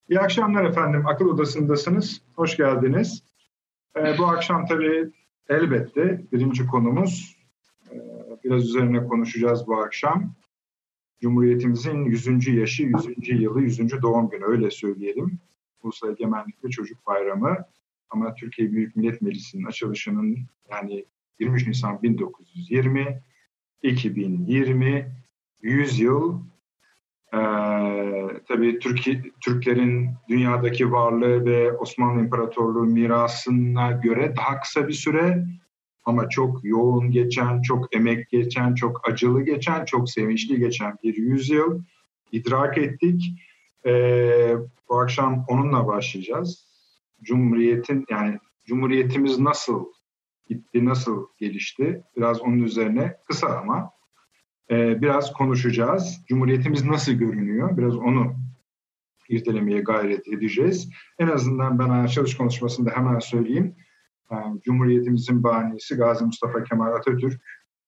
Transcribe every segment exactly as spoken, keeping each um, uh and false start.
İyi akşamlar efendim. Akıl Odası'ndasınız. Hoş geldiniz. Ee, bu akşam tabii elbette birinci konumuz. Ee, biraz üzerine konuşacağız bu akşam. Cumhuriyetimizin yüzüncü yaşı, yüzüncü yılı, yüzüncü doğum günü öyle söyleyelim. Ulusal Egemenlik ve Çocuk Bayramı. Ama Türkiye Büyük Millet Meclisi'nin açılışının yani yirmi üç Nisan bin dokuz yüz yirmi, iki bin yirmi, yüz yıl. Ee, tabii Türkiye, Türklerin dünyadaki varlığı ve Osmanlı İmparatorluğu mirasına göre daha kısa bir süre ama çok yoğun geçen, çok emek geçen, çok acılı geçen, çok sevinçli geçen bir yüzyıl idrak ettik. Ee, bu akşam onunla başlayacağız. Cumhuriyetin yani Cumhuriyetimiz nasıl gitti, nasıl gelişti? Biraz onun üzerine kısa ama biraz konuşacağız. Cumhuriyetimiz nasıl görünüyor? Biraz onu irdelemeye gayret edeceğiz. En azından ben açılış konuşmasında hemen söyleyeyim. Cumhuriyetimizin banisi Gazi Mustafa Kemal Atatürk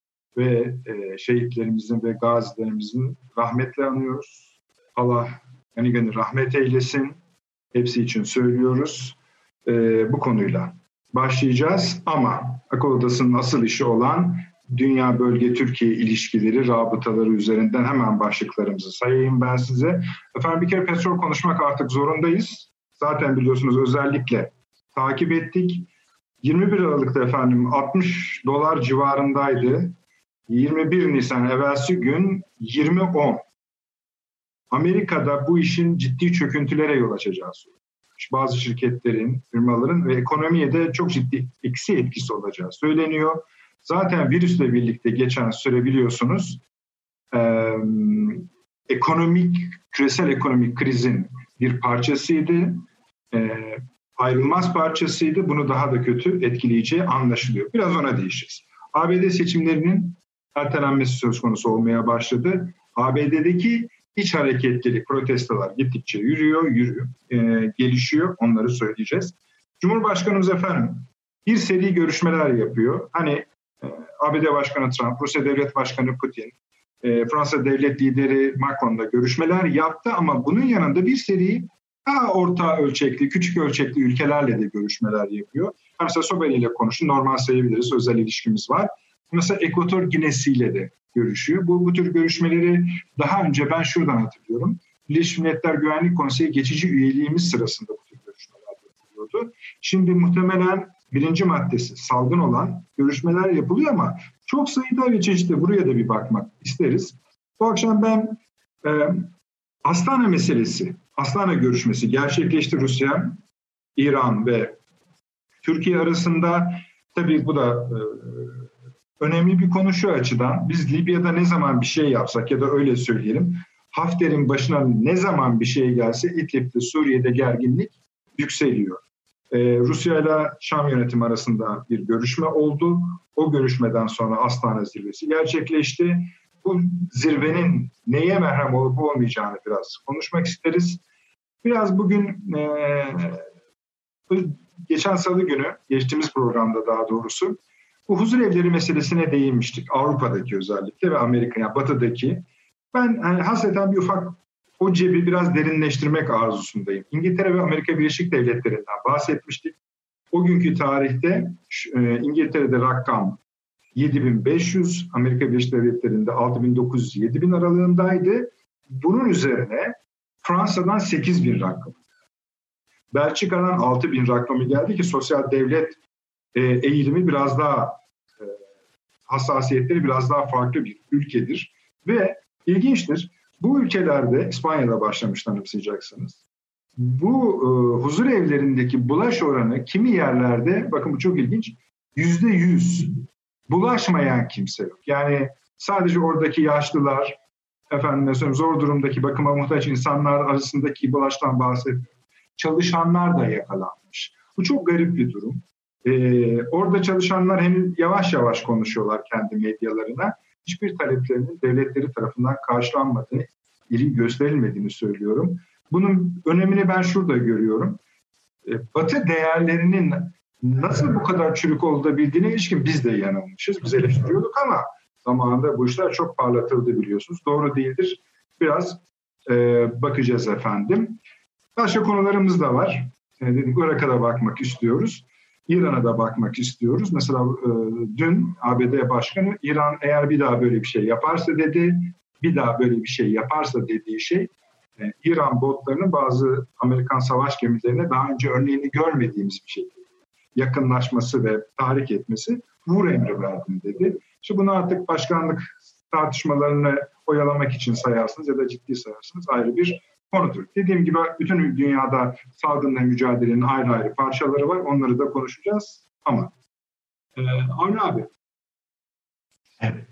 ve şehitlerimizin ve gazilerimizin rahmetle anıyoruz. Allah yani gani rahmet eylesin. Hepsi için söylüyoruz. Bu konuyla başlayacağız ama Akıl Odası'nın asıl işi olan Dünya Bölge Türkiye ilişkileri, rabıtaları üzerinden hemen başlıklarımızı sayayım ben size. Efendim bir kere petrol konuşmak artık zorundayız. Zaten biliyorsunuz özellikle takip ettik. yirmi bir Aralık'ta efendim altmış dolar civarındaydı. yirmi bir Nisan evvelsi gün yirmi on. Amerika'da bu işin ciddi çöküntülere yol açacağı söyleniyor. Bazı şirketlerin, firmaların ve ekonomiye de çok ciddi eksi etkisi olacağı söyleniyor. Zaten virüsle birlikte geçen süre biliyorsunuz e, ekonomik, küresel ekonomik krizin bir parçasıydı. E, ayrılmaz parçasıydı. Bunu daha da kötü etkileyeceği anlaşılıyor. Biraz ona değişeceğiz. A B D seçimlerinin ertelenmesi söz konusu olmaya başladı. A B D'deki iç hareketleri, protestolar gittikçe yürüyor, yürüyor, e, gelişiyor. Onları söyleyeceğiz. Cumhurbaşkanımız efendim bir seri görüşmeler yapıyor. Hani A B D Başkanı Trump, Rusya Devlet Başkanı Putin, e, Fransa Devlet Lideri Macron'la görüşmeler yaptı ama bunun yanında bir seri daha orta ölçekli, küçük ölçekli ülkelerle de görüşmeler yapıyor. Mesela Sobel ile konuştu, normal sayabiliriz, özel ilişkimiz var. Mesela Ekvator Ginesi ile de görüşüyor. Bu, bu tür görüşmeleri daha önce ben şuradan hatırlıyorum. Birleşmiş Milletler Güvenlik Konseyi geçici üyeliğimiz sırasında bu tür görüşmeler yapılıyordu. Şimdi muhtemelen birinci maddesi salgın olan görüşmeler yapılıyor ama çok sayıda ve çeşitli buraya da bir bakmak isteriz. Bu akşam ben e, Astana meselesi, Astana görüşmesi gerçekleşti Rusya, İran ve Türkiye arasında. Tabii bu da e, önemli bir konu şu açıdan. Biz Libya'da ne zaman bir şey yapsak ya da öyle söyleyelim, Hafter'in başına ne zaman bir şey gelse İdlib'de, Suriye'de gerginlik yükseliyor. Ee, Rusya ile Şam yönetimi arasında bir görüşme oldu. O görüşmeden sonra Astana zirvesi gerçekleşti. Bu zirvenin neye merhem olup olmayacağını biraz konuşmak isteriz. Biraz bugün e, geçen salı günü, geçtiğimiz programda daha doğrusu bu huzur evleri meselesine değinmiştik. Avrupa'daki özellikle ve Amerika, yani Batı'daki. Ben yani hasreten bir ufak o cebi biraz derinleştirmek arzusundayım. İngiltere ve Amerika Birleşik Devletleri'nden bahsetmiştik. O günkü tarihte e, İngiltere'de rakam yedi bin beş yüz, Amerika Birleşik Devletleri'nde altı bin dokuz yüz yedi bin aralığındaydı. Bunun üzerine Fransa'dan sekiz bin rakamı. Belçika'dan altı bin rakamı geldi ki sosyal devlet e, eğilimi biraz daha e, hassasiyetleri biraz daha farklı bir ülkedir. Ve ilginçtir. Bu ülkelerde, İspanya'da başlamış tanımsayacaksınız. Bu e, huzur evlerindeki bulaş oranı kimi yerlerde, bakın bu çok ilginç, yüzde yüz bulaşmayan kimse yok. Yani sadece oradaki yaşlılar, efendim mesela zor durumdaki bakıma muhtaç insanlar arasındaki bulaştan bahsediyorum. Çalışanlar da yakalanmış. Bu çok garip bir durum. Ee, orada çalışanlar henüz yavaş yavaş konuşuyorlar kendi medyalarına. Hiçbir taleplerinin devletleri tarafından karşılanmadığını, ilgi gösterilmediğini söylüyorum. Bunun önemini ben şurada görüyorum. Ee, Batı değerlerinin nasıl bu kadar çürük olabildiğine ilişkin biz de yanılmışız. Biz eleştiriyorduk ama zamanında bu işler çok parlatıldı biliyorsunuz. Doğru değildir. Biraz e, bakacağız efendim. Başka konularımız da var. E, dedik Irak'a da bakmak istiyoruz. İran'a da bakmak istiyoruz. Mesela e, dün A B D Başkanı İran eğer bir daha böyle bir şey yaparsa dedi, bir daha böyle bir şey yaparsa dediği şey e, İran botlarının bazı Amerikan savaş gemilerine daha önce örneğini görmediğimiz bir şey. Yakınlaşması ve tahrik etmesi, vur emri verdim dedi. İşte bunu artık başkanlık tartışmalarını oyalamak için sayarsınız ya da ciddi sayarsınız ayrı bir konudur. Dediğim gibi bütün dünyada salgınla mücadelenin ayrı ayrı parçaları var. Onları da konuşacağız ama e, Avni abi. Evet.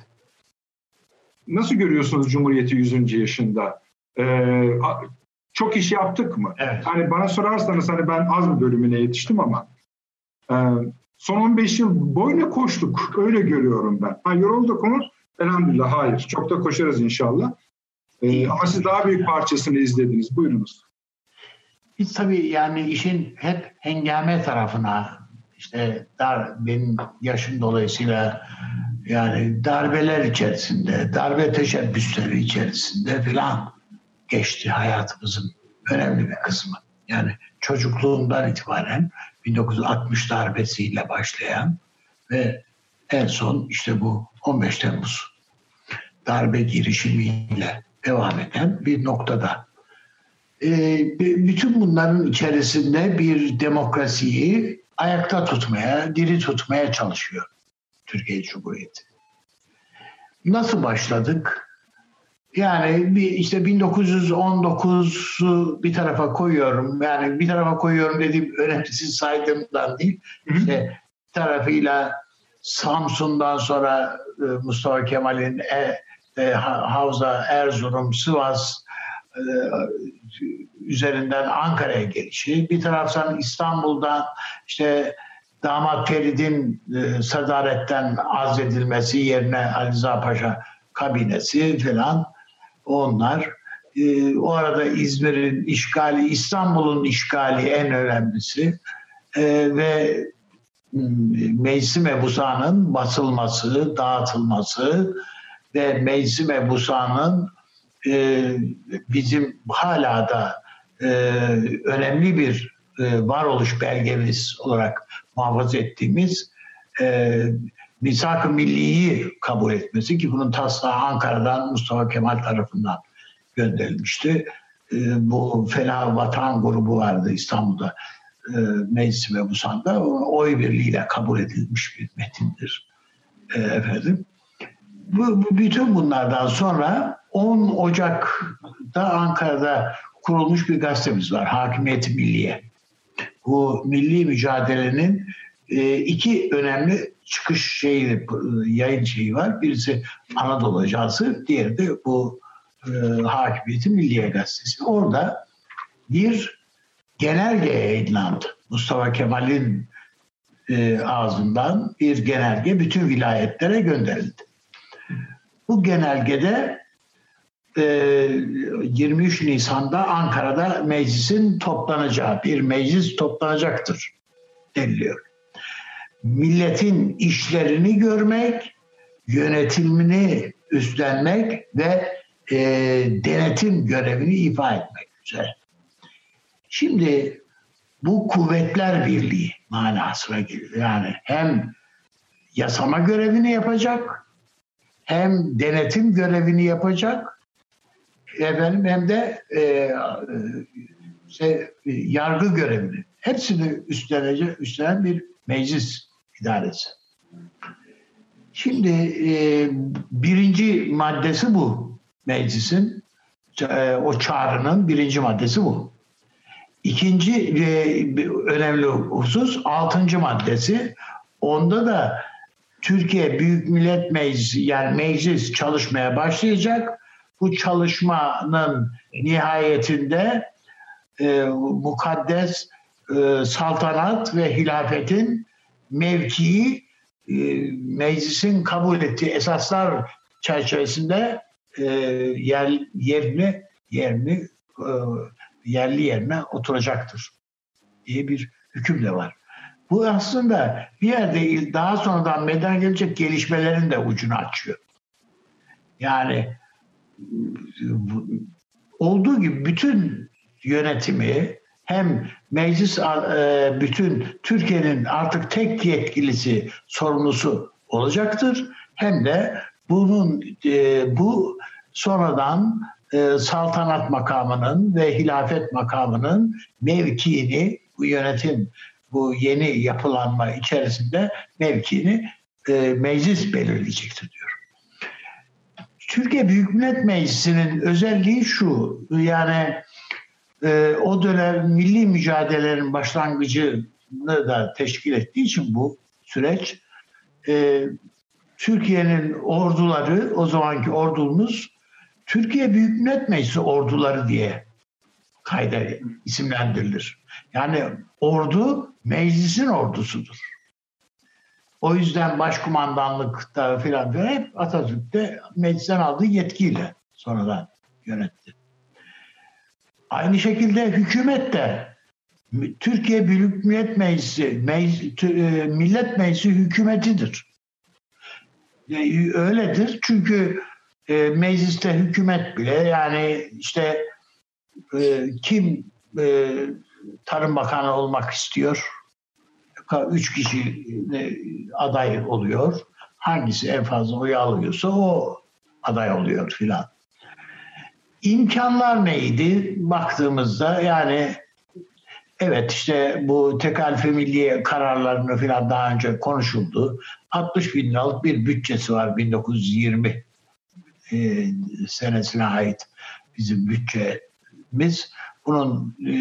Nasıl görüyorsunuz Cumhuriyeti yüzüncü yaşında? Ee, çok iş yaptık mı? Evet. Hani bana sorarsanız hani ben az bir bölümüne yetiştim ama e, son on beş yıl boyuna koştuk. Öyle görüyorum ben. Ha, yorulduk mu? Elhamdülillah hayır. Çok da koşarız inşallah. Ee, ama siz daha büyük parçasını izlediniz. Buyurunuz. Biz tabii yani işin hep hengame tarafına, işte dar, benim yaşım dolayısıyla yani darbeler içerisinde, darbe teşebbüsleri içerisinde falan geçti hayatımızın önemli bir kısmı. Yani çocukluğumdan itibaren bin dokuz yüz altmış darbesiyle başlayan ve en son işte bu on beş Temmuz darbe girişimiyle devam eden bir noktada. Ee, bütün bunların içerisinde bir demokrasiyi ayakta tutmaya, diri tutmaya çalışıyor Türkiye Cumhuriyeti. Nasıl başladık? Yani bir işte bin dokuz yüz on dokuzu bir tarafa koyuyorum. Yani bir tarafa koyuyorum dediğim önemsiz saydığımdan değil. İşte bir tarafıyla Samsun'dan sonra Mustafa Kemal'in e, e, Havza, Erzurum, Sivas e, üzerinden Ankara'ya gelişi. Bir taraftan İstanbul'dan işte Damat Ferid'in e, sadaretten azledilmesi yerine Ali Rıza Paşa kabinesi falan onlar. E, o arada İzmir'in işgali, İstanbul'un işgali en önemlisi e, ve Meclis-i Mebusa'nın basılması, dağıtılması ve Meclis-i Mebusa'nın e, bizim hala da e, önemli bir e, varoluş belgemiz olarak muhafaza ettiğimiz e, Misak-ı Milli'yi kabul etmesi ki bunun taslağı Ankara'dan Mustafa Kemal tarafından gönderilmişti. E, bu Felah Vatan grubu vardı İstanbul'da. E, Meclis-i Mebusan'da oy birliğiyle kabul edilmiş bir metindir. E, efendim. Bu, bu, bütün bunlardan sonra on Ocak'ta Ankara'da kurulmuş bir gazetemiz var. Hakimiyet-i Milliye. Bu milli mücadelenin e, iki önemli çıkış şeyi, yayın şeyi var. Birisi Anadolu Ajansı, diğeri de bu e, Hakimiyet-i Milliye gazetesi. Orada bir genelge yayınlandı. Mustafa Kemal'in e, ağzından bir genelge bütün vilayetlere gönderildi. Bu genelgede e, yirmi üç Nisan'da Ankara'da meclisin toplanacağı, bir meclis toplanacaktır deniliyor. Milletin işlerini görmek, yönetimini üstlenmek ve e, denetim görevini ifa etmek üzere. Şimdi bu kuvvetler birliği manasına geliyor. Yani hem yasama görevini yapacak, hem denetim görevini yapacak, efendim hem de e, şey, yargı görevini. Hepsini üstlenecek, üstlenen bir meclis idaresi. Şimdi e, birinci maddesi bu meclisin, e, o çağrının birinci maddesi bu. İkinci e, önemli husus altıncı maddesi. Onda da Türkiye Büyük Millet Meclisi, yani meclis çalışmaya başlayacak. Bu çalışmanın nihayetinde e, mukaddes e, saltanat ve hilafetin mevkii e, meclisin kabul ettiği esaslar çerçevesinde e, yer, yerini yerini e, yerli yerine oturacaktır diye bir hüküm de var. Bu aslında bir yerde daha sonradan meydana gelecek gelişmelerin de ucunu açıyor. Yani olduğu gibi bütün yönetimi hem meclis e, bütün Türkiye'nin artık tek yetkilisi, sorumlusu olacaktır. Hem de bunun e, bu sonradan e, saltanat makamının ve hilafet makamının mevkiini, bu yönetim, bu yeni yapılanma içerisinde mevkiini e, meclis belirleyecektir diyor. Türkiye Büyük Millet Meclisi'nin özelliği şu, yani e, o dönem milli mücadelelerin başlangıcını da teşkil ettiği için bu süreç, e, Türkiye'nin orduları, o zamanki ordumuz Türkiye Büyük Millet Meclisi orduları diye kayda isimlendirilir. Yani ordu meclisin ordusudur. O yüzden başkumandanlıkta filan hep Atatürk'te meclisten aldığı yetkiyle sonradan yönetti. Aynı şekilde hükümet de Türkiye Büyük Millet Meclisi, Meclis, Millet Meclisi hükümetidir. Öyledir çünkü e, mecliste hükümet bile, yani işte e, kim e, Tarım Bakanı olmak istiyor? Üç kişi e, aday oluyor. Hangisi en fazla oy alıyorsa o aday oluyor filan. İmkanlar neydi baktığımızda? Yani evet, işte bu tekalife milliye kararlarını filan daha önce konuşuldu. altmış bin liralık bir bütçesi var bin dokuz yüz yirmi e, senesine ait bizim bütçemiz. Bunun e,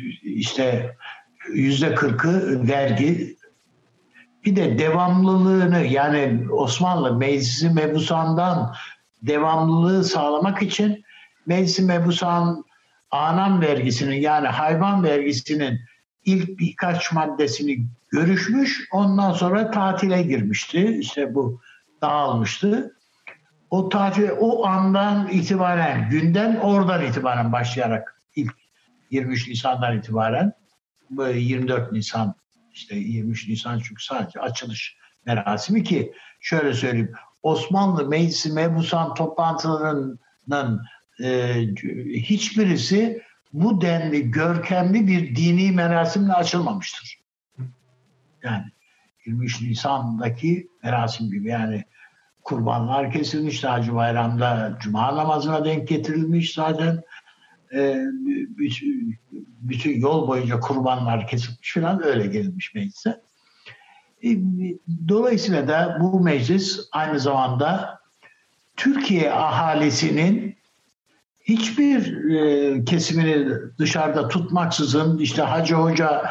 işte yüzde kırkı vergi. Bir de devamlılığını, yani Osmanlı Meclisi Mebusan'dan devamlılığı sağlamak için Meclisi Mebusan anam vergisinin, yani hayvan vergisinin ilk birkaç maddesini görüşmüş, ondan sonra tatile girmişti. İşte bu dağılmıştı. O tatil, o andan itibaren, günden oradan itibaren başlayarak ilk yirmi üç Nisan'dan itibaren yirmi dört Nisan, işte yirmi üç Nisan çünkü sadece açılış merasimi, ki şöyle söyleyeyim, Osmanlı Meclisi Mebusan toplantılarının e, hiçbirisi bu denli görkemli bir dini merasimle açılmamıştır. Yani yirmi üç Nisan'daki merasim gibi, yani kurbanlar kesilmiş, Hacı Bayram'da Cuma namazına denk getirilmiş zaten. E, bütün, bütün yol boyunca kurbanlar kesilmiş falan, öyle gelinmiş meclise. E, dolayısıyla da bu meclis aynı zamanda Türkiye ahalisinin hiçbir e, kesimini dışarıda tutmaksızın, işte hacı hoca,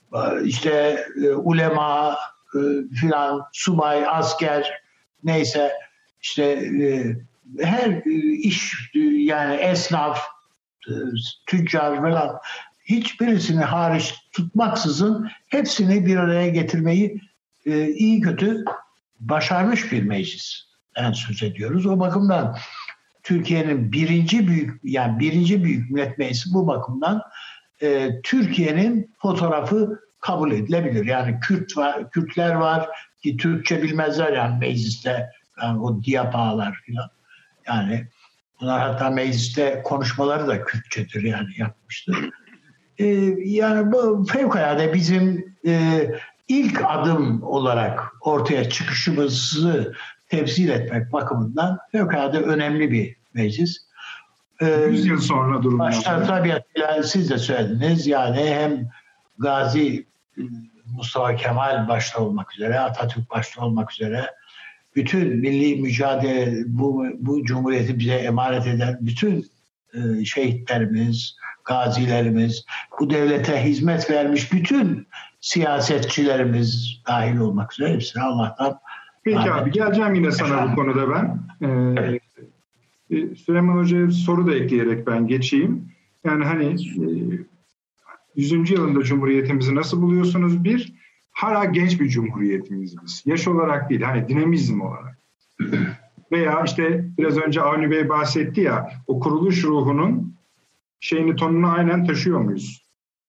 işte e, ulema e, filan, subay, asker, neyse işte e, her e, iş, e, yani esnaf, e, tüccar falan, hiçbirisini hariç tutmaksızın hepsini bir araya getirmeyi e, iyi kötü başarmış bir meclisten söz ediyoruz. O bakımdan Türkiye'nin birinci büyük, yani birinci büyük millet meclisi bu bakımdan e, Türkiye'nin fotoğrafı kabul edilebilir. Yani Kürt var, Kürtler var ki Türkçe bilmezler yani mecliste, yani o diyapağlar falan. Yani bunlar hatta mecliste konuşmaları da Kürtçedir, yani yapmıştır. E, yani bu fevkalade bizim e, ilk adım olarak ortaya çıkışımızı temsil etmek bakımından fevkalade önemli bir meclis. yüz yıl sonra durumlar. Başta tabii siz de söylediniz, yani hem Gazi Mustafa Kemal başta olmak üzere, Atatürk başta olmak üzere bütün milli mücadele, bu, bu cumhuriyeti bize emanet eden bütün e, şehitlerimiz, gazilerimiz, bu devlete hizmet vermiş bütün siyasetçilerimiz dahil olmak üzere hepsine Allah'tan. Peki abi, abi geleceğim yine sana efendim bu konuda ben. Ee, Süleyman Hoca'ya soru da ekleyerek ben geçeyim. Yani hani yüzüncü yılında Cumhuriyetimizi nasıl buluyorsunuz? Bir, hala genç bir cumhuriyetimiz biz. Yaş olarak değil, hani dinamizm olarak. Veya işte biraz önce Avni Bey bahsetti ya, o kuruluş ruhunun şeyini, tonunu aynen taşıyor muyuz?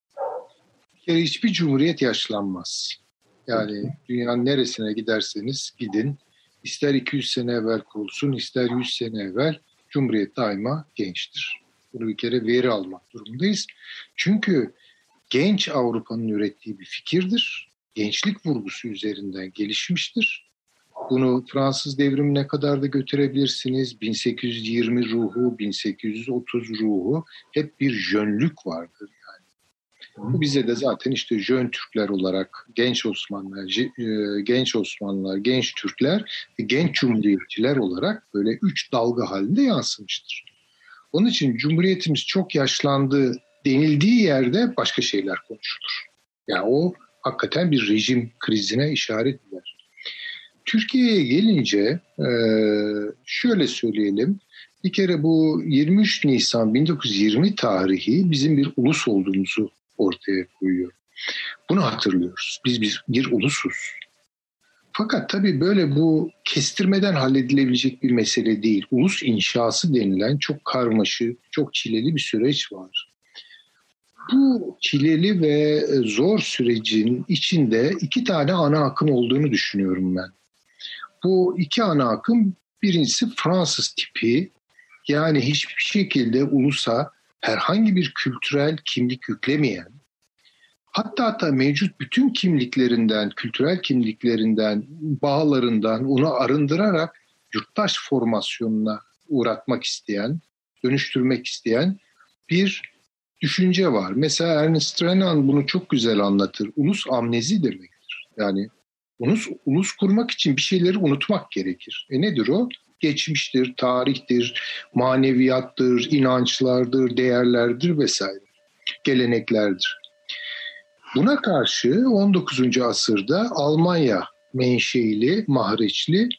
Yani hiçbir cumhuriyet yaşlanmaz. Yani dünyanın neresine giderseniz gidin, ister iki yüz sene evvel kurulsun, ister yüz sene evvel, Cumhuriyet daima gençtir. Bunu bir kere veri almak durumundayız. Çünkü genç Avrupa'nın ürettiği bir fikirdir. Gençlik vurgusu üzerinden gelişmiştir. Bunu Fransız devrimine kadar da götürebilirsiniz. bin sekiz yüz yirmi ruhu, bin sekiz yüz otuz ruhu hep bir jönlük vardır yani. Bu bize de zaten işte jön Türkler olarak genç Osmanlılar, genç Osmanlılar, genç Türkler ve genç Cumhuriyetçiler olarak böyle üç dalga halinde yansımıştır. Onun için Cumhuriyetimiz çok yaşlandı denildiği yerde başka şeyler konuşulur. Yani o hakikaten bir rejim krizine işaret eder. Türkiye'ye gelince şöyle söyleyelim. Bir kere bu yirmi üç Nisan bin dokuz yüz yirmi tarihi bizim bir ulus olduğumuzu ortaya koyuyor. Bunu hatırlıyoruz. Biz, biz bir ulusuz. Fakat tabii böyle bu kestirmeden halledilebilecek bir mesele değil. Ulus inşası denilen çok karmaşık, çok çileli bir süreç var. Bu çileli ve zor sürecin içinde iki tane ana akım olduğunu düşünüyorum ben. Bu iki ana akım, birincisi Fransız tipi, yani hiçbir şekilde ulusa herhangi bir kültürel kimlik yüklemeyen, hatta hatta mevcut bütün kimliklerinden, kültürel kimliklerinden, bağlarından onu arındırarak yurttaş formasyonuna uğratmak isteyen, dönüştürmek isteyen bir düşünce var. Mesela Ernest Renan bunu çok güzel anlatır. Ulus amnezi demektir. Yani ulus, ulus kurmak için bir şeyleri unutmak gerekir. E nedir o? Geçmiştir, tarihtir, maneviyattır, inançlardır, değerlerdir vesaire. Geleneklerdir. Buna karşı on dokuzuncu asırda Almanya menşeili, mahreçli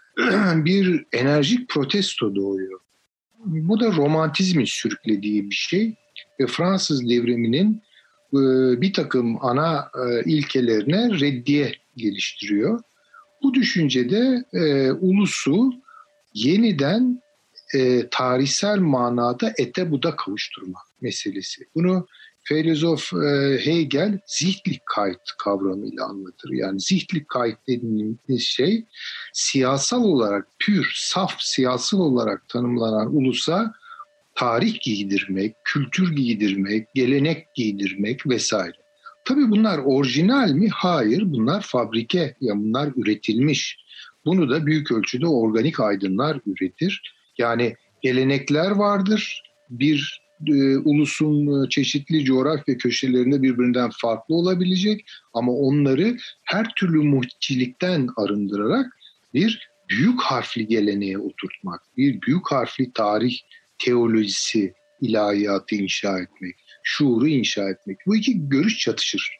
bir enerjik protesto doğuyor. Bu da romantizmin sürüklediği bir şey ve Fransız devriminin bir takım ana ilkelerine reddiye geliştiriyor. Bu düşüncede e, ulusu yeniden e, tarihsel manada ete buda kavuşturma meselesi. Bunu filozof e, Hegel Sichtlichkeit kavramıyla anlatır. Yani Sichtlichkeit dediğimiz şey siyasal olarak pür, saf siyasal olarak tanımlanan ulusa tarih giydirmek, kültür giydirmek, gelenek giydirmek vesaire. Tabii bunlar orijinal mi? Hayır, bunlar fabrike, ya bunlar üretilmiş. Bunu da büyük ölçüde organik aydınlar üretir. Yani gelenekler vardır. Bir e, ulusun çeşitli coğrafya köşelerinde birbirinden farklı olabilecek ama onları her türlü muhitçilikten arındırarak bir büyük harfli geleneğe oturtmak, bir büyük harfli tarih teolojisi, ilahiyatı inşa etmek, şuuru inşa etmek. Bu iki görüş çatışır.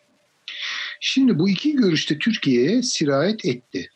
Şimdi bu iki görüş de Türkiye'ye sirayet etti.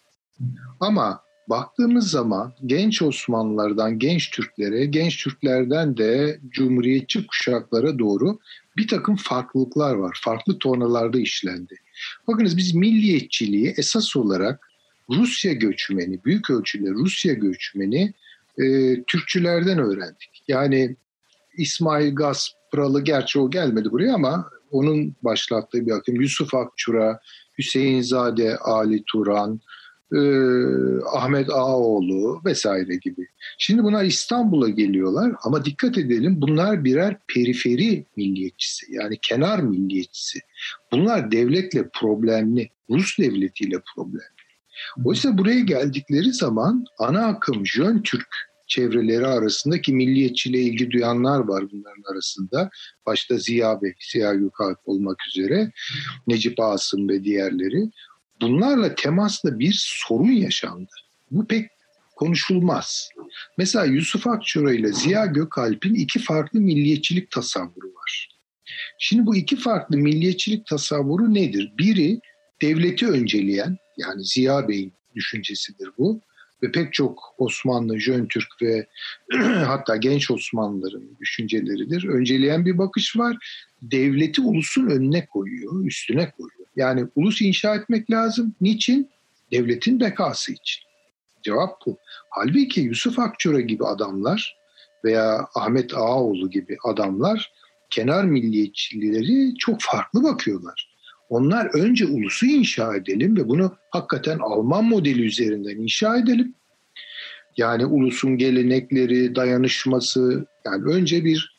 Ama baktığımız zaman genç Osmanlılardan genç Türklere, genç Türklerden de Cumhuriyetçi kuşaklara doğru bir takım farklılıklar var. Farklı tonalarda işlendi. Bakınız biz milliyetçiliği esas olarak Rusya göçmeni, büyük ölçüde Rusya göçmeni e, Türkçülerden öğrendik. Yani İsmail Gaspralı, gerçi o gelmedi buraya ama onun başlattığı bir akım, Yusuf Akçura, Hüseyinzade Ali Turan, e, Ahmet Ağaoğlu vesaire gibi. Şimdi bunlar İstanbul'a geliyorlar ama dikkat edelim, bunlar birer periferi milliyetçisi, yani kenar milliyetçisi. Bunlar devletle problemli, Rus devletiyle problemli. Oysa buraya geldikleri zaman ana akım Jön Türk çevreleri arasındaki milliyetçiliğe ilgi duyanlar var bunların arasında. Başta Ziya Bey, Ziya Gökalp olmak üzere, Necip Asım ve diğerleri. Bunlarla temasla bir sorun yaşandı. Bu pek konuşulmaz. Mesela Yusuf Akçura ile Ziya Gökalp'in iki farklı milliyetçilik tasavvuru var. Şimdi bu iki farklı milliyetçilik tasavvuru nedir? Biri devleti önceleyen, yani Ziya Bey'in düşüncesidir bu. Ve pek çok Osmanlı, Jön Türk ve hatta genç Osmanlıların düşünceleridir. Önceleyen bir bakış var. Devleti ulusun önüne koyuyor, üstüne koyuyor. Yani ulus inşa etmek lazım. Niçin? Devletin bekası için. Cevap bu. Halbuki Yusuf Akçura gibi adamlar veya Ahmet Ağaoğlu gibi adamlar kenar milliyetçileri çok farklı bakıyorlar. Onlar önce ulusu inşa edelim ve bunu hakikaten Alman modeli üzerinden inşa edelim. Yani ulusun gelenekleri, dayanışması, yani önce bir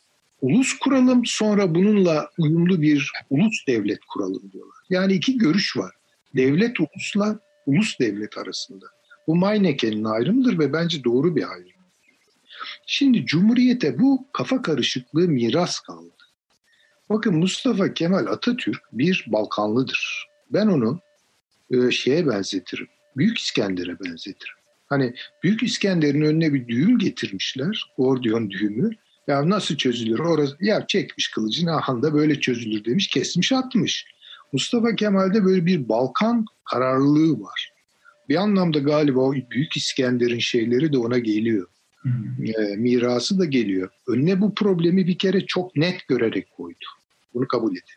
ulus kuralım, sonra bununla uyumlu bir ulus devlet kuralım diyorlar. Yani iki görüş var. Devlet ulusla ulus devlet arasında. Bu Meineke'nin ayrımıdır ve bence doğru bir ayrım. Şimdi Cumhuriyete bu kafa karışıklığı miras kaldı. Bakın Mustafa Kemal Atatürk bir Balkanlıdır. Ben onu e, şeye benzetirim. Büyük İskender'e benzetirim. Hani Büyük İskender'in önüne bir düğüm getirmişler. Gordiyon düğümü. Ya nasıl çözülür? Orası, ya çekmiş kılıcını, ahanda böyle çözülür demiş. Kesmiş atmış. Mustafa Kemal'de böyle bir Balkan kararlılığı var. Bir anlamda galiba o Büyük İskender'in şeyleri de ona geliyor. Hmm. E, mirası da geliyor. Önüne bu problemi bir kere çok net görerek koydu. Bunu kabul edin.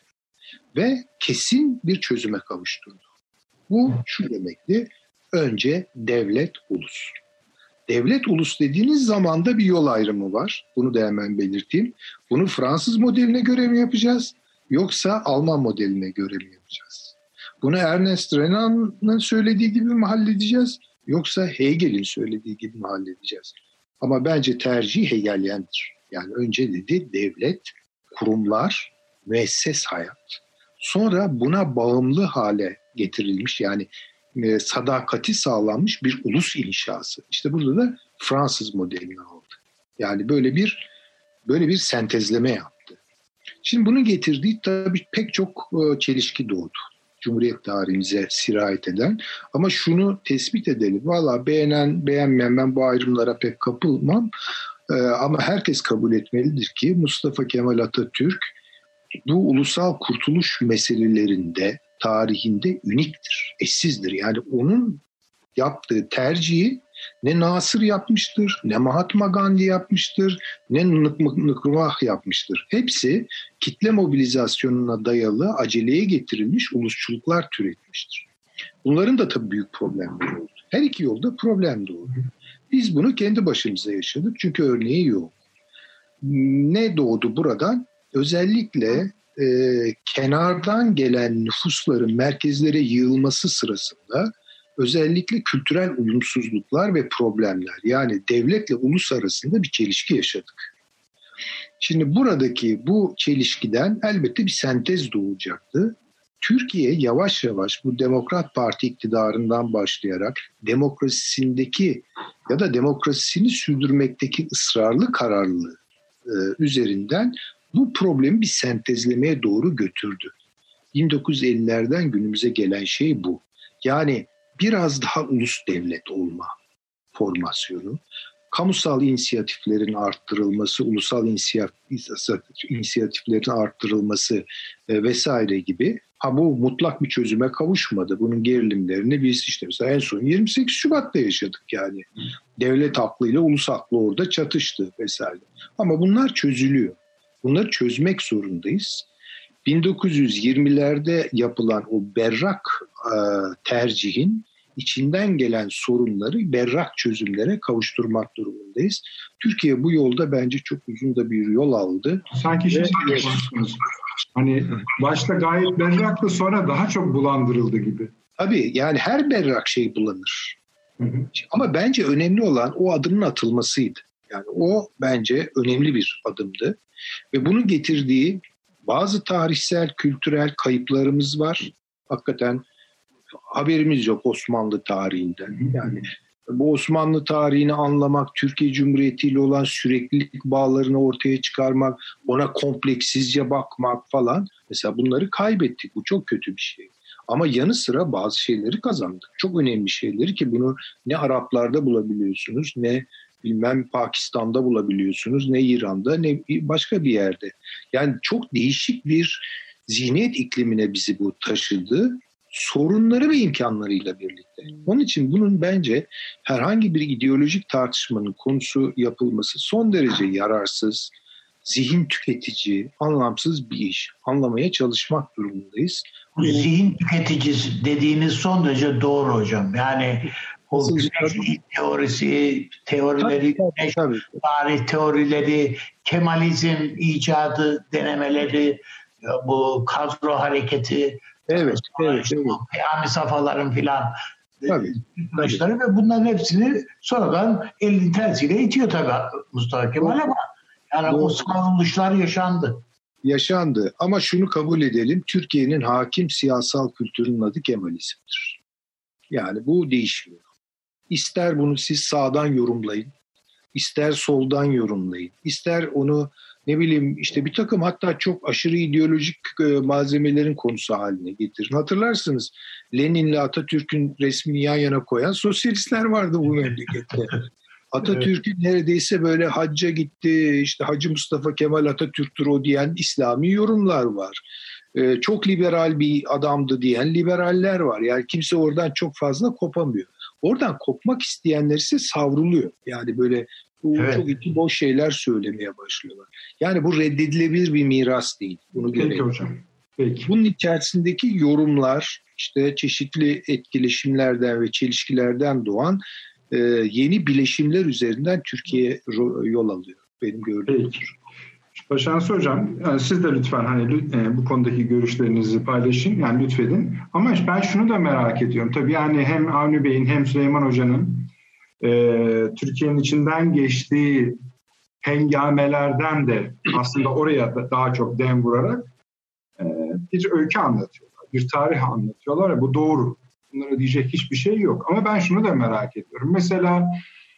Ve kesin bir çözüme kavuşturdu. Bu şu demekti. Önce devlet, ulus. Devlet, ulus dediğiniz zaman da bir yol ayrımı var. Bunu da hemen belirteyim. Bunu Fransız modeline göre mi yapacağız? Yoksa Alman modeline göre mi yapacağız? Bunu Ernest Renan'ın söylediği gibi mi halledeceğiz? Yoksa Hegel'in söylediği gibi mi halledeceğiz? Ama bence tercih Hegelyendir. Yani önce dedi devlet, kurumlar, müesses hayat. Sonra buna bağımlı hale getirilmiş, yani e, sadakati sağlanmış bir ulus inşası. İşte burada da Fransız modelini aldı. Yani böyle bir böyle bir sentezleme yaptı. Şimdi bunu getirdiği tabii pek çok e, çelişki doğdu. Cumhuriyet tarihimize sirayet eden. Ama şunu tespit edelim. Valla beğenen, beğenmeyen, ben bu ayrımlara pek kapılmam. Ee, ama herkes kabul etmelidir ki Mustafa Kemal Atatürk bu ulusal kurtuluş meselelerinde, tarihinde uniktir, eşsizdir. Yani onun yaptığı tercihi ne Nasır yapmıştır, ne Mahatma Gandhi yapmıştır, ne Nkrumah yapmıştır. Hepsi kitle mobilizasyonuna dayalı, aceleye getirilmiş ulusçuluklar türetmiştir. Bunların da tabii büyük problemleri oldu. Her iki yolda problem doğdu. Biz bunu kendi başımıza yaşadık çünkü örneği yok. Ne doğdu buradan? Özellikle e, kenardan gelen nüfusların merkezlere yığılması sırasında özellikle kültürel uyumsuzluklar ve problemler, yani devletle ulus arasında bir çelişki yaşadık. Şimdi buradaki bu çelişkiden elbette bir sentez doğacaktı. Türkiye yavaş yavaş bu Demokrat Parti iktidarından başlayarak demokrasisindeki ya da demokrasisini sürdürmekteki ısrarlı kararlılığı e, üzerinden bu problemi bir sentezlemeye doğru götürdü. bin dokuz yüz ellilerden günümüze gelen şey bu. Yani biraz daha ulus devlet olma formasyonu, kamusal inisiyatiflerin arttırılması, ulusal inisiyatiflerin arttırılması e, vesaire gibi. Ha bu mutlak bir çözüme kavuşmadı. Bunun gerilimlerini biz işte mesela en son yirmi sekiz Şubat'ta yaşadık yani. Devlet aklıyla ulus aklı orada çatıştı vesaire. Ama bunlar çözülüyor. Bunları çözmek zorundayız. bin dokuz yüz yirmilerde yapılan o berrak e, tercihin içinden gelen sorunları berrak çözümlere kavuşturmak durumundayız. Türkiye bu yolda bence çok uzun da bir yol aldı. Sanki şey yapıyorsunuz. Hani başta gayet berraktı, sonra daha çok bulandırıldı gibi. Tabii yani her berrak şey bulanır. Hı hı. Ama bence önemli olan o adımın atılmasıydı. Yani o bence önemli bir adımdı. Ve bunun getirdiği bazı tarihsel, kültürel kayıplarımız var. Hakikaten haberimiz yok Osmanlı tarihinden. Yani bu Osmanlı tarihini anlamak, Türkiye Cumhuriyeti ile olan süreklilik bağlarını ortaya çıkarmak, ona kompleksizce bakmak falan. Mesela bunları kaybettik. Bu çok kötü bir şey. Ama yanı sıra bazı şeyleri kazandık. Çok önemli şeyleri ki bunu ne Araplarda bulabiliyorsunuz, ne bilmem Pakistan'da bulabiliyorsunuz, ne İran'da, ne başka bir yerde. Yani çok değişik bir zihniyet iklimine bizi bu taşıdı. Sorunları ve imkanlarıyla birlikte. Onun için bunun bence herhangi bir ideolojik tartışmanın konusu yapılması son derece yararsız, zihin tüketici, anlamsız bir iş. Anlamaya çalışmak durumundayız. Bu zihin tüketici dediğiniz son derece doğru hocam. Yani o güneş teorisi, teorileri, tabii, tabii. tarih teorileri, Kemalizm icadı denemeleri, bu kadro hareketi, evet, evet, işte evet. Peyami Safaların filan ve bunların hepsini sonradan elinin tersiyle itiyor tabii Mustafa Kemal, ama Yani Doğru. o savruluşlar yaşandı. Yaşandı ama şunu kabul edelim, Türkiye'nin hakim siyasal kültürünün adı Kemalizm'dir. Yani bu değişmiyor. İster bunu siz sağdan yorumlayın, ister soldan yorumlayın, ister onu ne bileyim işte bir takım hatta çok aşırı ideolojik malzemelerin konusu haline getirin. Hatırlarsınız Lenin'le Atatürk'ün resmini yan yana koyan sosyalistler vardı bu memlekette. Atatürk'ün neredeyse böyle hacca gitti, işte Hacı Mustafa Kemal Atatürk'tür o diyen İslami yorumlar var. Ee, çok liberal bir adamdı diyen liberaller var. Yani kimse oradan çok fazla kopamıyor. Oradan kopmak isteyenler ise savruluyor. Yani böyle bu evet. çok iki boş şeyler söylemeye başlıyorlar. Yani bu reddedilebilir bir miras değil. Bunu Peki görelim. hocam. Peki. Bunun içerisindeki yorumlar işte çeşitli etkileşimlerden ve çelişkilerden doğan e, yeni bileşimler üzerinden Türkiye yol alıyor. Benim gördüğüm. Peki. Başansı hocam, yani siz de lütfen hani e, bu konudaki görüşlerinizi paylaşın, yani lütfedin. Ama ben şunu da merak ediyorum. Tabii yani hem Avni Bey'in hem Süleyman Hoca'nın e, Türkiye'nin içinden geçtiği hengamelerden de aslında oraya da daha çok dem vurarak e, bir öykü anlatıyorlar, bir tarih anlatıyorlar. Bu doğru. Bunlara diyecek hiçbir şey yok. Ama ben şunu da merak ediyorum. Mesela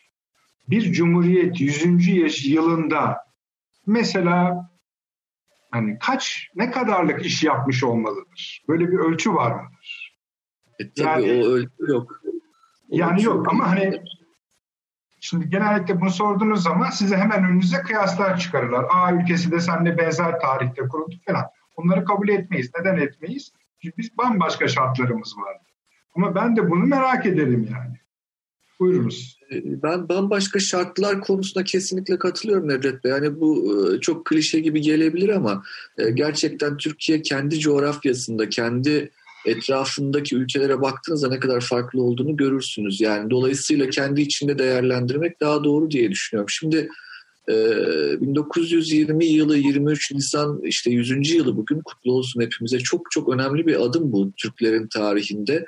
bir Cumhuriyet yüzüncü yılında mesela hani kaç, ne kadarlık iş yapmış olmalıdır? Böyle bir ölçü var mıdır? E, tabii yani, o ölçü yok. O yani ölçü yok, yok ama hani şimdi genellikle bunu sorduğunuz zaman size hemen önünüze kıyaslar çıkarırlar. A ülkesi de seninle benzer tarihte kuruldu falan. Bunları kabul etmeyiz. Neden etmeyiz? Çünkü biz bambaşka şartlarımız var. Ama ben de bunu merak ederim yani. Buyurunuz. Ben bambaşka şartlar konusunda kesinlikle katılıyorum Nedret Bey. Yani bu çok klişe gibi gelebilir ama gerçekten Türkiye kendi coğrafyasında, kendi etrafındaki ülkelere baktığınızda ne kadar farklı olduğunu görürsünüz. Yani dolayısıyla kendi içinde değerlendirmek daha doğru diye düşünüyorum. Şimdi bin dokuz yüz yirmi yılı yirmi üç Nisan işte yüzüncü yılı bugün, kutlu olsun hepimize. Çok çok önemli bir adım bu Türklerin tarihinde.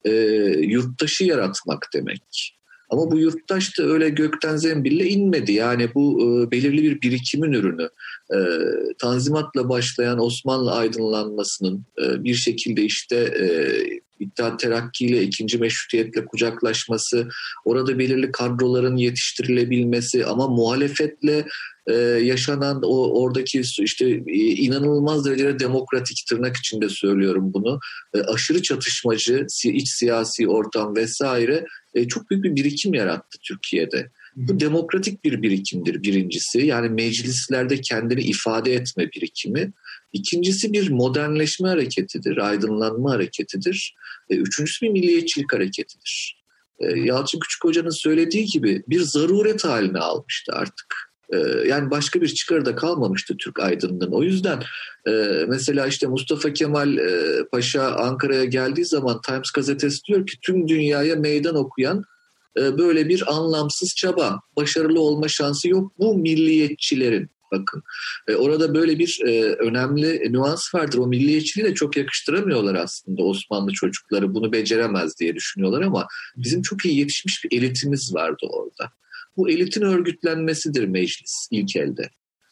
Yurttaşı yaratmak demek. Ama bu yurttaş da öyle gökten zembille inmedi. Yani bu e, belirli bir birikimin ürünü. E, Tanzimat'la başlayan Osmanlı aydınlanmasının e, bir şekilde işte e, İttihat Terakki ile ikinci meşrutiyetle kucaklaşması, orada belirli kadroların yetiştirilebilmesi ama muhalefetle e, yaşanan o oradaki işte e, inanılmaz derecede demokratik, tırnak içinde söylüyorum bunu, e, aşırı çatışmacı iç siyasi ortam vesaire e, çok büyük bir birikim yarattı Türkiye'de. Bu demokratik bir birikimdir birincisi. Yani meclislerde kendini ifade etme birikimi. İkincisi bir modernleşme hareketidir, aydınlanma hareketidir. E, üçüncüsü bir milliyetçilik hareketidir. E, Yalçın Küçük Hoca'nın söylediği gibi bir zaruret haline almıştı artık. E, yani başka bir çıkarı da kalmamıştı Türk aydınlığının. O yüzden e, mesela işte Mustafa Kemal e, Paşa Ankara'ya geldiği zaman Times gazetesi diyor ki tüm dünyaya meydan okuyan e, böyle bir anlamsız çaba, başarılı olma şansı yok bu milliyetçilerin. Bakın e, orada böyle bir e, önemli nüans vardır. O milliyetçiliği de çok yakıştıramıyorlar aslında Osmanlı çocukları. Bunu beceremez diye düşünüyorlar ama bizim çok iyi yetişmiş bir elitimiz vardı orada. Bu elitin örgütlenmesidir meclis ilk elde.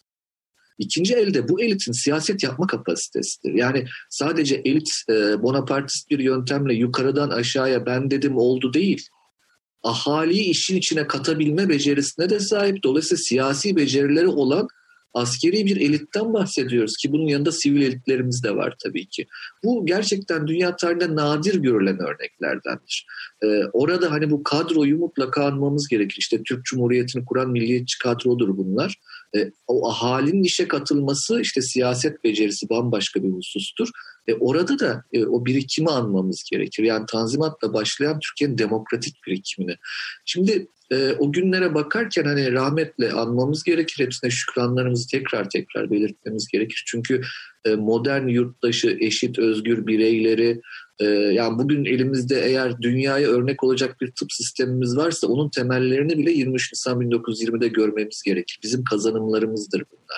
İkinci elde bu elitin siyaset yapma kapasitesidir. Yani sadece elit e, Bonapartist bir yöntemle yukarıdan aşağıya ben dedim oldu değil. Ahaliyi işin içine katabilme becerisine de sahip. Dolayısıyla siyasi becerileri olan askeri bir elitten bahsediyoruz ki bunun yanında sivil elitlerimiz de var tabii ki. Bu gerçekten dünya tarihinde nadir görülen örneklerdendir. Ee, orada hani bu kadroyu mutlaka anmamız gerekir. İşte Türk Cumhuriyeti'ni kuran milliyetçi kadrodur bunlar. Ee, o ahalinin işe katılması, işte siyaset becerisi bambaşka bir husustur. E orada da e, o birikimi anmamız gerekir. Yani Tanzimat'la başlayan Türkiye'nin demokratik birikimini. Şimdi e, o günlere bakarken hani rahmetle anmamız gerekir. Hepsine şükranlarımızı tekrar tekrar belirtmemiz gerekir. Çünkü e, modern yurttaşı, eşit, özgür bireyleri, e, yani bugün elimizde eğer dünyaya örnek olacak bir tıp sistemimiz varsa onun temellerini bile yirmi üç Nisan bin dokuz yüz yirmide görmemiz gerekir. Bizim kazanımlarımızdır bunlar.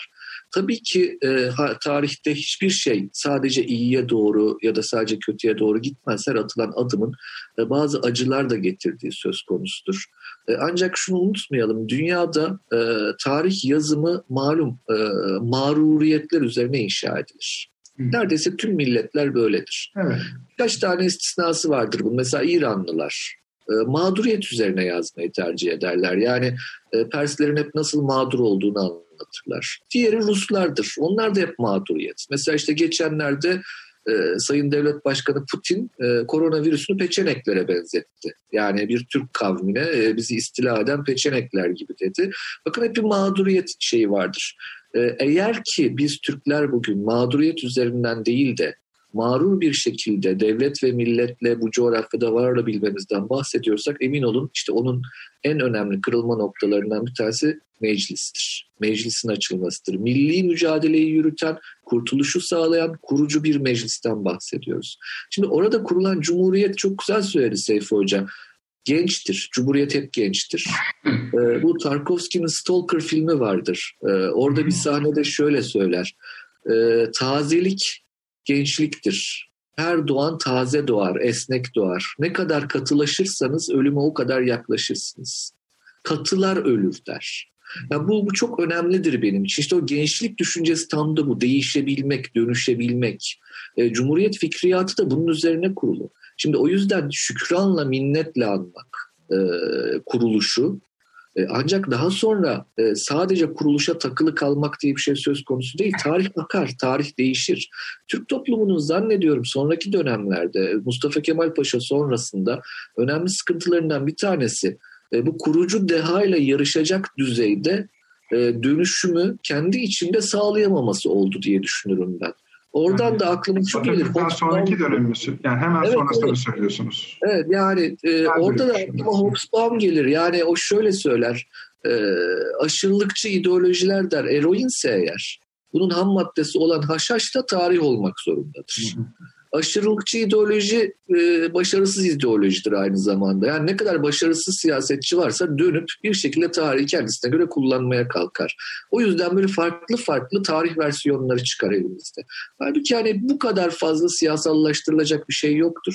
Tabii ki e, tarihte hiçbir şey sadece iyiye doğru ya da sadece kötüye doğru gitmez. Her atılan adımın e, bazı acılar da getirdiği söz konusudur. E, ancak şunu unutmayalım, dünyada e, tarih yazımı malum e, mağruriyetler üzerine inşa edilir. Neredeyse tüm milletler böyledir. Evet. Birkaç tane istisnası vardır bunun. Mesela İranlılar e, mağduriyet üzerine yazmayı tercih ederler. Yani e, Perslerin hep nasıl mağdur olduğunu anlatırlar. Diğeri Ruslardır. Onlar da hep mağduriyet. Mesela işte geçenlerde e, Sayın Devlet Başkanı Putin e, koronavirüsünü peçeneklere benzetti. Yani bir Türk kavmine e, bizi istila eden peçenekler gibi dedi. Bakın hep bir mağduriyet şeyi vardır. E, eğer ki biz Türkler bugün mağduriyet üzerinden değil de mağrur bir şekilde devlet ve milletle bu coğrafyada var olabilmemizden bahsediyorsak emin olun işte onun en önemli kırılma noktalarından bir tanesi meclistir. Meclisin açılmasıdır. Milli mücadeleyi yürüten, kurtuluşu sağlayan kurucu bir meclisten bahsediyoruz. Şimdi orada kurulan cumhuriyet çok güzel söyledi Seyfi Hoca. Gençtir. Cumhuriyet hep gençtir. Ee, bu Tarkovski'nin Stalker filmi vardır. Ee, orada bir sahnede şöyle söyler. Ee, tazelik gençliktir. Her doğan taze doğar, esnek doğar. Ne kadar katılaşırsanız ölüme o kadar yaklaşırsınız. Katılar ölür der. Yani bu, bu çok önemlidir benim için. İşte o gençlik düşüncesi tam da bu. Değişebilmek, dönüşebilmek. E, Cumhuriyet fikriyatı da bunun üzerine kurulu. Şimdi o yüzden şükranla, minnetle anmak e, kuruluşu. E, ancak daha sonra e, sadece kuruluşa takılı kalmak diye bir şey söz konusu değil. Tarih akar, tarih değişir. Türk toplumunun zannediyorum sonraki dönemlerde Mustafa Kemal Paşa sonrasında önemli sıkıntılarından bir tanesi e, bu kurucu dehayla yarışacak düzeyde e, dönüşümü kendi içinde sağlayamaması oldu diye düşünürüm ben. Oradan yani, da aklıma şu gelir. Atatürk'ten sonraki dönemimiz. Yani hemen evet, sonrasını evet. söylüyorsunuz. Evet yani e, orada da aklıma Hobsbawm gelir. Yani o şöyle söyler. E, aşırılıkçı ideolojiler der. Eroinse eğer bunun ham maddesi olan haşhaş da tarih olmak zorundadır. Hı hı. Aşırılıkçı ideoloji e, başarısız ideolojidir aynı zamanda. Yani ne kadar başarısız siyasetçi varsa dönüp bir şekilde tarihi kendisine göre kullanmaya kalkar. O yüzden böyle farklı farklı tarih versiyonları çıkar elimizde. Halbuki yani bu kadar fazla siyasallaştırılacak bir şey yoktur.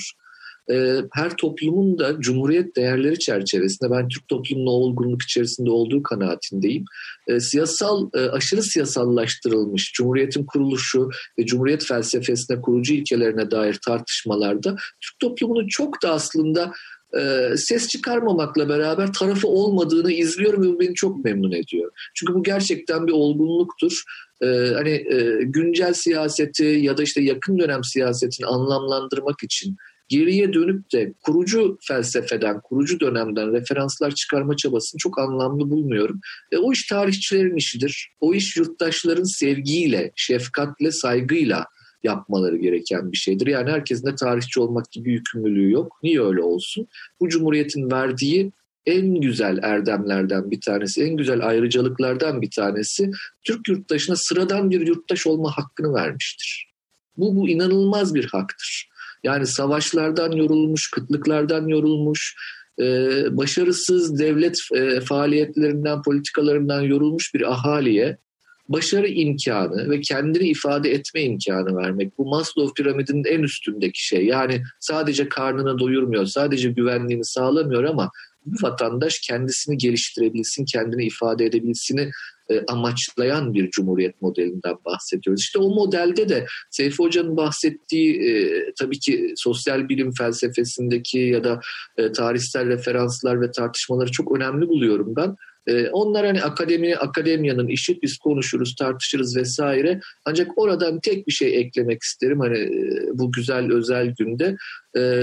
Her toplumun da cumhuriyet değerleri çerçevesinde ben Türk toplumunun o olgunluk içerisinde olduğu kanaatindeyim. E, siyasal, e, aşırı siyasallaştırılmış cumhuriyetin kuruluşu ve cumhuriyet felsefesine, kurucu ilkelerine dair tartışmalarda Türk toplumunun çok da aslında e, ses çıkarmamakla beraber tarafı olmadığını izliyorum ve bu beni çok memnun ediyor. Çünkü bu gerçekten bir olgunluktur. Ee, hani e, güncel siyaseti ya da işte yakın dönem siyasetini anlamlandırmak için geriye dönüp de kurucu felsefeden, kurucu dönemden referanslar çıkarma çabasını çok anlamlı bulmuyorum. E, o iş tarihçilerin işidir. O iş yurttaşların sevgiyle, şefkatle, saygıyla yapmaları gereken bir şeydir. Yani herkesin de tarihçi olmak gibi yükümlülüğü yok. Niye öyle olsun? Bu cumhuriyetin verdiği en güzel erdemlerden bir tanesi, en güzel ayrıcalıklardan bir tanesi Türk yurttaşına sıradan bir yurttaş olma hakkını vermiştir. Bu, bu inanılmaz bir haktır. Yani savaşlardan yorulmuş, kıtlıklardan yorulmuş, e, başarısız devlet e, faaliyetlerinden, politikalarından yorulmuş bir ahaliye başarı imkanı ve kendini ifade etme imkanı vermek. Bu Maslow piramidinin en üstündeki şey. Yani sadece karnını doyurmuyor, sadece güvenliğini sağlamıyor ama bu vatandaş kendisini geliştirebilsin, kendini ifade edebilsini e, amaçlayan bir cumhuriyet modelinden bahsediyoruz. İşte o modelde de Seyfi Hoca'nın bahsettiği e, tabii ki sosyal bilim felsefesindeki ya da e, tarihsel referanslar ve tartışmaları çok önemli buluyorum ben. E, onlar hani akademi, akademiyanın işi, biz konuşuruz, tartışırız vesaire. Ancak oradan tek bir şey eklemek isterim hani e, bu güzel özel günde. E,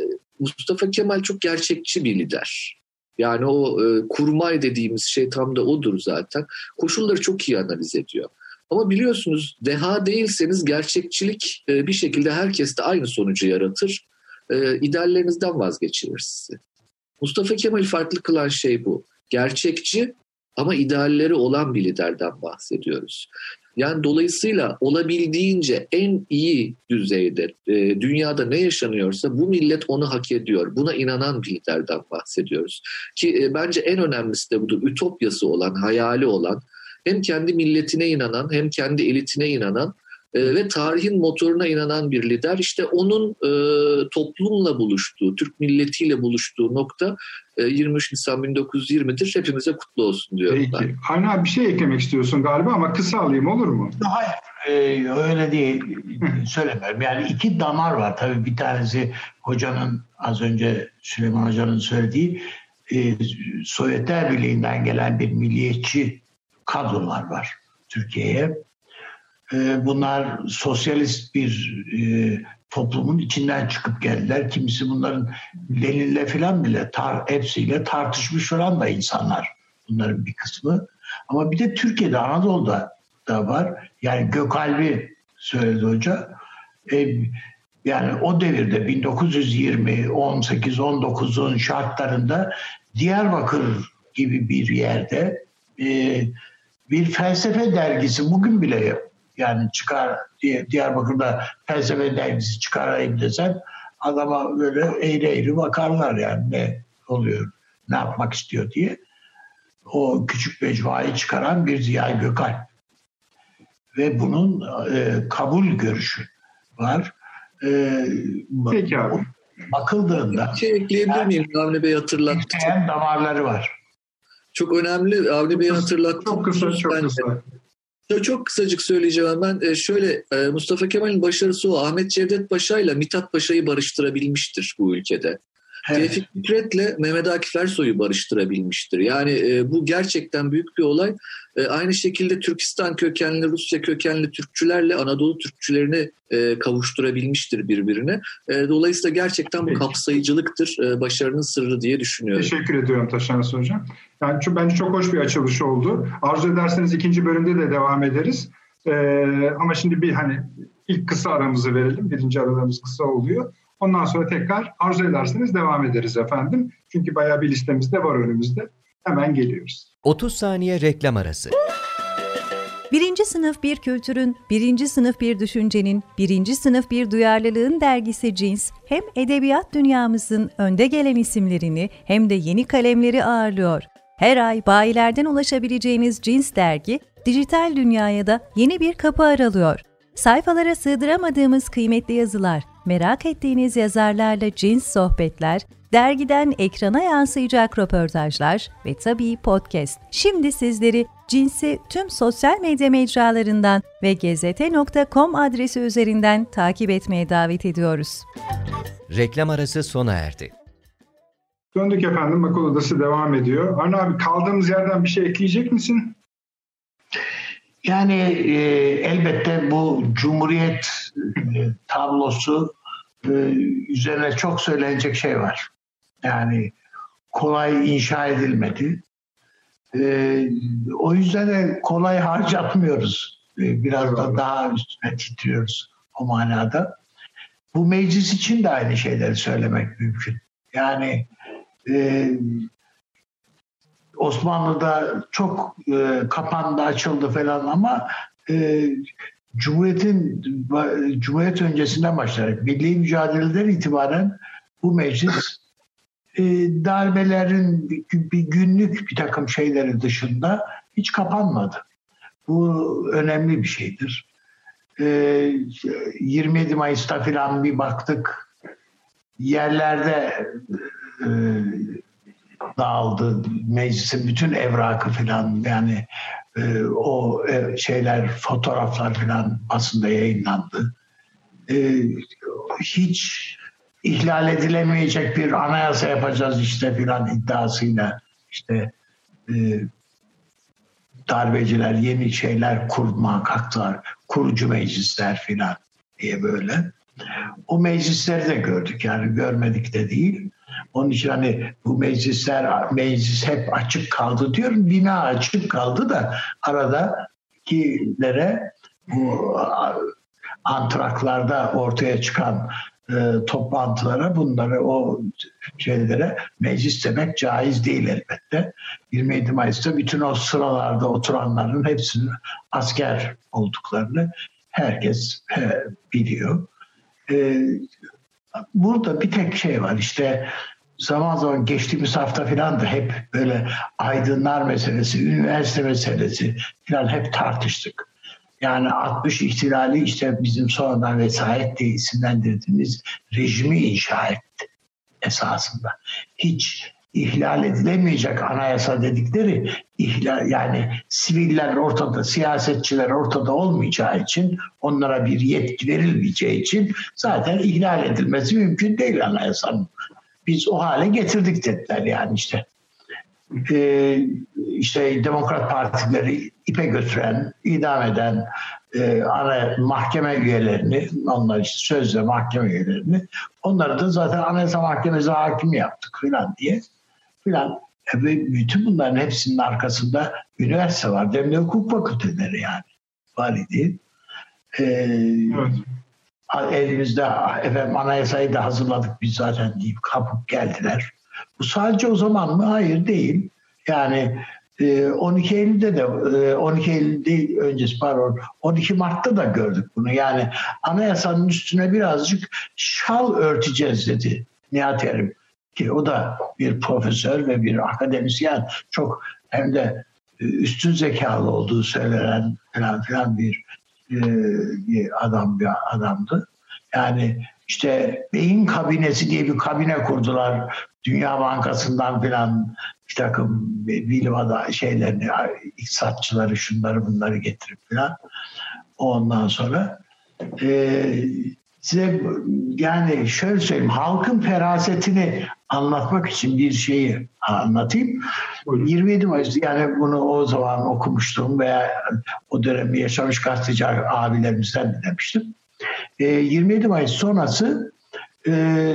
Mustafa Kemal çok gerçekçi bir lider. Yani o e, kurmay dediğimiz şey tam da odur zaten. Koşulları çok iyi analiz ediyor. Ama biliyorsunuz deha değilseniz gerçekçilik e, bir şekilde herkeste aynı sonucu yaratır. E, ideallerinizden vazgeçirir sizi. Mustafa Kemal'i farklı kılan şey bu. Gerçekçi ama idealleri olan bir liderden bahsediyoruz. Yani dolayısıyla olabildiğince en iyi düzeyde e, dünyada ne yaşanıyorsa bu millet onu hak ediyor. Buna inanan bir liderden bahsediyoruz. Ki e, bence en önemlisi de budur. Ütopyası olan, hayali olan, hem kendi milletine inanan hem kendi elitine inanan e, ve tarihin motoruna inanan bir lider. İşte onun e, toplumla buluştuğu, Türk milletiyle buluştuğu nokta e, yirmi üç Nisan bin dokuz yüz yirmi'dir. Hepimize kutlu olsun diyorum Peki. ben. Avni abi bir şey eklemek istiyorsun galiba ama kısa alayım, olur mu? Hayır, e, öyle değil. Söylemiyorum. Yani iki damar var. Tabii bir tanesi hocanın, az önce Süleyman Hoca'nın söylediği, e, Sovyetler Birliği'nden gelen bir milliyetçi kadrolar var Türkiye'ye. E, bunlar sosyalist bir e, toplumun içinden çıkıp geldiler. Kimisi bunların Lenin'le falan bile tar- hepsiyle tartışmış falan da insanlar. Bunların bir kısmı. Ama bir de Türkiye'de, Anadolu'da da var. Yani Gökalp'i söyledi hoca. E, yani o devirde bin dokuz yüz yirmi, on sekiz, on dokuzun şartlarında Diyarbakır gibi bir yerde e, bir felsefe dergisi bugün bile yani çıkar, Diyarbakır'da felsefe dergisi çıkarayım desen adama böyle eğri eğri bakarlar, yani ne oluyor, ne yapmak istiyor diye. O küçük mecmuayı çıkaran bir Ziya Gökalp. Ve bunun e, kabul görüşü var. E, Peki abi. Bakıldığında bir şey ekleyebilir miyim? Avni Bey hatırlattı. Damarları var. Çok önemli. Avni Bey'in hatırlattı. Çok kısa, çok ben kısa. De. Çok kısacık söyleyeceğim ben. Şöyle, Mustafa Kemal'in başarısı o. Ahmet Cevdet Paşa ile Mithat Paşa'yı barıştırabilmiştir bu ülkede. Evet. Tevfik Fikret'le Mehmet Akif Ersoy'u barıştırabilmiştir. Yani e, bu gerçekten büyük bir olay. E, aynı şekilde Türkistan kökenli, Rusya kökenli Türkçülerle Anadolu Türkçülerini e, kavuşturabilmiştir birbirine. E, dolayısıyla gerçekten bu Peki. kapsayıcılıktır e, başarının sırrı diye düşünüyorum. Teşekkür ediyorum Taşansı Hocam. Yani çok, bence çok hoş bir açılış oldu. Arzu ederseniz ikinci bölümde de devam ederiz. E, ama şimdi bir hani ilk kısa aramızı verelim. Birinci aralarımız kısa oluyor. Ondan sonra tekrar arzu ederseniz devam ederiz efendim. Çünkü bayağı bir listemiz de var önümüzde. Hemen geliyoruz. otuz saniye reklam arası. Birinci sınıf bir kültürün, birinci sınıf bir düşüncenin, birinci sınıf bir duyarlılığın dergisi Cins, hem edebiyat dünyamızın önde gelen isimlerini hem de yeni kalemleri ağırlıyor. Her ay bayilerden ulaşabileceğiniz Cins dergi, dijital dünyaya da yeni bir kapı aralıyor. Sayfalara sığdıramadığımız kıymetli yazılar, merak ettiğiniz yazarlarla cins sohbetler, dergiden ekrana yansıyacak röportajlar ve tabii podcast. Şimdi sizleri Cins'i tüm sosyal medya mecralarından ve gezete nokta com adresi üzerinden takip etmeye davet ediyoruz. Reklam arası sona erdi. Döndük efendim, Akıl Odası devam ediyor. Arne abi, kaldığımız yerden bir şey ekleyecek misin? Yani e, elbette bu Cumhuriyet e, tablosu e, üzerine çok söylenecek şey var. Yani kolay inşa edilmedi. E, o yüzden de kolay harcatmıyoruz. E, biraz da daha üstüne titriyoruz o manada. Bu meclis için de aynı şeyleri söylemek mümkün. Yani e, Osmanlı'da çok e, kapandı, açıldı falan ama e, Cumhuriyet'in Cumhuriyet öncesinden başlayarak milli mücadeleden itibaren bu meclis e, darbelerin bir günlük bir takım şeyleri dışında hiç kapanmadı. Bu önemli bir şeydir. E, yirmi yedi Mayıs'ta falan bir baktık, yerlerde e, dağıldı meclisin bütün evrakı falan, yani e, o e, şeyler, fotoğraflar falan basında yayınlandı. E, hiç ihlal edilemeyecek bir anayasa yapacağız işte filan iddiasıyla işte e, darbeciler yeni şeyler kurmaya kalktılar. Kurucu meclisler filan diye böyle. O meclisleri de gördük, yani görmedik de değil. Onun için hani bu meclisler, meclis hep açık kaldı diyorum. Bina açık kaldı da aradakilere bu antraklarda ortaya çıkan e, toplantılara, bunları, o şeylere meclis demek caiz değil elbette. yirmi yedi Mayıs'ta bütün o sıralarda oturanların hepsinin asker olduklarını herkes e, biliyor. E, burada bir tek şey var, işte zaman zaman geçtiğimiz hafta falan da hep böyle aydınlar meselesi, üniversite meselesi falan hep tartıştık. Yani altmış ihtilali işte bizim sonradan vesayet diye isimlendirdiğimiz rejimi inşa etti esasında. Hiç ihlal edilemeyecek anayasa dedikleri ihlal, yani siviller ortada, siyasetçiler ortada olmayacağı için, onlara bir yetki verilmeyeceği için zaten ihlal edilmesi mümkün değil anayasanın. Biz o hale getirdik dediler yani işte. Ee, işte Demokrat Partileri ipe götüren, idam eden e, ana mahkeme üyelerini, onlar işte sözde mahkeme üyelerini, onları da zaten Anayasa Mahkemesi hakimi yaptık falan diye filan. Ve bütün bunların hepsinin arkasında üniversite var. Hem de hukuk fakülteleri yani. Var idi. Ee, evet. Elimizde efendim anayasayı da hazırladık biz zaten deyip kapıp geldiler. Bu sadece o zaman mı? Hayır değil. Yani on iki Eylül'de de on iki Eylül değil öncesi pardon on iki Mart'ta da gördük bunu. Yani anayasanın üstüne birazcık şal örteceğiz dedi Nihat Erim. Ki o da bir profesör ve bir akademisyen, çok hem de üstün zekalı olduğu söylenen falan filan bir, bir adam bir adamdı. Yani işte beyin kabinesi diye bir kabine kurdular. Dünya Bankası'ndan filan bir takım bilim adamı şeylerini, iktisatçıları, şunları bunları getirip filan. Ondan sonra e, size yani şöyle söyleyeyim, halkın ferasetini anlatmak için bir şeyi anlatayım. yirmi yedi Mayıs, yani bunu o zaman okumuştum veya o dönemde yaşamış gazeteci abilerimizden dinlemiştim. E, yirmi yedi Mayıs sonrası e,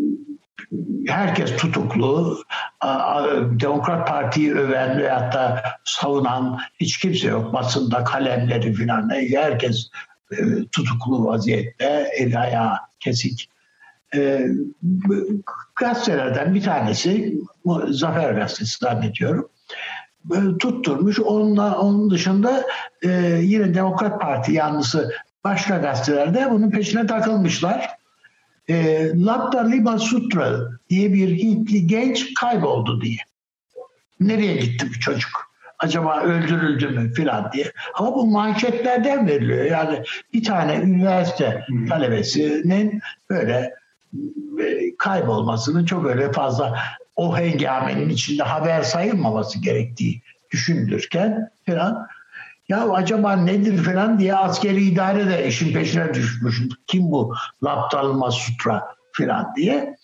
herkes tutuklu, Demokrat Parti'yi öven veyahut da savunan hiç kimse yok. Basında kalemleri falan, herkes tutuklu vaziyette, eli ayağı kesik. E, gazetelerden bir tanesi, Zafer Gazetesi zannediyorum, tutturmuş. Onunla, onun dışında e, yine Demokrat Parti yanlısı başka gazetelerde bunun peşine takılmışlar. E, Lapta Liba Sutra diye bir Hintli genç kayboldu diye. Nereye gitti bu çocuk? Acaba öldürüldü mü filan diye. Ama bu manşetlerden veriliyor. Yani bir tane üniversite hmm. talebesinin böyle e, kaybolmasının çok öyle fazla o hengamenin içinde haber sayılmaması gerektiği düşünülürken filan, ya acaba nedir falan diye askeri idare de işin peşine düşmüş. Kim bu Laptalma Sutra falan diye.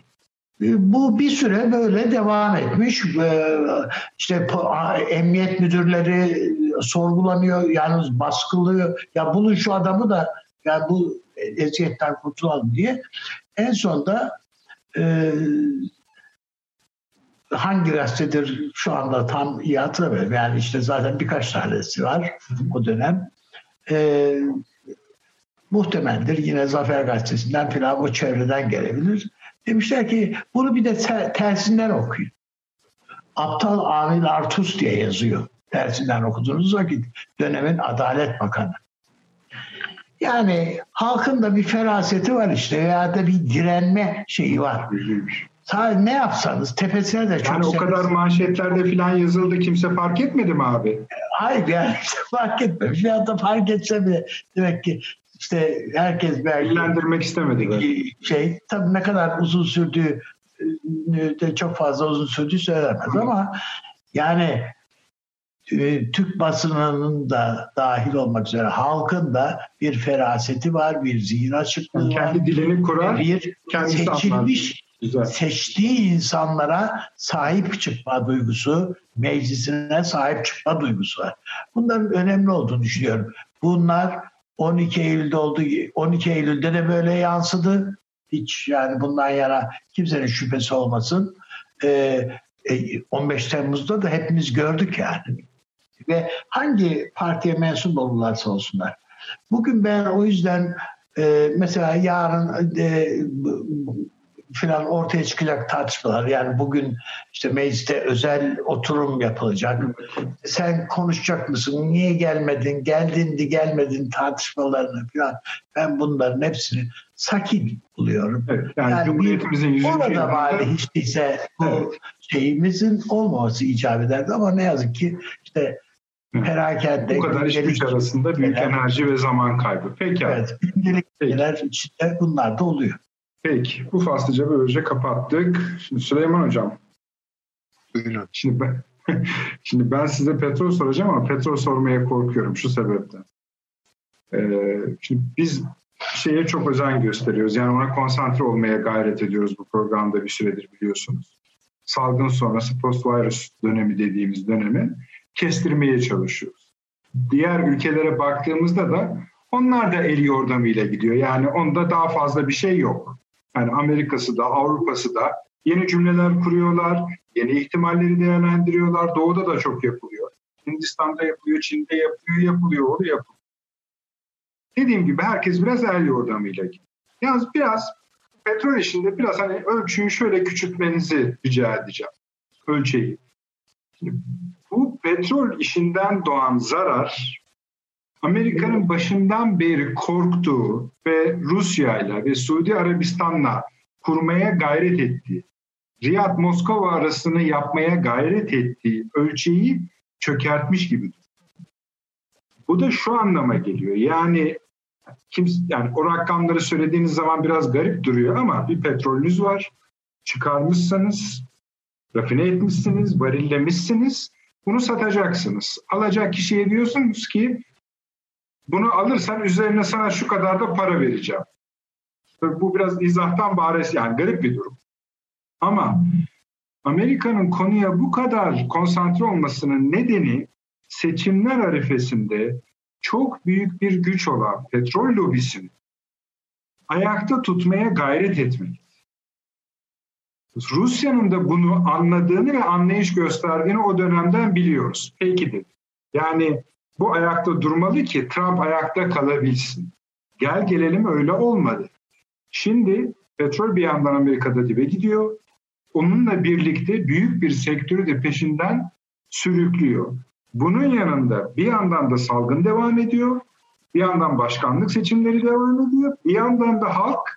Bu bir süre böyle devam etmiş. İşte emniyet müdürleri sorgulanıyor, yalnız baskılıyor. Ya bulun şu adamı da ya bu eziyetten kurtulalım diye. En sonunda e, hangi gazetedir şu anda tam iyi hatırlamıyorum. Yani işte zaten birkaç tanesi var o dönem. E, muhtemeldir yine Zafer Gazetesi'nden falan, o çevreden gelebilir. Demişler ki bunu bir de ter, tersinden okuyun. Aptal Amil Artus diye yazıyor. Tersinden okuduğunuz vakit dönemin Adalet Bakanı. Yani halkın da bir feraseti var işte, veya da bir direnme şeyi var. Sadece ne yapsanız tepesine de çok... Yani o kadar manşetlerde falan yazıldı, kimse fark etmedi mi abi? Hayır yani fark etmemiş. Ya da fark etse bile demek ki işte herkes belki... İlgilendirmek istemedi. Şey, tabii ne kadar uzun sürdüğü de çok fazla uzun sürdüğü söylemez ama yani Türk basınının da dahil olmak üzere halkın da bir feraseti var, bir zihin açıklığı yani var. Kendi dilini kurar, bir seçilmiş, seçtiği insanlara sahip çıkma duygusu, meclisine sahip çıkma duygusu var. Bunların önemli olduğunu düşünüyorum. Bunlar on iki Eylül'de oldu. on iki Eylül'de de böyle yansıdı. Hiç yani bundan yana kimsenin şüphesi olmasın. Ee, on beş Temmuz'da da hepimiz gördük yani. Ve hangi partiye mensup olurlarsa olsunlar. Bugün ben o yüzden e, mesela yarın e, falan ortaya çıkacak tartışmalar. Yani bugün işte mecliste özel oturum yapılacak. Sen konuşacak mısın? Niye gelmedin? Geldin de gelmedin tartışmalarını falan. Ben bunların hepsini sakin buluyorum. Evet, yani, yani Cumhuriyetimizin yüzüncü orada bari hiç değilse bu evet. şeyimizin olmaması icap ederdi ama ne yazık ki işte perakende. Bu kadar iş güç arasında büyük şeyler, enerji ve zaman kaybı. Peki. Evet. Gündelik şeyler içinde bunlar da oluyor. Peki. Bu faslıca böylece kapattık. Şimdi Süleyman Hocam. Buyurun. Şimdi ben, şimdi ben size petrol soracağım ama petrol sormaya korkuyorum şu sebepten. Ee, şimdi biz şeye çok özen gösteriyoruz. Yani ona konsantre olmaya gayret ediyoruz bu programda bir süredir biliyorsunuz. Salgın sonrası post-virus dönemi dediğimiz dönemi kestirmeye çalışıyoruz. Diğer ülkelere baktığımızda da onlar da el yordamıyla gidiyor. Yani onda daha fazla bir şey yok. Yani Amerika'sı da Avrupa'sı da yeni cümleler kuruyorlar, yeni ihtimalleri değerlendiriyorlar. Doğu'da da çok yapılıyor. Hindistan'da yapılıyor, Çin'de yapılıyor, yapılıyor, orada yapılıyor. Dediğim gibi herkes biraz el yordamıyla gidiyor. Yalnız biraz petrol işinde biraz hani ölçüyü şöyle küçültmenizi rica edeceğim. Ölçeği. Şimdi bu petrol işinden doğan zarar Amerika'nın başından beri korktuğu ve Rusya'yla ve Suudi Arabistan'la kurmaya gayret ettiği, Riyad-Moskova arasını yapmaya gayret ettiği ölçeği çökertmiş gibi. Bu da şu anlama geliyor. Yani kimse, yani o rakamları söylediğiniz zaman biraz garip duruyor ama bir petrolünüz var. Çıkarmışsınız, rafine etmişsiniz, varillemişsiniz. Bunu satacaksınız. Alacak kişiye diyorsunuz ki bunu alırsan üzerine sana şu kadar da para vereceğim. Tabii bu biraz izahtan bares, yani garip bir durum. Ama Amerika'nın konuya bu kadar konsantre olmasının nedeni seçimler arifesinde çok büyük bir güç olan petrol lobisini ayakta tutmaya gayret etmek. Rusya'nın da bunu anladığını ve anlayış gösterdiğini o dönemden biliyoruz. Peki de. Yani bu ayakta durmalı ki Trump ayakta kalabilsin. Gel gelelim öyle olmadı. Şimdi petrol bir yandan Amerika'da dibe gidiyor. Onunla birlikte büyük bir sektörü de peşinden sürüklüyor. Bunun yanında bir yandan da salgın devam ediyor. Bir yandan başkanlık seçimleri devam ediyor. Bir yandan da halk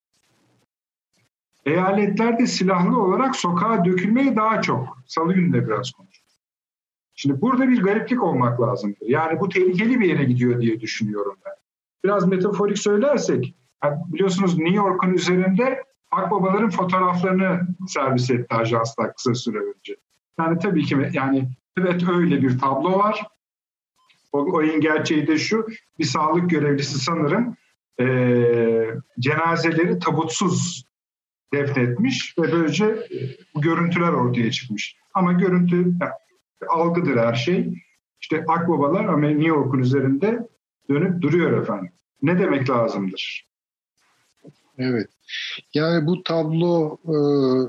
eyaletlerde silahlı olarak sokağa dökülmeye daha çok. Salı günü de biraz konuştuk. Şimdi burada bir gariplik olmak lazımdır. Yani bu tehlikeli bir yere gidiyor diye düşünüyorum ben. Biraz metaforik söylersek, biliyorsunuz New York'un üzerinde akbabaların fotoğraflarını servis etti ajanslar kısa süre önce. Yani tabii ki yani evet öyle bir tablo var. O oyun gerçeği de şu, bir sağlık görevlisi sanırım e, cenazeleri tabutsuz defnetmiş ve böylece e, bu görüntüler ortaya çıkmış. Ama görüntü yani, algıdır her şey. İşte akbabalar ama New York'un üzerinde dönüp duruyor efendim. Ne demek lazımdır? Evet. Yani bu tablo e,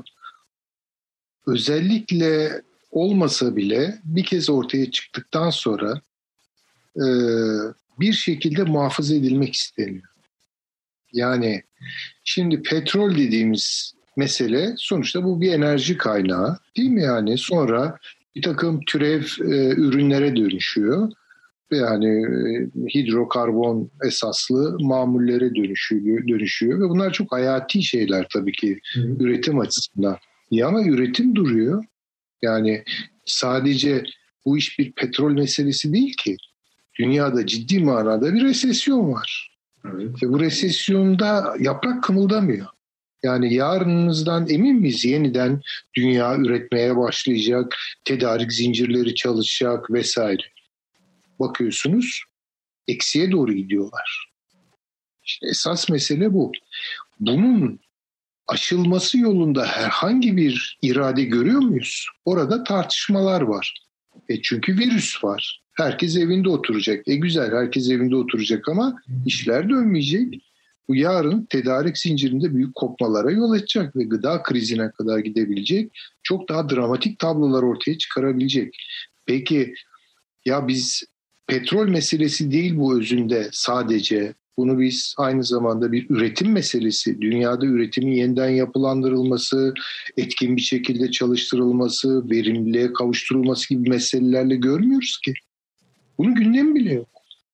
özellikle olmasa bile bir kez ortaya çıktıktan sonra e, bir şekilde muhafaza edilmek isteniyor. Yani şimdi petrol dediğimiz mesele sonuçta bu bir enerji kaynağı değil mi yani? Sonra bir takım türev e, ürünlere dönüşüyor. Yani e, hidrokarbon esaslı mamullere dönüşüyor, dönüşüyor ve bunlar çok hayati şeyler tabii ki Hı. üretim açısından. Ya ama üretim duruyor. Yani sadece bu iş bir petrol meselesi değil ki. Dünyada ciddi manada bir resesyon var. Evet. Ve bu resesyonda yaprak kımıldamıyor. Yani yarınımızdan emin miyiz? Yeniden dünya üretmeye başlayacak, tedarik zincirleri çalışacak vesaire. Bakıyorsunuz eksiye doğru gidiyorlar. İşte esas mesele bu. Bunun aşılması yolunda herhangi bir irade görüyor muyuz? Orada tartışmalar var. E çünkü virüs var. Herkes evinde oturacak. E güzel, herkes evinde oturacak ama işler dönmeyecek. Bu yarın tedarik zincirinde büyük kopmalara yol açacak ve gıda krizine kadar gidebilecek. Çok daha dramatik tablolar ortaya çıkarabilecek. Peki ya biz petrol meselesi değil bu özünde sadece Bunu biz aynı zamanda bir üretim meselesi, dünyada üretimin yeniden yapılandırılması, etkin bir şekilde çalıştırılması, verimliliğe kavuşturulması gibi meselelerle görmüyoruz ki. Bunun gündemi bile yok.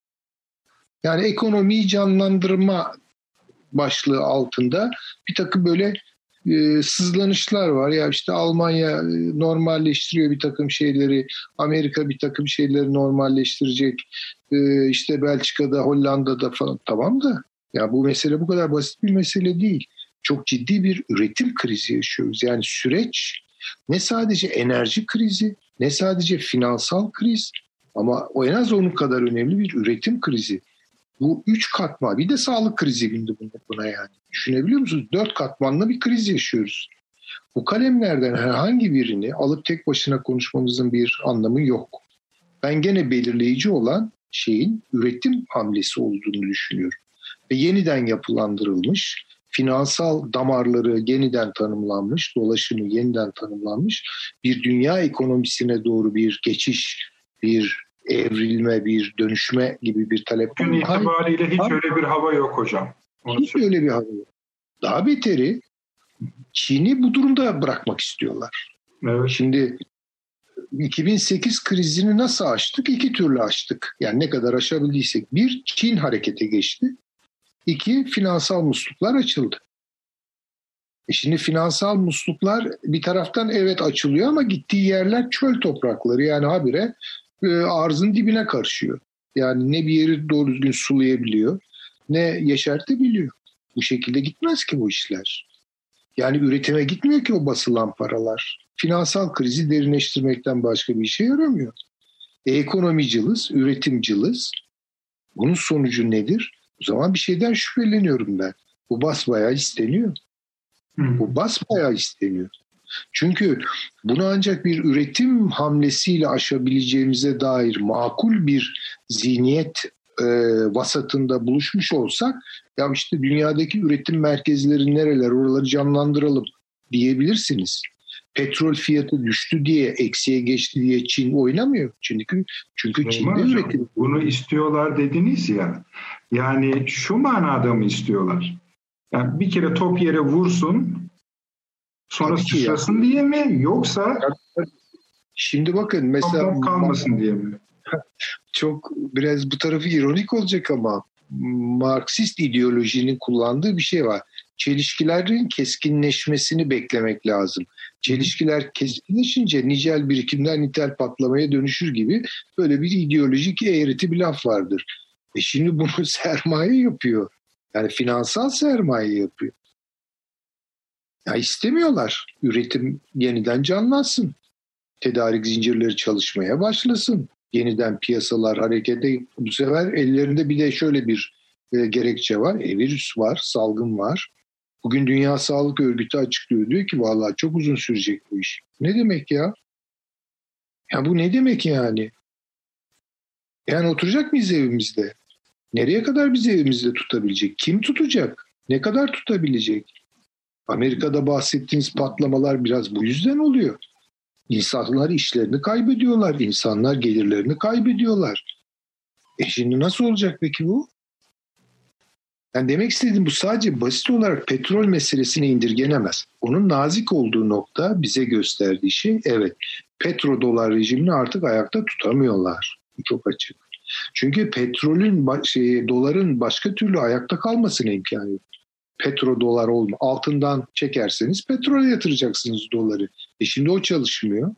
Yani ekonomiyi canlandırma başlığı altında bir takım böyle e, sızlanışlar var. Ya işte Almanya e, normalleştiriyor bir takım şeyleri, Amerika bir takım şeyleri normalleştirecek, e, işte Belçika'da, Hollanda'da falan. Tamam da ya bu mesele bu kadar basit bir mesele değil. Çok ciddi bir üretim krizi yaşıyoruz. Yani süreç ne sadece enerji krizi, ne sadece finansal kriz, ama o en az onun kadar önemli bir üretim krizi. Bu üç katman, bir de sağlık krizi bindi buna yani. Düşünebiliyor musunuz? Dört katmanlı bir kriz yaşıyoruz. Bu kalemlerden herhangi birini alıp tek başına konuşmamızın bir anlamı yok. Ben gene belirleyici olan şeyin üretim hamlesi olduğunu düşünüyorum. Ve yeniden yapılandırılmış, finansal damarları yeniden tanımlanmış, dolaşımı yeniden tanımlanmış bir dünya ekonomisine doğru bir geçiş, bir evrilme, bir dönüşme gibi bir talep. Gün itibariyle hiç Hayır. öyle bir hava yok hocam. Onu Hiç öyle bir hava yok. Daha beteri Çin'i bu durumda bırakmak istiyorlar. Evet. Şimdi iki bin sekiz krizini nasıl aştık? İki türlü aştık. Yani ne kadar aşabildiysek. Bir, Çin harekete geçti. İki, finansal musluklar açıldı. E şimdi finansal musluklar bir taraftan evet açılıyor ama gittiği yerler çöl toprakları. Yani habire e, arzın dibine karışıyor. Yani ne bir yeri doğru düzgün sulayabiliyor, ne yeşertebiliyor. Bu şekilde gitmez ki bu işler. Yani üretime gitmiyor ki o basılan paralar. Finansal krizi derinleştirmekten başka bir işe yaramıyor. E, ekonomi cılız, üretim cılız. Bunun sonucu nedir? O zaman bir şeyden şüpheleniyorum ben. Bu basbayağı isteniyor. Hı. Bu basbayağı isteniyor. Çünkü bunu ancak bir üretim hamlesiyle aşabileceğimize dair makul bir zihniyet e, vasatında buluşmuş olsak, ya işte dünyadaki üretim merkezleri nereler, oraları canlandıralım diyebilirsiniz. Petrol fiyatı düştü diye, eksiye geçti diye Çin oynamıyor. Çünkü çünkü Çin'de üretim. Bunu istiyorlar dediniz ya. Yani şu manada mı istiyorlar? Yani bir kere top yere vursun, sonra sıçrasın diye mi? Yoksa şimdi bakın mesela kalmasın diye mi? Çok biraz bu tarafı ironik olacak ama Marksist ideolojinin kullandığı bir şey var. Çelişkilerin keskinleşmesini beklemek lazım. Çelişkiler keskinleşince nicel birikimler nitel patlamaya dönüşür gibi böyle bir ideolojik eğreti bir laf vardır. E şimdi bunu sermaye yapıyor. Yani finansal sermaye yapıyor. Ya istemiyorlar. Üretim yeniden canlansın. Tedarik zincirleri çalışmaya başlasın. Yeniden piyasalar harekete, bu sefer ellerinde bir de şöyle bir e, gerekçe var. E, virüs var, salgın var. Bugün Dünya Sağlık Örgütü açıklıyor. Diyor ki vallahi çok uzun sürecek bu iş. Ne demek ya? Ya bu ne demek yani? Yani oturacak mıyız evimizde? Nereye kadar bizi evimizde tutabilecek? Kim tutacak? Ne kadar tutabilecek? Amerika'da bahsettiğiniz patlamalar biraz bu yüzden oluyor. İnsanlar işlerini kaybediyorlar. İnsanlar gelirlerini kaybediyorlar. E şimdi nasıl olacak peki bu? Yani demek istediğim bu sadece basit olarak petrol meselesine indirgenemez. Onun nazik olduğu nokta bize gösterdiği şey evet. Petrodolar rejimini artık ayakta tutamıyorlar. Bu çok açık. Çünkü petrolün, şey, doların başka türlü ayakta kalmasına imkan yok. Petrodolar olma. Altından çekerseniz petrole yatıracaksınız doları. E şimdi o çalışmıyor.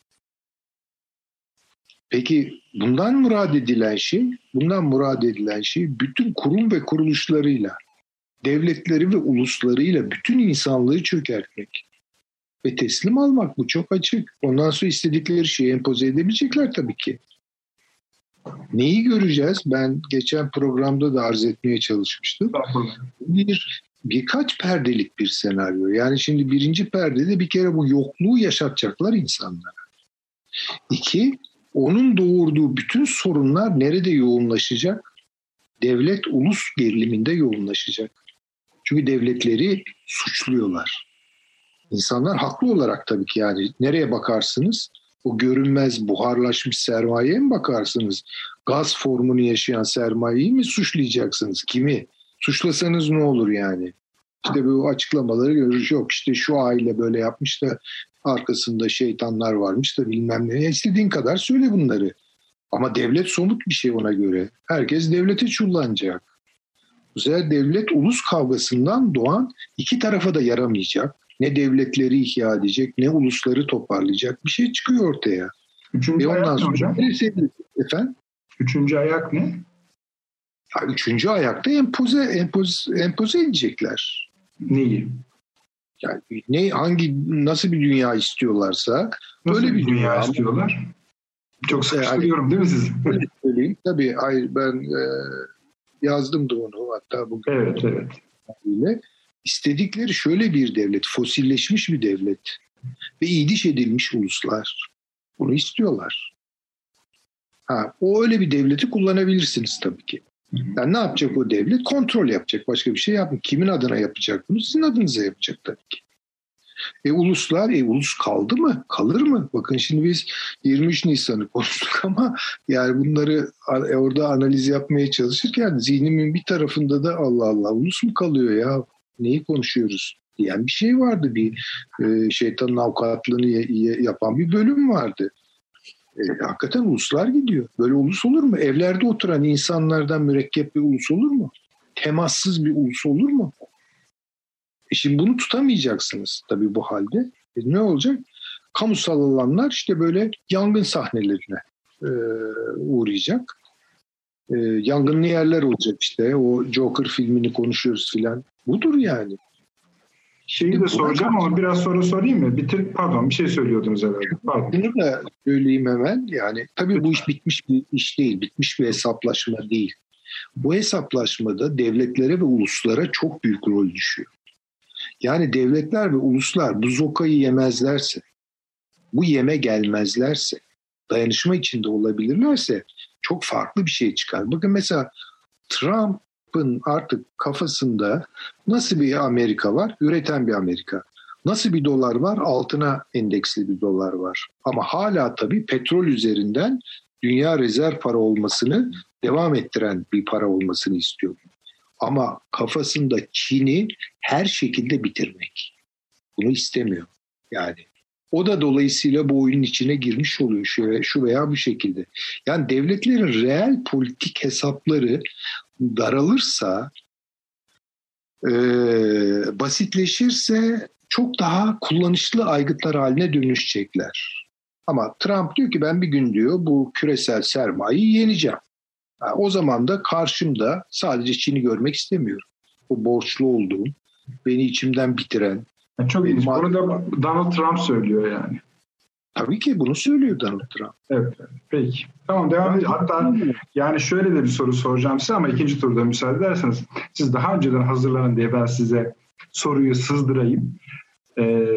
Peki bundan murad edilen şey, bundan murad edilen şey bütün kurum ve kuruluşlarıyla, devletleri ve uluslarıyla bütün insanlığı çökertmek ve teslim almak. Bu çok açık. Ondan sonra istedikleri şeyi empoze edebilecekler tabii ki. Neyi göreceğiz? Ben geçen programda da arz etmeye çalışmıştım. Bir, birkaç perdelik bir senaryo. Yani şimdi birinci perdede bir kere bu yokluğu yaşatacaklar insanlara. İki, onun doğurduğu bütün sorunlar nerede yoğunlaşacak? Devlet ulus geriliminde yoğunlaşacak. Çünkü devletleri suçluyorlar. İnsanlar haklı olarak tabii ki, yani nereye bakarsınız? O görünmez buharlaşmış sermayeye mi bakarsınız? Gaz formunu yaşayan sermayeyi mi suçlayacaksınız? Kimi? Suçlasanız ne olur yani? İşte bu açıklamaları görürüz. Yok işte şu aile böyle yapmış da arkasında şeytanlar varmış da bilmem ne. İstediğin kadar söyle bunları. Ama devlet somut bir şey ona göre. Herkes devlete çullanacak. Bu sefer devlet ulus kavgasından doğan iki tarafa da yaramayacak. Ne devletleri ihya edecek, ne ulusları toparlayacak bir şey çıkıyor ortaya. Üçüncü Ve ondan ayak ne sonra hocam? Efendim? Üçüncü ayak ne? Ya üçüncü ayakta empoze, empoze, empoze edecekler. Neyi? Yani ne, hangi, nasıl bir dünya istiyorlarsa Nasıl böyle bir dünya, dünya istiyorlar? Çok sıkıştırıyorum değil mi sizi? Öyle söyleyeyim. Tabii hayır, ben e, yazdım da onu hatta bugün. Evet, evet. Ile. İstedikleri şöyle bir devlet, fosilleşmiş bir devlet ve idiş edilmiş uluslar. Bunu istiyorlar. Ha, o öyle bir devleti kullanabilirsiniz tabii ki. Yani ne yapacak o devlet? Kontrol yapacak. Başka bir şey yapmayacak. Kimin adına yapacak bunu? Sizin adınıza yapacak tabii ki. E uluslar, e ulus kaldı mı? Kalır mı? Bakın şimdi biz yirmi üç Nisan'ı konuştuk ama yani bunları orada analiz yapmaya çalışırken zihnimin bir tarafında da Allah Allah ulus mu kalıyor ya? Neyi konuşuyoruz diyen bir şey vardı. Bir e, şeytanın avukatlığını y- y- yapan bir bölüm vardı. E, hakikaten uluslar gidiyor. Böyle ulus olur mu? Evlerde oturan insanlardan mürekkep bir ulus olur mu? Temassız bir ulus olur mu? E şimdi bunu tutamayacaksınız tabii bu halde. E ne olacak? Kamusal alanlar işte böyle yangın sahnelerine e, uğrayacak. E, yangınlı yerler olacak işte. O Joker filmini konuşuyoruz filan. Budur yani. Şeyi de soracağım ama biraz sonra sorayım mı? Bitir, pardon bir şey söylüyordunuz herhalde. Pardon. Bunu da söyleyeyim hemen. Yani tabii bu iş bitmiş bir iş değil. Bitmiş bir hesaplaşma değil. Bu hesaplaşmada devletlere ve uluslara çok büyük rol düşüyor. Yani devletler ve uluslar bu zokayı yemezlerse, bu yeme gelmezlerse, dayanışma içinde olabilirlerse çok farklı bir şey çıkar. Bakın mesela Trump'ın artık kafasında nasıl bir Amerika var? Üreten bir Amerika. Nasıl bir dolar var? Altına endeksli bir dolar var. Ama hala tabii petrol üzerinden dünya rezerv para olmasını devam ettiren bir para olmasını istiyor. Ama kafasında Çin'i her şekilde bitirmek. Bunu istemiyor. Yani o da dolayısıyla bu oyunun içine girmiş oluyor şu, şu veya bu şekilde. Yani devletlerin reel politik hesapları daralırsa, e, basitleşirse çok daha kullanışlı aygıtlar haline dönüşecekler. Ama Trump diyor ki ben bir gün diyor bu küresel sermayeyi yeneceğim. Yani o zaman da karşımda sadece Çin'i görmek istemiyorum. O borçlu olduğum, beni içimden bitiren. Yani çok ilginç. Bunu da Donald Trump söylüyor yani. Tabii ki bunu söylüyor Donald Trump. Evet. Peki. Tamam devam edelim. Hatta yani şöyle de bir soru soracağım size ama ikinci turda müsaade ederseniz. Siz daha önceden hazırlanın diye ben size soruyu sızdırayım. Ee,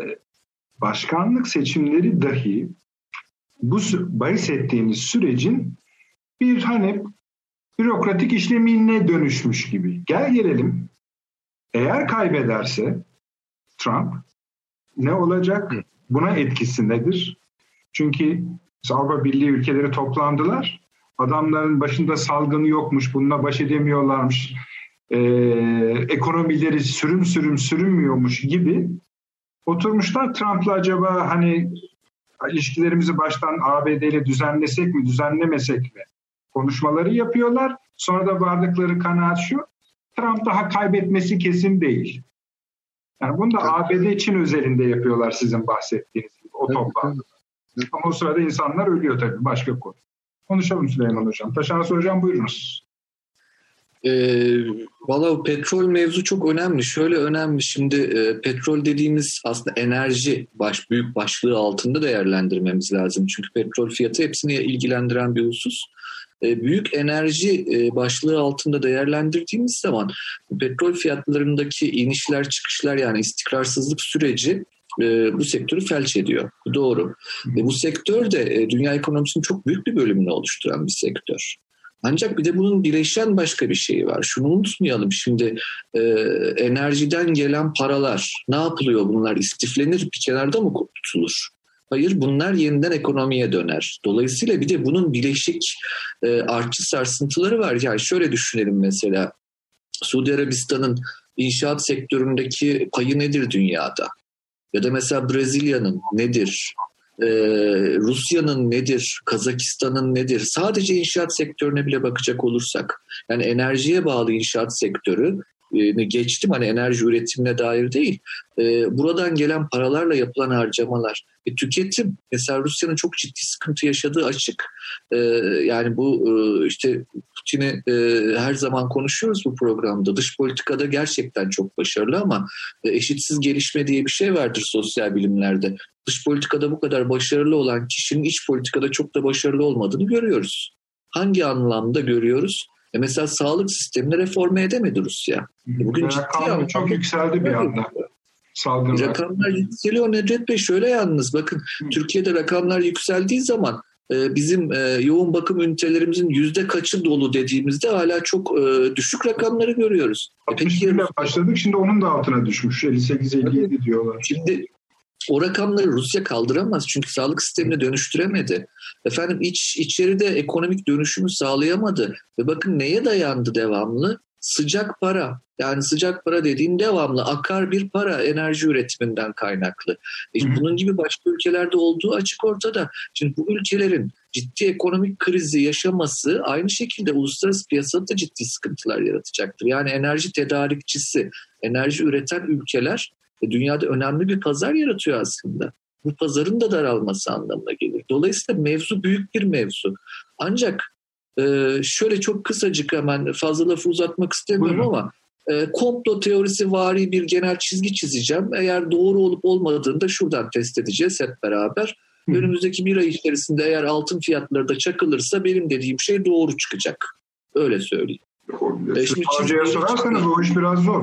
başkanlık seçimleri dahi bu bahis ettiğimiz sürecin bir hani bürokratik işlemine dönüşmüş gibi. Gel gelelim. Eğer kaybederse Trump ne olacak? Buna etkisi nedir? Çünkü Avrupa Birliği ülkeleri toplandılar. Adamların başında salgını yokmuş, bununla baş edemiyorlarmış. Ee, ekonomileri sürüm sürüm sürünmüyormuş gibi oturmuşlar. Trump'la acaba hani ilişkilerimizi baştan A B D ile düzenlesek mi, düzenlemesek mi? Konuşmaları yapıyorlar. Sonra da vardıkları kanaat şu. Trump daha kaybetmesi kesin değil. Yani bunu da tabii. A B D Çin özelinde yapıyorlar sizin bahsettiğiniz gibi. O toplantıda. Ama o sırada insanlar ölüyor tabii. Başka konu. Konuşalım Süleyman Hocam. Taşansı Hocam buyurunuz. E, Valla petrol mevzu çok önemli. Şöyle önemli. Şimdi e, petrol dediğimiz aslında enerji baş, büyük başlığı altında değerlendirmemiz lazım. Çünkü petrol fiyatı hepsini ilgilendiren bir husus. E, büyük enerji e, başlığı altında değerlendirdiğimiz zaman petrol fiyatlarındaki inişler çıkışlar yani istikrarsızlık süreci e, bu sektörü felç ediyor. Bu doğru. E, bu sektör de e, dünya ekonomisinin çok büyük bir bölümünü oluşturan bir sektör. Ancak bir de bunun birleşen başka bir şeyi var. Şunu unutmayalım şimdi e, enerjiden gelen paralar ne yapılıyor bunlar istiflenir bir kenarda mı tutulur? Hayır bunlar yeniden ekonomiye döner. Dolayısıyla bir de bunun bileşik e, artçı sarsıntıları var. Yani şöyle düşünelim mesela Suudi Arabistan'ın inşaat sektöründeki payı nedir dünyada? Ya da mesela Brezilya'nın nedir? Ee, Rusya'nın nedir? Kazakistan'ın nedir? Sadece inşaat sektörüne bile bakacak olursak, yani enerjiye bağlı inşaat sektörü e, geçtim, hani enerji üretimine dair değil. E, buradan gelen paralarla yapılan harcamalar, e, tüketim. Mesela Rusya'nın çok ciddi sıkıntı yaşadığı açık. E, yani bu e, işte Putin'i e, her zaman konuşuyoruz bu programda. Dış politikada gerçekten çok başarılı ama e, eşitsiz gelişme diye bir şey vardır sosyal bilimlerde. Dış politikada bu kadar başarılı olan kişinin iç politikada çok da başarılı olmadığını görüyoruz. Hangi anlamda görüyoruz? E mesela sağlık sistemini reforme edemedi Rusya. E bugün ciddi rakamlar çok yükseldi bir anda. Salgınlar. Rakamlar yükseliyor Nedret Bey. Şöyle yalnız bakın, Hı. Türkiye'de rakamlar yükseldiği zaman e, bizim e, yoğun bakım ünitelerimizin yüzde kaçı dolu dediğimizde hala çok e, düşük rakamları görüyoruz. altmış bir ile başladık, şimdi onun da altına düşmüş. elli sekiz elli yedi diyorlar. Şimdi o rakamları Rusya kaldıramaz çünkü sağlık sistemine dönüştüremedi. Efendim iç içeride ekonomik dönüşümü sağlayamadı ve bakın neye dayandı devamlı? Sıcak para. Yani sıcak para dediğim devamlı akar bir para enerji üretiminden kaynaklı. E bunun gibi başka ülkelerde olduğu açık ortada. Şimdi bu ülkelerin ciddi ekonomik krizi yaşaması aynı şekilde uluslararası piyasada ciddi sıkıntılar yaratacaktır. Yani enerji tedarikçisi, enerji üreten ülkeler dünyada önemli bir pazar yaratıyor aslında. Bu pazarın da daralması anlamına gelir. Dolayısıyla mevzu büyük bir mevzu. Ancak şöyle çok kısacık, hemen fazla lafı uzatmak istemiyorum Buyurun. ama komplo teorisi vari bir genel çizgi çizeceğim. Eğer doğru olup olmadığını da şuradan test edeceğiz hep beraber. Hı. Önümüzdeki bir ay içerisinde eğer altın fiyatları da çakılırsa benim dediğim şey doğru çıkacak. Öyle söyleyeyim. E şimdi hocaya sorarsanız o iş biraz zor.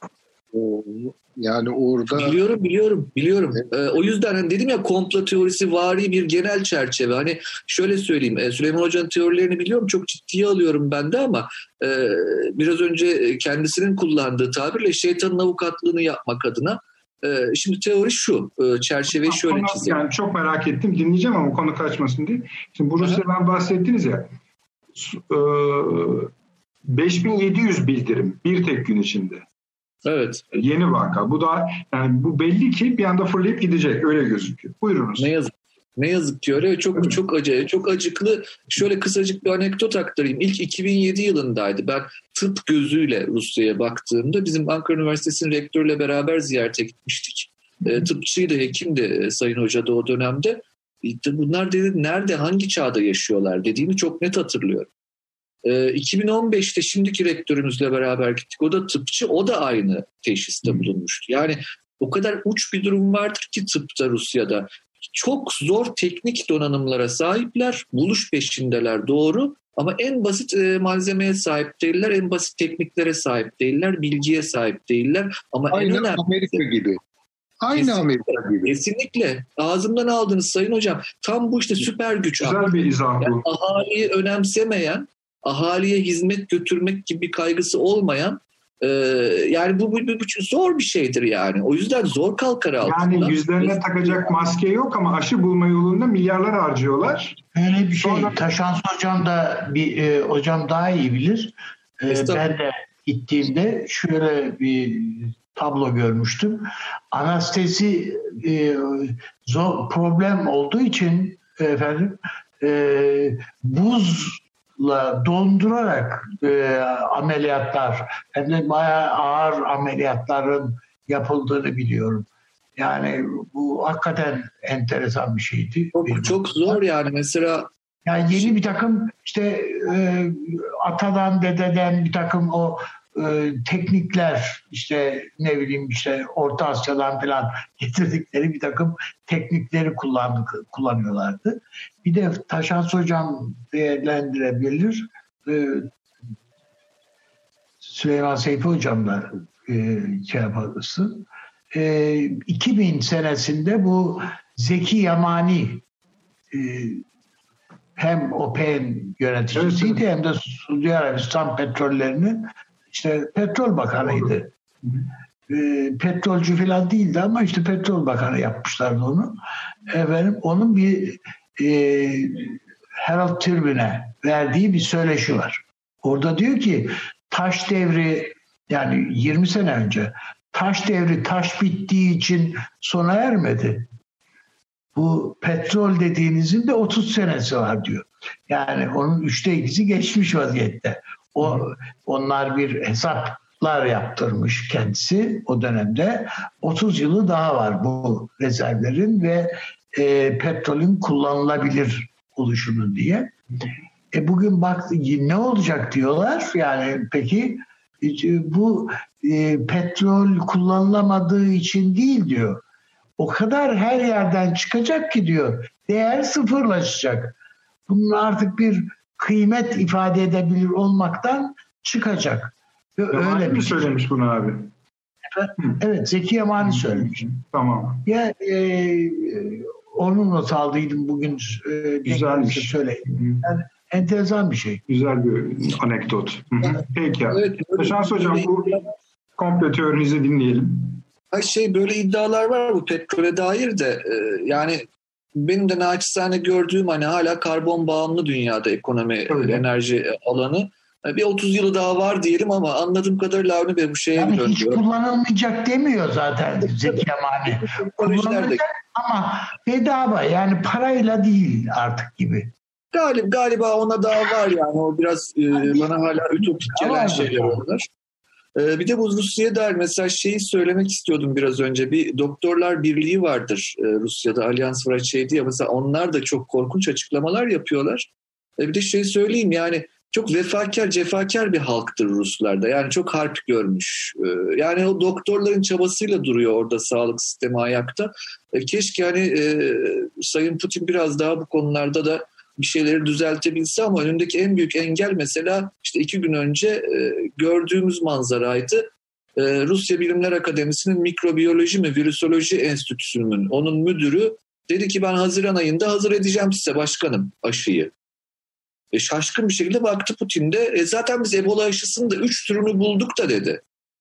Yani orada... Biliyorum, biliyorum, biliyorum. Evet. Ee, o yüzden hani dedim ya, komplo teorisi vari bir genel çerçeve. Hani şöyle söyleyeyim, e, Süleyman Hoca'nın teorilerini biliyorum, çok ciddiye alıyorum ben de ama e, biraz önce kendisinin kullandığı tabirle şeytanın avukatlığını yapmak adına e, şimdi teori şu, e, çerçeveyi şöyle konu, çizelim. Yani çok merak ettim, dinleyeceğim ama konu kaçmasın diye. Şimdi bu Rusya'dan bahsettiniz ya, e, beş bin yedi yüz bildirim bir tek gün içinde. Evet. Yeni vaka. Bu da yani bu belli ki bir anda fırlayıp gidecek, öyle gözüküyor. Buyurunuz. Ne yazık. Ne yazık ki öyle. Çok evet. çok acı, çok acıklı. Şöyle kısacık bir anekdot aktarayım. İlk iki bin yedi yılındaydı. Ben tıp gözüyle Rusya'ya baktığımda bizim Ankara Üniversitesi'nin rektörüyle beraber ziyarete gitmiştik. E, tıpçıydı, hekimdi Sayın Hoca da o dönemde. E, bunlar dedi nerede, hangi çağda yaşıyorlar dediğini çok net hatırlıyorum. iki bin on beşte şimdiki rektörümüzle beraber gittik. O da tıpçı, o da aynı teşhiste bulunmuştu. Yani o kadar uç bir durum vardır ki tıpta Rusya'da. Çok zor teknik donanımlara sahipler, buluş peşindeler doğru ama en basit e, malzemeye sahip değiller, en basit tekniklere sahip değiller, bilgiye sahip değiller. Ama Aynı en önemlisi, Amerika gibi. Aynı kesinlikle, Amerika gibi. Kesinlikle. Ağzımdan aldınız Sayın Hocam. Tam bu işte süper güç. Güzel bir izah bu. Yani ahaliyi önemsemeyen, ahaliye hizmet götürmek gibi bir kaygısı olmayan, e, yani bu, bu, bu zor bir şeydir yani. O yüzden zor kalkar altından. Yani yüzlerine takacak maske yok ama aşı bulma yolunda milyarlar harcıyorlar. Öyle bir şey. Sonra... Taşans hocam da bir e, hocam daha iyi bilir. E, ben de gittiğimde şöyle bir tablo görmüştüm. Anestezi e, zor problem olduğu için efendim e, buz dondurarak e, ameliyatlar, hem de bayağı ağır ameliyatların yapıldığını biliyorum. Yani bu hakikaten enteresan bir şeydi. Çok, çok zor yani mesela. Yani yeni bir takım işte e, atadan dededen bir takım o e, teknikler, işte ne bileyim işte Orta Asya'dan falan getirdikleri bir takım teknikleri kullandık, kullanıyorlardı. Bir de Taşans hocam değerlendirebilir. E, Süleyman Seyfi hocam da e, şey yaparsın. E, iki bin senesinde bu Zeki Yamani e, hem OPEC'in yöneticisiydi, evet, hem de Suudi Arabistan petrollerinin işte petrol bakanıydı. E, petrolcü falan değildi ama işte petrol bakanı yapmışlardı onu. Efendim, onun bir e, Herald Tribüne'e verdiği bir söyleşi var. Orada diyor ki taş devri Yani yirmi sene önce. Taş devri taş bittiği için sona ermedi. Bu petrol dediğinizin de otuz senesi var diyor. Yani onun üçte ikisi geçmiş vaziyette. O, onlar bir hesaplar yaptırmış kendisi o dönemde. otuz yılı daha var bu rezervlerin ve e, petrolün kullanılabilir oluşunun diye. E bugün bak ne olacak diyorlar. Yani peki bu e, petrol kullanılamadığı için değil diyor. O kadar her yerden çıkacak ki diyor. Değer sıfırlaşacak. Bunun artık bir kıymet ifade edebilir olmaktan çıkacak. Ve Yamani öyle mi bir söylemiş bunu abi? Evet, Zeki Yamani söylemiş. Tamam. Ya e, onu not aldıydım bugün. E, Güzelmiş. Söyleyeyim. Yani enteresan bir şey. Güzel bir anekdot. Peki. Evet, Şans Hocam bu komplo teorinizi dinleyelim. Şey böyle iddialar var bu petrole dair de e, yani benim de naçizane gördüğüm hani hala karbon bağımlı dünyada ekonomi, Öyle. enerji alanı. Bir otuz yılı daha var diyelim ama anladığım kadarıyla Avni Bey bu şeye yani döndü. hiç kullanılmayacak demiyor zaten Zeki Yamani. Kullanılacak ama bedava yani parayla değil artık gibi. Galip, galiba ona daha var yani o biraz e, bana hala ütopik gelen şeyler onlar. E, bir de bu Rusya'ya dair mesela şeyi söylemek istiyordum biraz önce. Bir Doktorlar Birliği vardır e, Rusya'da, Alyans Vratchey diye. Mesela onlar da çok korkunç açıklamalar yapıyorlar. E, bir de şey söyleyeyim yani çok vefakar, cefakar bir halktır Ruslarda. Yani çok harp görmüş. E, yani o doktorların çabasıyla duruyor orada sağlık sistemi ayakta. E, keşke hani e, Sayın Putin biraz daha bu konularda da bir şeyleri düzeltebilse ama önündeki en büyük engel mesela işte iki gün önce e, gördüğümüz manzaraydı. E, Rusya Bilimler Akademisi'nin mikrobiyoloji mi virüsoloji enstitüsünün onun müdürü dedi ki ben Haziran ayında hazır edeceğim size başkanım aşıyı. E, şaşkın bir şekilde baktı Putin de e, zaten biz Ebola aşısının da üç türünü bulduk da dedi.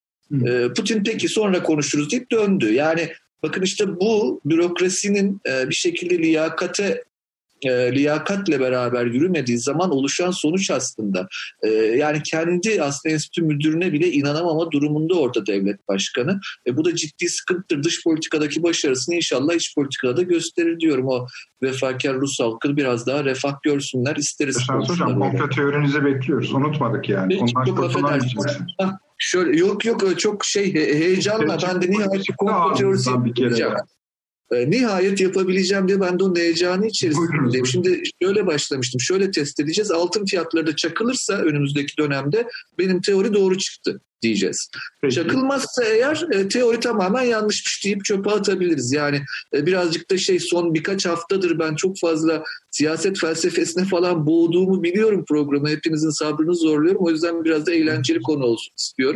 E, Putin peki sonra konuşuruz deyip döndü. Yani bakın işte bu bürokrasinin e, bir şekilde liyakate E, liyakatle beraber yürümediği zaman oluşan sonuç aslında. E, yani kendi aslında enstitü müdürüne bile inanamama durumunda orada devlet başkanı. E, bu da ciddi sıkıntıdır. Dış politikadaki başarısını inşallah iç politikada da gösterir diyorum. O vefakar Rus halkı biraz daha refah görsünler isteriz. Şans Hocam komplo teorinizi bekliyoruz. Unutmadık yani. Hiç çok affedersiniz. Şöyle, yok yok çok şey heyecanla ben de nihayet komplo teorisi yapacağım. Nihayet yapabileceğim diye ben de o heyecanı içerisindeyim. Şimdi şöyle başlamıştım. Şöyle test edeceğiz. Altın fiyatları da çakılırsa önümüzdeki dönemde benim teori doğru çıktı diyeceğiz. Peki. Çakılmazsa eğer e, teori tamamen yanlışmış deyip çöpe atabiliriz. Yani e, birazcık da şey son birkaç haftadır ben çok fazla siyaset felsefesine falan boğduğumu biliyorum programı. Hepinizin sabrını zorluyorum. O yüzden biraz da eğlenceli konu olsun istiyorum.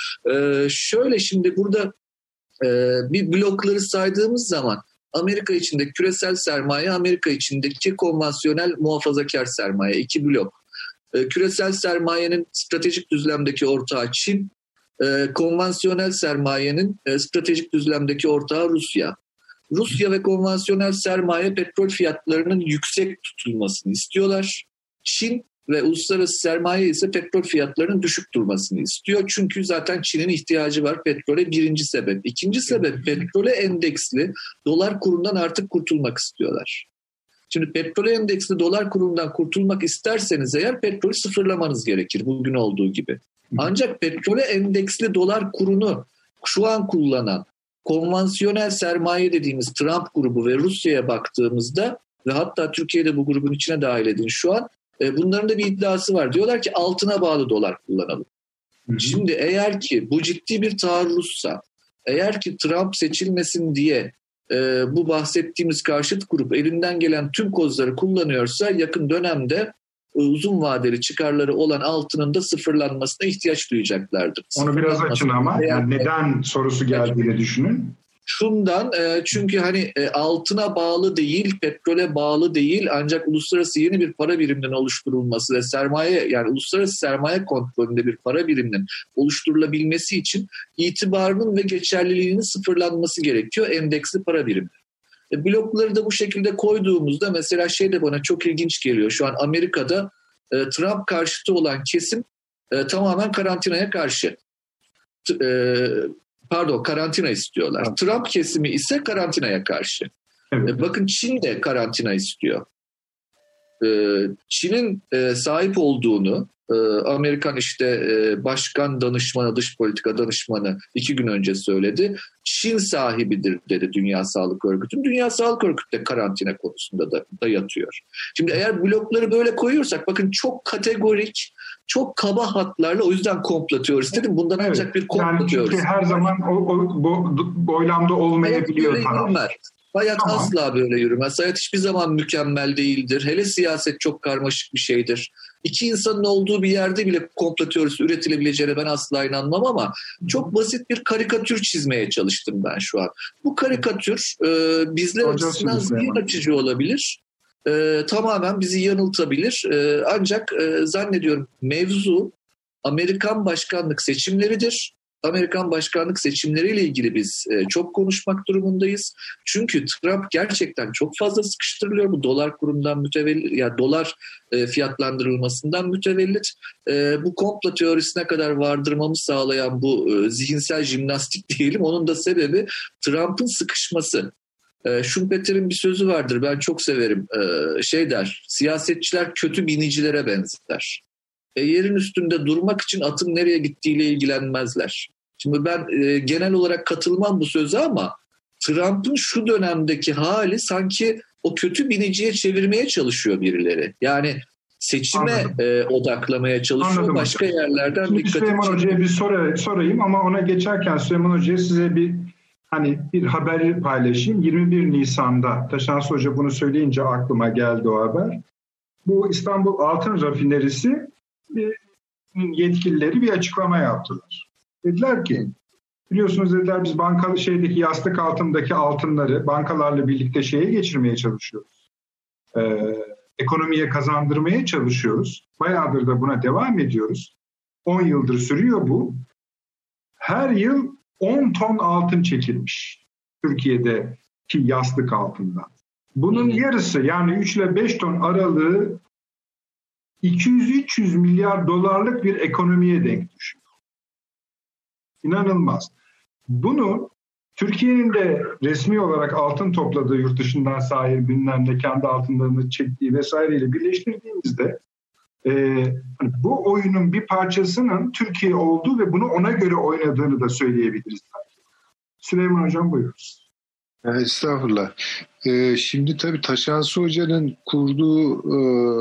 E, şöyle şimdi burada Ee, bir blokları saydığımız zaman Amerika içindeki küresel sermaye, Amerika içindeki konvansiyonel muhafazakar sermaye, iki blok. Ee, küresel sermayenin stratejik düzlemdeki ortağı Çin, e, konvansiyonel sermayenin e, stratejik düzlemdeki ortağı Rusya. Rusya ve konvansiyonel sermaye petrol fiyatlarının yüksek tutulmasını istiyorlar. Çin ve uluslararası sermaye ise petrol fiyatlarının düşük durmasını istiyor. Çünkü zaten Çin'in ihtiyacı var petrole birinci sebep. İkinci sebep petrole endeksli dolar kurundan artık kurtulmak istiyorlar. Şimdi petrole endeksli dolar kurundan kurtulmak isterseniz eğer petrolü sıfırlamanız gerekir bugün olduğu gibi. Ancak petrole endeksli dolar kurunu şu an kullanan konvansiyonel sermaye dediğimiz Trump grubu ve Rusya'ya baktığımızda ve hatta Türkiye'de bu grubun içine dahil edin şu an bunların da bir iddiası var. Diyorlar ki altına bağlı dolar kullanalım. Hı hı. Şimdi eğer ki bu ciddi bir taarruzsa, eğer ki Trump seçilmesin diye e, bu bahsettiğimiz karşıt grup elinden gelen tüm kozları kullanıyorsa yakın dönemde e, uzun vadeli çıkarları olan altının da sıfırlanmasına ihtiyaç duyacaklardır. Onu biraz açın ama yani neden sorusu geldiğini düşünün. Şundan e, çünkü hani e, altına bağlı değil, petrole bağlı değil ancak uluslararası yeni bir para biriminin oluşturulması ve sermaye yani uluslararası sermaye kontrolünde bir para biriminin oluşturulabilmesi için itibarının ve geçerliliğinin sıfırlanması gerekiyor endeksli para birimi. E, blokları da bu şekilde koyduğumuzda mesela şey de bana çok ilginç geliyor. Şu an Amerika'da e, Trump karşıtı olan kesim e, tamamen karantinaya karşı. e, pardon karantina istiyorlar. Evet. Trump kesimi ise karantinaya karşı. Evet. E, bakın Çin de karantina istiyor. E, Çin'in e, sahip olduğunu Amerikan işte başkan danışmanı, dış politika danışmanı iki gün önce söyledi. Çin sahibidir dedi Dünya Sağlık Örgütü. Dünya Sağlık Örgütü de karantina konusunda da, da yatıyor. Şimdi eğer blokları böyle koyuyorsak bakın çok kategorik, çok kaba hatlarla o yüzden komplo teorisi dedim. Bundan evet, ancak bir komplo yani teorisi. Çünkü her zaman o, o bo, boylamda olmayabiliyor taraf. Hayat tamam. asla böyle yürümez. Hayat hiçbir zaman mükemmel değildir. Hele siyaset çok karmaşık bir şeydir. İki insanın olduğu bir yerde bile komplo teorisi üretilebileceğine ben asla inanmam ama çok basit bir karikatür çizmeye çalıştım ben şu an. Bu karikatür e, bizler Hocam açısından zihin açıcı olabilir. E, tamamen bizi yanıltabilir. E, ancak e, zannediyorum mevzu Amerikan başkanlık seçimleridir. Amerikan başkanlık seçimleriyle ilgili biz e, çok konuşmak durumundayız. Çünkü Trump gerçekten çok fazla sıkıştırılıyor bu dolar kurundan mütevellit, ya yani dolar e, fiyatlandırılmasından mütevellit. E, bu komplo teorisine kadar vardırmamı sağlayan bu e, zihinsel jimnastik diyelim. Onun da sebebi Trump'ın sıkışması. E, Schumpeter'in bir sözü vardır, ben çok severim. E, şey der, siyasetçiler kötü binicilere benzer. E, yerin üstünde durmak için atın nereye gittiğiyle ilgilenmezler. Şimdi ben e, genel olarak katılmam bu söze ama Trump'ın şu dönemdeki hali sanki o kötü biniciye çevirmeye çalışıyor birileri. Yani seçime e, odaklamaya çalışıyor. Anladım. Başka yerlerden Şimdi dikkat Süleyman edin. Hoca'ya bir soru sorayım ama ona geçerken Süleyman Hoca'ya size bir hani bir haberi paylaşayım. yirmi bir Nisan'da Taşansı Hoca bunu söyleyince aklıma geldi o haber. Bu İstanbul Altın Rafinerisi yetkilileri bir açıklama yaptılar. Dediler ki, biliyorsunuz dediler biz bankalı şeydeki yastık altındaki altınları bankalarla birlikte şeye geçirmeye çalışıyoruz. Ee, ekonomiye kazandırmaya çalışıyoruz. Bayağıdır da buna devam ediyoruz. on yıldır sürüyor bu. Her yıl on ton altın çekilmiş Türkiye'deki yastık altından. Bunun yarısı yani üç ile beş ton aralığı iki yüz üç yüz milyar dolarlık bir ekonomiye denk düşüyor. İnanılmaz. Bunu Türkiye'nin de resmi olarak altın topladığı, yurt dışından sahip bilmem ne kendi altınlarını çektiği vesaireyle birleştirdiğimizde e, hani bu oyunun bir parçasının Türkiye olduğu ve bunu ona göre oynadığını da söyleyebiliriz. Süleyman Hocam buyurunuz. Estağfurullah. Ee, şimdi tabii Taşansı Hoca'nın kurduğu e,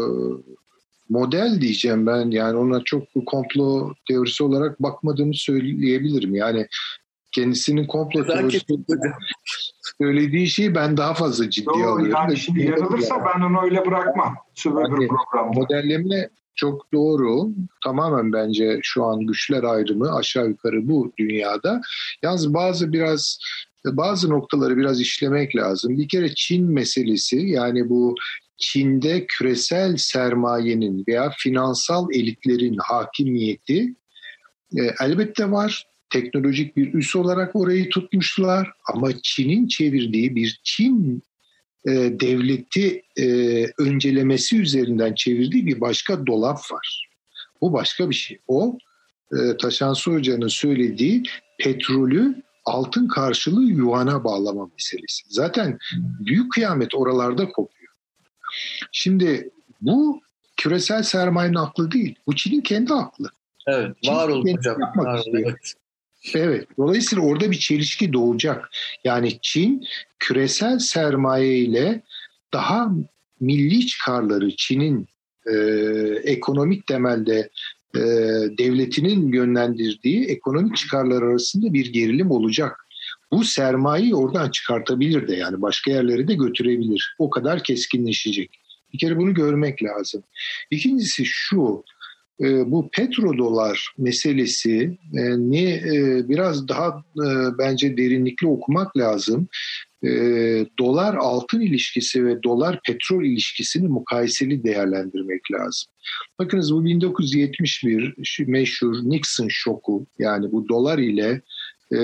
model diyeceğim ben, yani ona çok komplo teorisi olarak bakmadığımı söyleyebilirim. Yani kendisinin komplo teorisi söylediği şeyi ben daha fazla ciddiye Doğru, alıyorum. Yani şimdi yanılırsa yani. Ben onu öyle bırakmam. Yani, modelleme çok doğru. Tamamen bence şu an güçler ayrımı aşağı yukarı bu dünyada. Yalnız bazı biraz bazı noktaları biraz işlemek lazım. Bir kere Çin meselesi, yani bu Çin'de küresel sermayenin veya finansal elitlerin hakimiyeti e, elbette var. Teknolojik bir üs olarak orayı tutmuşlar. Ama Çin'in çevirdiği bir Çin e, devleti e, öncelemesi üzerinden çevirdiği bir başka dolap var. Bu başka bir şey. O e, Taşansı Hoca'nın söylediği petrolü altın karşılığı yuana bağlama meselesi. Zaten büyük kıyamet oralarda kopuyor. Şimdi bu küresel sermayenin aklı değil. Bu Çin'in kendi aklı. Evet, var oldu hocam. Var, evet. Evet, dolayısıyla orada bir çelişki doğacak. Yani Çin küresel sermaye ile daha milli çıkarları, Çin'in e, ekonomik temelde e, devletinin yönlendirdiği ekonomik çıkarlar arasında bir gerilim olacak. Bu sermayeyi oradan çıkartabilir de, yani başka yerlere de götürebilir. O kadar keskinleşecek. Bir kere bunu görmek lazım. İkincisi şu, bu petrodolar meselesi ne biraz daha bence derinlikli okumak lazım. Dolar altın ilişkisi ve dolar petrol ilişkisini mukayeseli değerlendirmek lazım. Bakınız bu bin dokuz yüz yetmiş bir meşhur Nixon şoku, yani bu dolar ile e,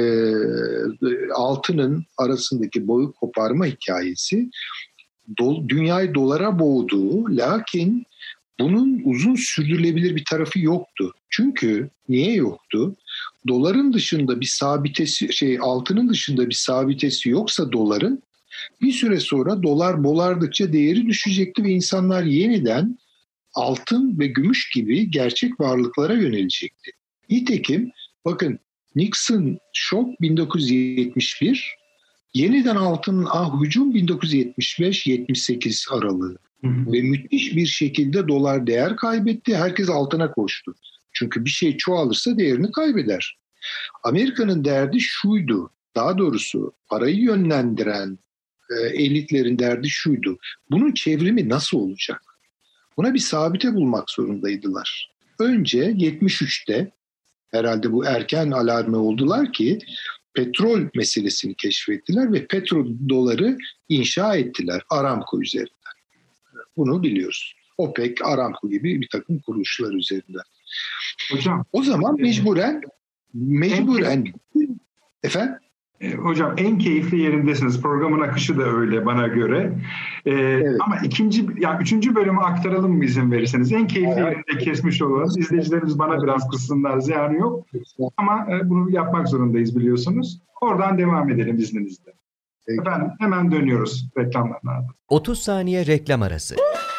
altının arasındaki boyu koparma hikayesi do, dünyayı dolara boğduğu, lakin bunun uzun sürdürülebilir bir tarafı yoktu. Çünkü niye yoktu? Doların dışında bir sabitesi, şey altının dışında bir sabitesi yoksa doların, bir süre sonra dolar bolardıkça değeri düşecekti ve insanlar yeniden altın ve gümüş gibi gerçek varlıklara yönelecekti. Nitekim bakın, Nixon şok bin dokuz yüz yetmiş bir, yeniden altının ah hücum bin dokuz yüz yetmiş beş yetmiş sekiz aralığı. Hı hı. Ve müthiş bir şekilde dolar değer kaybetti. Herkes altına koştu. Çünkü bir şey çoğalırsa değerini kaybeder. Amerika'nın derdi şuydu. Daha doğrusu parayı yönlendiren e, elitlerin derdi şuydu. Bunun çevrimi nasıl olacak? Buna bir sabite bulmak zorundaydılar. Önce yetmiş üçte herhalde bu erken alarmı oldular ki petrol meselesini keşfettiler ve petrol doları inşa ettiler Aramco üzerinden. Bunu biliyoruz. OPEC, Aramco gibi bir takım kuruluşlar üzerinden. Hocam, o zaman mecburen mecburen en, efendim? E, hocam en keyifli yerindesiniz. Programın akışı da öyle bana göre. E, evet. Ama ikinci, yani üçüncü bölümü aktaralım mı izin verirseniz? En keyifli evet. yerinde kesmiş olalım. İzleyicilerimiz bana biraz kızsınlar, ziyanı yok. Ama e, bunu yapmak zorundayız biliyorsunuz. Oradan devam edelim izninizle. Peki. Efendim hemen dönüyoruz reklamlardan. otuz saniye reklam arası.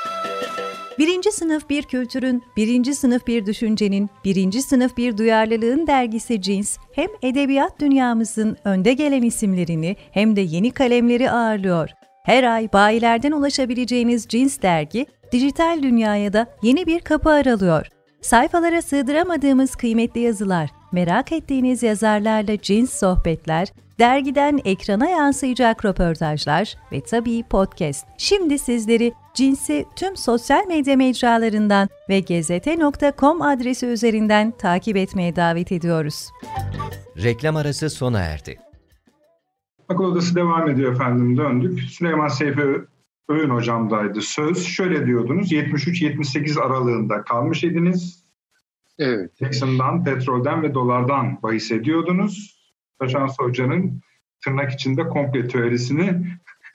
Birinci sınıf bir kültürün, birinci sınıf bir düşüncenin, birinci sınıf bir duyarlılığın dergisi Cins, hem edebiyat dünyamızın önde gelen isimlerini hem de yeni kalemleri ağırlıyor. Her ay bayilerden ulaşabileceğiniz Cins dergi, dijital dünyaya da yeni bir kapı aralıyor. Sayfalara sığdıramadığımız kıymetli yazılar, merak ettiğiniz yazarlarla cins sohbetler, dergiden ekrana yansıyacak röportajlar ve tabii podcast. Şimdi sizleri Cins'i tüm sosyal medya mecralarından ve gezete nokta com adresi üzerinden takip etmeye davet ediyoruz. Reklam arası sona erdi. Akıl Odası devam ediyor efendim, döndük. Süleyman Seyfi Öğün hocamdaydı söz. Şöyle diyordunuz, yetmiş üç yetmiş sekiz aralığında kalmış idiniz. Evet. Nixon'dan, petrolden ve dolardan bahis ediyordunuz. Taşansı Hoca'nın tırnak içinde komple teorisini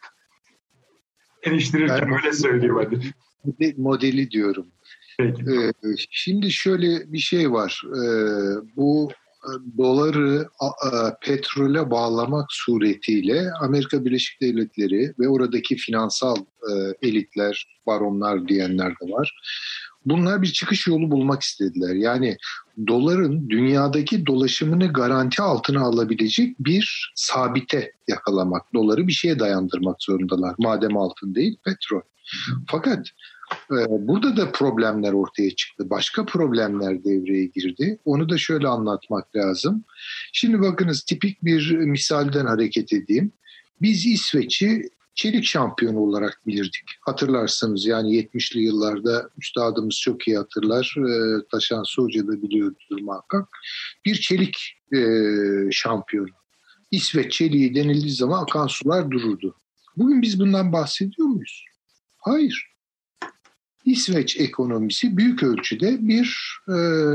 eleştirirken ben öyle söyleyeyim hadi. Modeli diyorum. Peki. Ee, şimdi şöyle bir şey var. Ee, bu doları a, a, petrole bağlamak suretiyle Amerika Birleşik Devletleri ve oradaki finansal e, elitler, baronlar diyenler de var. Bunlar bir çıkış yolu bulmak istediler. Yani doların dünyadaki dolaşımını garanti altına alabilecek bir sabite yakalamak. Doları bir şeye dayandırmak zorundalar. Madem altın değil, petrol. Fakat e, burada da problemler ortaya çıktı. Başka problemler devreye girdi. Onu da şöyle anlatmak lazım. Şimdi bakınız, tipik bir misalden hareket edeyim. Biz İsveç'i çelik şampiyonu olarak bilirdik. Hatırlarsınız, yani yetmişli yıllarda üstadımız çok iyi hatırlar. E, Taşansı Hoca da biliyordur muhakkak. Bir çelik e, şampiyonu. İsveç çeliği denildiği zaman akan sular dururdu. Bugün biz bundan bahsediyor muyuz? Hayır. İsveç ekonomisi büyük ölçüde bir e,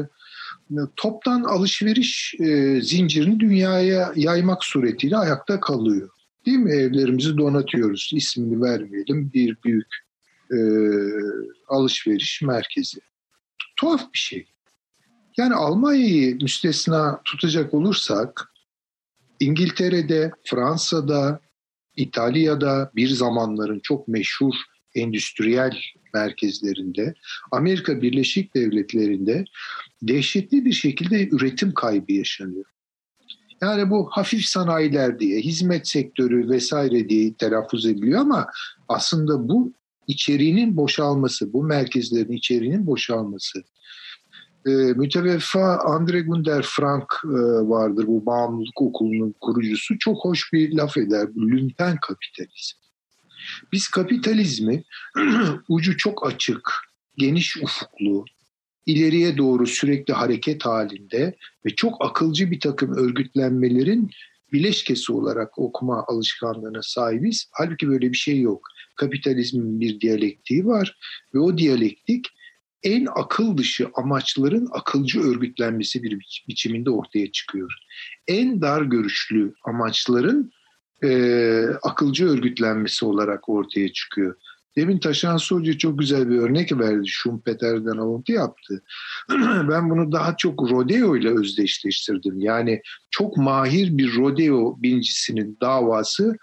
toptan alışveriş e, zincirini dünyaya yaymak suretiyle ayakta kalıyor. Değil mi? Evlerimizi donatıyoruz. İsmini vermeyelim. Bir büyük e, alışveriş merkezi. Tuhaf bir şey. Yani Almanya'yı müstesna tutacak olursak, İngiltere'de, Fransa'da, İtalya'da bir zamanların çok meşhur endüstriyel merkezlerinde, Amerika Birleşik Devletleri'nde dehşetli bir şekilde üretim kaybı yaşanıyor. Yani bu hafif sanayiler diye, hizmet sektörü vesaire diye telaffuz ediliyor ama aslında bu içeriğinin boşalması, bu merkezlerin içeriğinin boşalması. E, müteveffa Andre Gunder Frank e, vardır, bu bağımlılık okulunun kurucusu. Çok hoş bir laf eder, lümpen kapitalizm. Biz kapitalizmi ucu çok açık, geniş ufuklu, ileriye doğru sürekli hareket halinde ve çok akılcı bir takım örgütlenmelerin bileşkesi olarak okuma alışkanlığına sahibiz. Halbuki böyle bir şey yok. Kapitalizmin bir diyalektiği var ve o diyalektik en akıl dışı amaçların akılcı örgütlenmesi bir bi- biçiminde ortaya çıkıyor. En dar görüşlü amaçların e, akılcı örgütlenmesi olarak ortaya çıkıyor. Demin Taşansı Hoca çok güzel bir örnek verdi. Schumpeter'den alıntı yaptı. Ben bunu daha çok rodeo ile özdeşleştirdim. Yani çok mahir bir rodeo bincisinin davası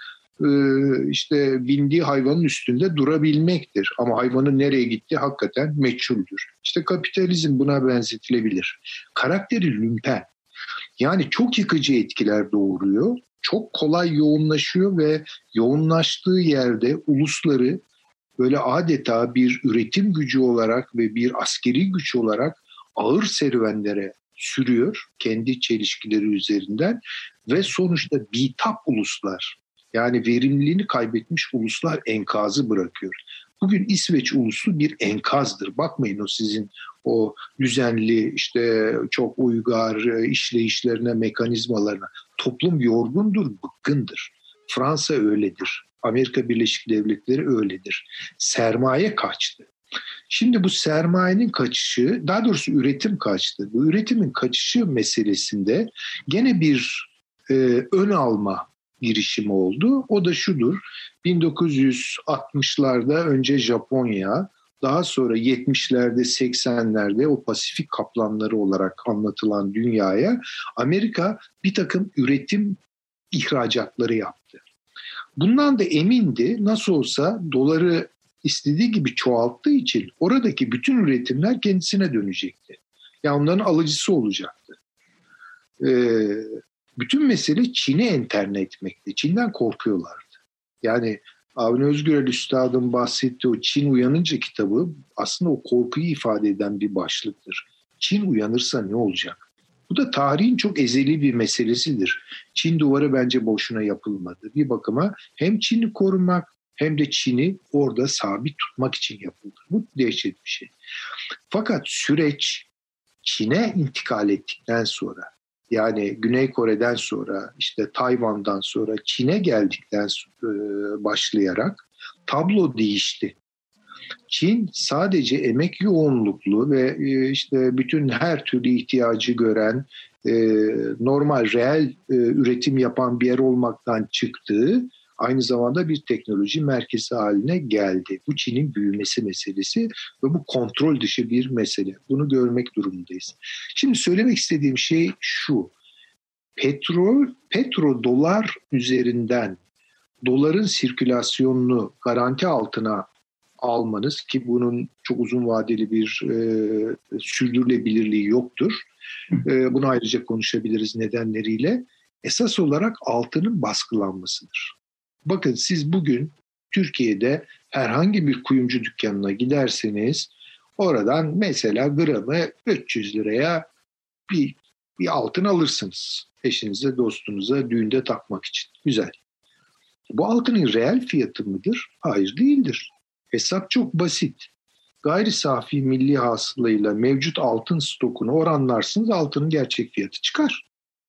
işte bindiği hayvanın üstünde durabilmektir. Ama hayvanın nereye gittiği hakikaten meçhuldür. İşte kapitalizm buna benzetilebilir. Karakteri lümpen. Yani çok yıkıcı etkiler doğuruyor. Çok kolay yoğunlaşıyor ve yoğunlaştığı yerde ulusları böyle adeta bir üretim gücü olarak ve bir askeri güç olarak ağır serüvenlere sürüyor kendi çelişkileri üzerinden ve sonuçta bitap uluslar, yani verimliliğini kaybetmiş uluslar enkazı bırakıyor. Bugün İsveç ulusu bir enkazdır. Bakmayın o sizin o düzenli işte çok uygar işleyişlerine, mekanizmalarına. Toplum yorgundur, bıkkındır. Fransa öyledir. Amerika Birleşik Devletleri öyledir. Sermaye kaçtı. Şimdi bu sermayenin kaçışı, daha doğrusu üretim kaçtı. Bu üretimin kaçışı meselesinde gene bir e, ön alma girişimi oldu. O da şudur: bin dokuz yüz altmışlarda önce Japonya, daha sonra yetmişlerde, seksenlerde o Pasifik kaplanları olarak anlatılan dünyaya Amerika bir takım üretim ihracatları yaptı. Bundan da emindi. Nasıl olsa doları istediği gibi çoğalttığı için oradaki bütün üretimler kendisine dönecekti. Yani onların alıcısı olacaktı. Ee, bütün mesele Çin'i enterne etmekti. Çin'den korkuyorlardı. Yani Avni Özgürel Üstad'ın bahsettiği o Çin Uyanınca kitabı aslında o korkuyu ifade eden bir başlıktır. Çin uyanırsa ne olacak? Bu da tarihin çok ezeli bir meselesidir. Çin duvarı bence boşuna yapılmadı. Bir bakıma hem Çin'i korumak hem de Çin'i orada sabit tutmak için yapıldı. Bu dehşet bir şey. Fakat süreç Çin'e intikal ettikten sonra, yani Güney Kore'den sonra, işte Tayvan'dan sonra Çin'e geldikten sonra başlayarak tablo değişti. Çin sadece emek yoğunluklu ve işte bütün her türlü ihtiyacı gören, normal reel üretim yapan bir yer olmaktan çıktığı, aynı zamanda bir teknoloji merkezi haline geldi. Bu Çin'in büyümesi meselesi ve bu kontrol dışı bir mesele. Bunu görmek durumundayız. Şimdi söylemek istediğim şey şu: petrol, petrodolar üzerinden doların sirkülasyonunu garanti altına almanız, ki bunun çok uzun vadeli bir e, sürdürülebilirliği yoktur. E, bunu ayrıca konuşabiliriz nedenleriyle. Esas olarak altının baskılanmasıdır. Bakın siz bugün Türkiye'de herhangi bir kuyumcu dükkanına giderseniz oradan mesela gramı üç yüz liraya bir, bir altın alırsınız. Eşinize, dostunuza düğünde takmak için. Güzel. Bu altının reel fiyatı mıdır? Hayır, değildir. Hesap çok basit. Gayri safi milli hasılayla mevcut altın stokunu oranlarsınız, altının gerçek fiyatı çıkar.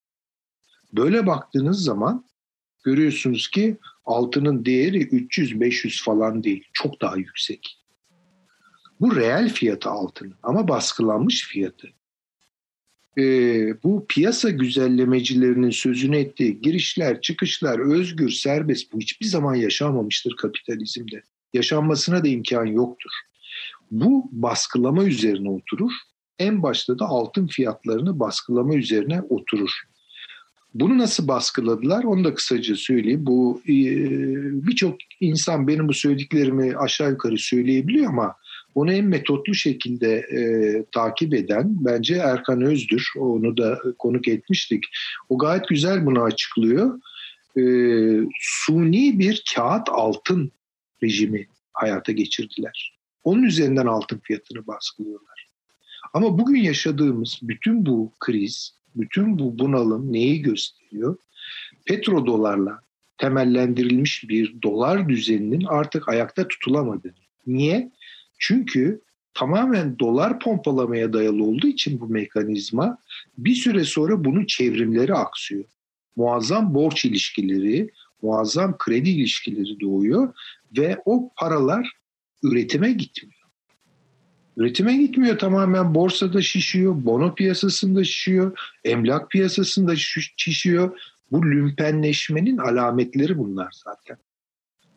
Böyle baktığınız zaman görüyorsunuz ki altının değeri üç yüz beş yüz falan değil, çok daha yüksek. Bu reel fiyatı altının ama baskılanmış fiyatı. Ee, bu piyasa güzellemecilerinin sözünü ettiği girişler, çıkışlar, özgür, serbest, bu hiçbir zaman yaşanmamıştır kapitalizmde. Yaşanmasına da imkan yoktur. Bu baskılama üzerine oturur. En başta da altın fiyatlarını baskılama üzerine oturur. Bunu nasıl baskıladılar onu da kısaca söyleyeyim. Bu e, birçok insan benim bu söylediklerimi aşağı yukarı söyleyebiliyor ama onu en metotlu şekilde e, takip eden bence Erkan Öz'dür. Onu da konuk etmiştik. O gayet güzel bunu açıklıyor. E, suni bir kağıt altın rejimi hayata geçirdiler. Onun üzerinden altın fiyatını baskılıyorlar. Ama bugün yaşadığımız bütün bu kriz, bütün bu bunalım neyi gösteriyor? Petrodolarla temellendirilmiş bir dolar düzeninin artık ayakta tutulamadığını. Niye? Çünkü tamamen dolar pompalamaya dayalı olduğu için bu mekanizma bir süre sonra bunun çevrimleri aksıyor. Muazzam borç ilişkileri, muazzam kredi ilişkileri doğuyor ve o paralar üretime gitmiyor. Üretime gitmiyor, tamamen borsada şişiyor, bono piyasasında şişiyor, emlak piyasasında şişiyor. Bu lümpenleşmenin alametleri bunlar zaten.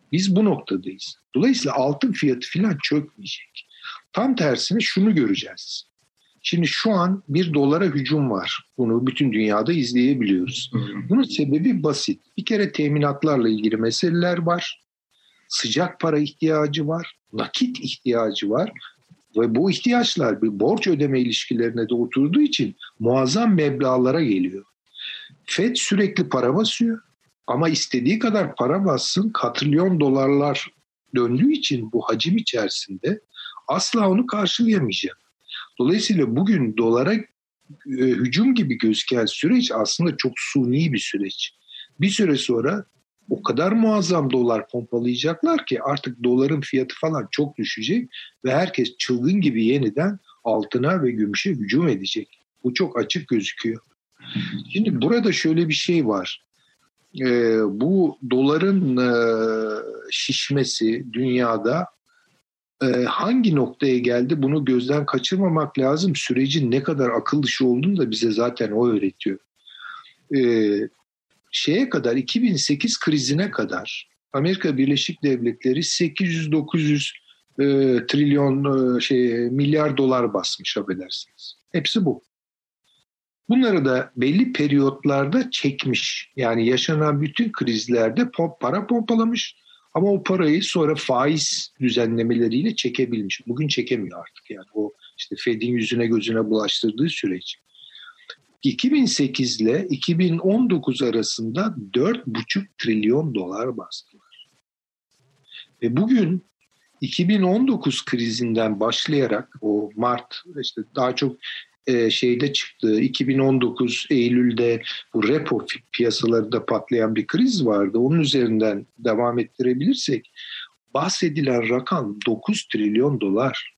Biz bu noktadayız. Dolayısıyla altın fiyatı falan çökmeyecek. Tam tersine şunu göreceğiz. Şimdi şu an bir dolara hücum var. Bunu bütün dünyada izleyebiliyoruz. Bunun sebebi basit. Bir kere teminatlarla ilgili meseleler var. Sıcak para ihtiyacı var. Nakit ihtiyacı var. Ve bu ihtiyaçlar bir borç ödeme ilişkilerine de oturduğu için muazzam meblağlara geliyor. Fed sürekli para basıyor. Ama istediği kadar para bassın, katrilyon dolarlar döndüğü için bu hacim içerisinde asla onu karşılayamayacak. Dolayısıyla bugün dolara e, hücum gibi gözüken süreç aslında çok suni bir süreç. Bir süre sonra o kadar muazzam dolar pompalayacaklar ki artık doların fiyatı falan çok düşecek ve herkes çılgın gibi yeniden altına ve gümüşe hücum edecek. Bu çok açık gözüküyor. Şimdi burada şöyle bir şey var. Ee, bu doların e, şişmesi dünyada e, hangi noktaya geldi bunu gözden kaçırmamak lazım. Sürecin ne kadar akıl dışı olduğunu da bize zaten o öğretiyor. Ee, şeye kadar iki bin sekiz krizine kadar Amerika Birleşik Devletleri sekiz yüz dokuz yüz e, trilyon e, şey milyar dolar basmış, affedersiniz. Hepsi bu. Bunları da belli periyotlarda çekmiş. Yani yaşanan bütün krizlerde para pompalamış ama o parayı sonra faiz düzenlemeleriyle çekebilmiş. Bugün çekemiyor artık yani o işte Fed'in yüzüne gözüne bulaştırdığı süreç. iki bin sekiz ile iki bin on dokuz arasında dört buçuk trilyon dolar bastılar. Ve bugün iki bin on dokuz krizinden başlayarak o Mart işte daha çok e, şeyde çıktı. iki bin on dokuz Eylül'de bu repo piyasalarında patlayan bir kriz vardı. Onun üzerinden devam ettirebilirsek bahsedilen rakam dokuz trilyon dolar.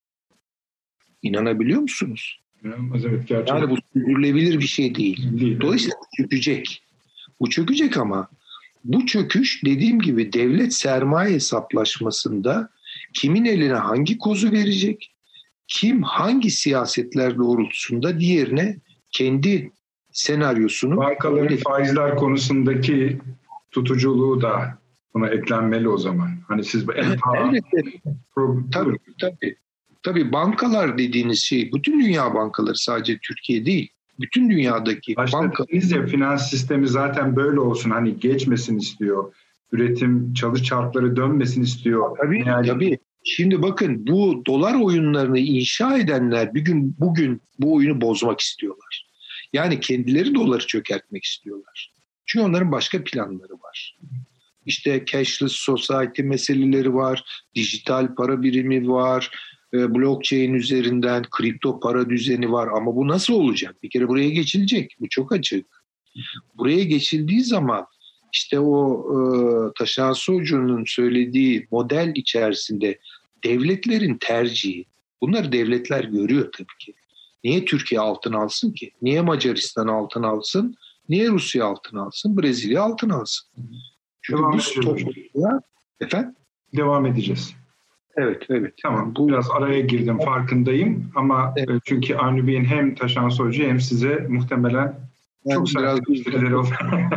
İnanabiliyor musunuz? Evet, gerçekten. Yani bu sürdürülebilir bir şey değil. değil. Dolayısıyla çökecek. Bu çökecek ama bu çöküş dediğim gibi devlet sermaye hesaplaşmasında kimin eline hangi kozu verecek, kim hangi siyasetler doğrultusunda diğerine kendi senaryosunu... Bankaların faizler konusundaki tutuculuğu da buna eklenmeli o zaman. Hani siz en pahalı... Elbette. Tabii, tabii. Tabii bankalar dediğiniz şey, bütün dünya bankaları, sadece Türkiye değil, bütün dünyadaki Başta banka... dediniz ya, finans sistemi zaten böyle olsun, hani geçmesin istiyor. Üretim, çalış çarkları dönmesin istiyor. Tabii, yani... tabii. Şimdi bakın, bu dolar oyunlarını inşa edenler bir gün bugün bu oyunu bozmak istiyorlar. Yani kendileri doları çökertmek istiyorlar. Çünkü onların başka planları var. İşte cashless society meseleleri var, dijital para birimi var, blockchain üzerinden kripto para düzeni var. Ama bu nasıl olacak? Bir kere buraya geçilecek. Bu çok açık. Buraya geçildiği zaman işte o e, Taşan Hoca'nın söylediği model içerisinde devletlerin tercihi, bunları devletler görüyor tabii ki. Niye Türkiye altın alsın ki? Niye Macaristan altın alsın? Niye Rusya altın alsın? Brezilya altın alsın? Çünkü Devam biz toplumda... Efendim? Devam edeceğiz. Evet, evet. Tamam, bu biraz araya girdim, farkındayım ama evet. Çünkü Avni Bey'in hem Taşan Hoca hem size muhtemelen ben çok sert eleştirileri olur.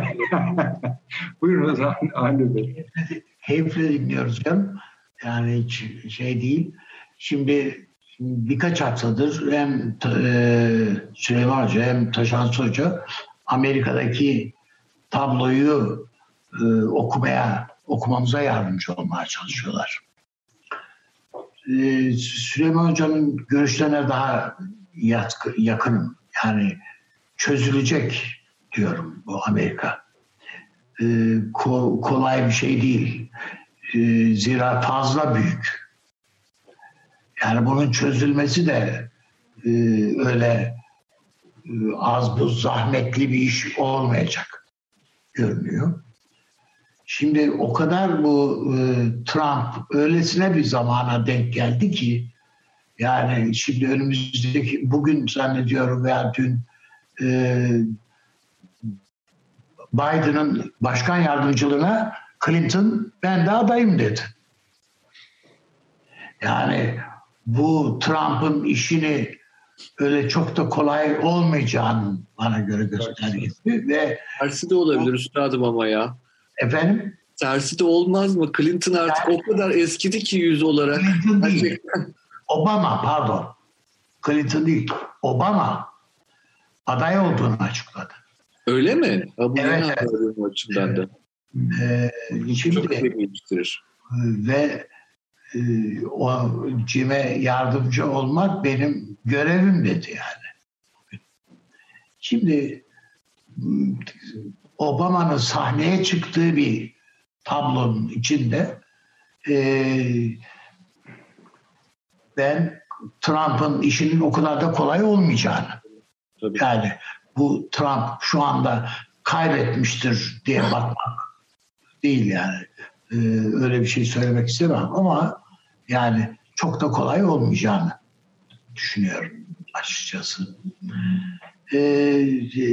Buyurunuz Avni Bey. Keyifle dinliyoruz canım. Yani hiç şey değil. Şimdi birkaç haftadır hem e, Süleyman Hoca hem Taşan Hoca Amerika'daki tabloyu e, okumaya, okumamıza yardımcı olmaya çalışıyorlar. Ee, Süleyman Hoca'nın görüşlerine daha yakınım. Yani çözülecek diyorum bu Amerika. Ee, ko- kolay bir şey değil. Ee, zira fazla büyük. Yani bunun çözülmesi de e, öyle e, az buz zahmetli bir iş olmayacak görünüyor. Şimdi o kadar bu e, Trump öylesine bir zamana denk geldi ki yani şimdi önümüzdeki bugün zannediyorum veya dün e, Biden'ın başkan yardımcılığına Clinton ben de adayım dedi. Yani bu Trump'ın işini öyle çok da kolay olmayacağını bana göre göstergesi ve tersi de olabilir üstadım ama ya. Efendim? tersi de olmaz mı? Clinton artık yani, o kadar eskidi ki yüz olarak. Clinton değil. Obama pardon. Clinton değil. Obama aday olduğunu açıkladı. Öyle mi? Ha, bu evet. evet. O açıdan da. Ee, şimdi, çok ilginçtir. Ve e, o Jim'e yardımcı olmak benim görevim dedi yani. Şimdi Obama'nın sahneye çıktığı bir tablonun içinde e, ben Trump'ın işinin o kadar da kolay olmayacağını, tabii. Yani bu Trump şu anda kaybetmiştir diye bakmak değil yani. Ee, öyle bir şey söylemek istemem ama yani çok da kolay olmayacağını düşünüyorum açıkçası. Ee,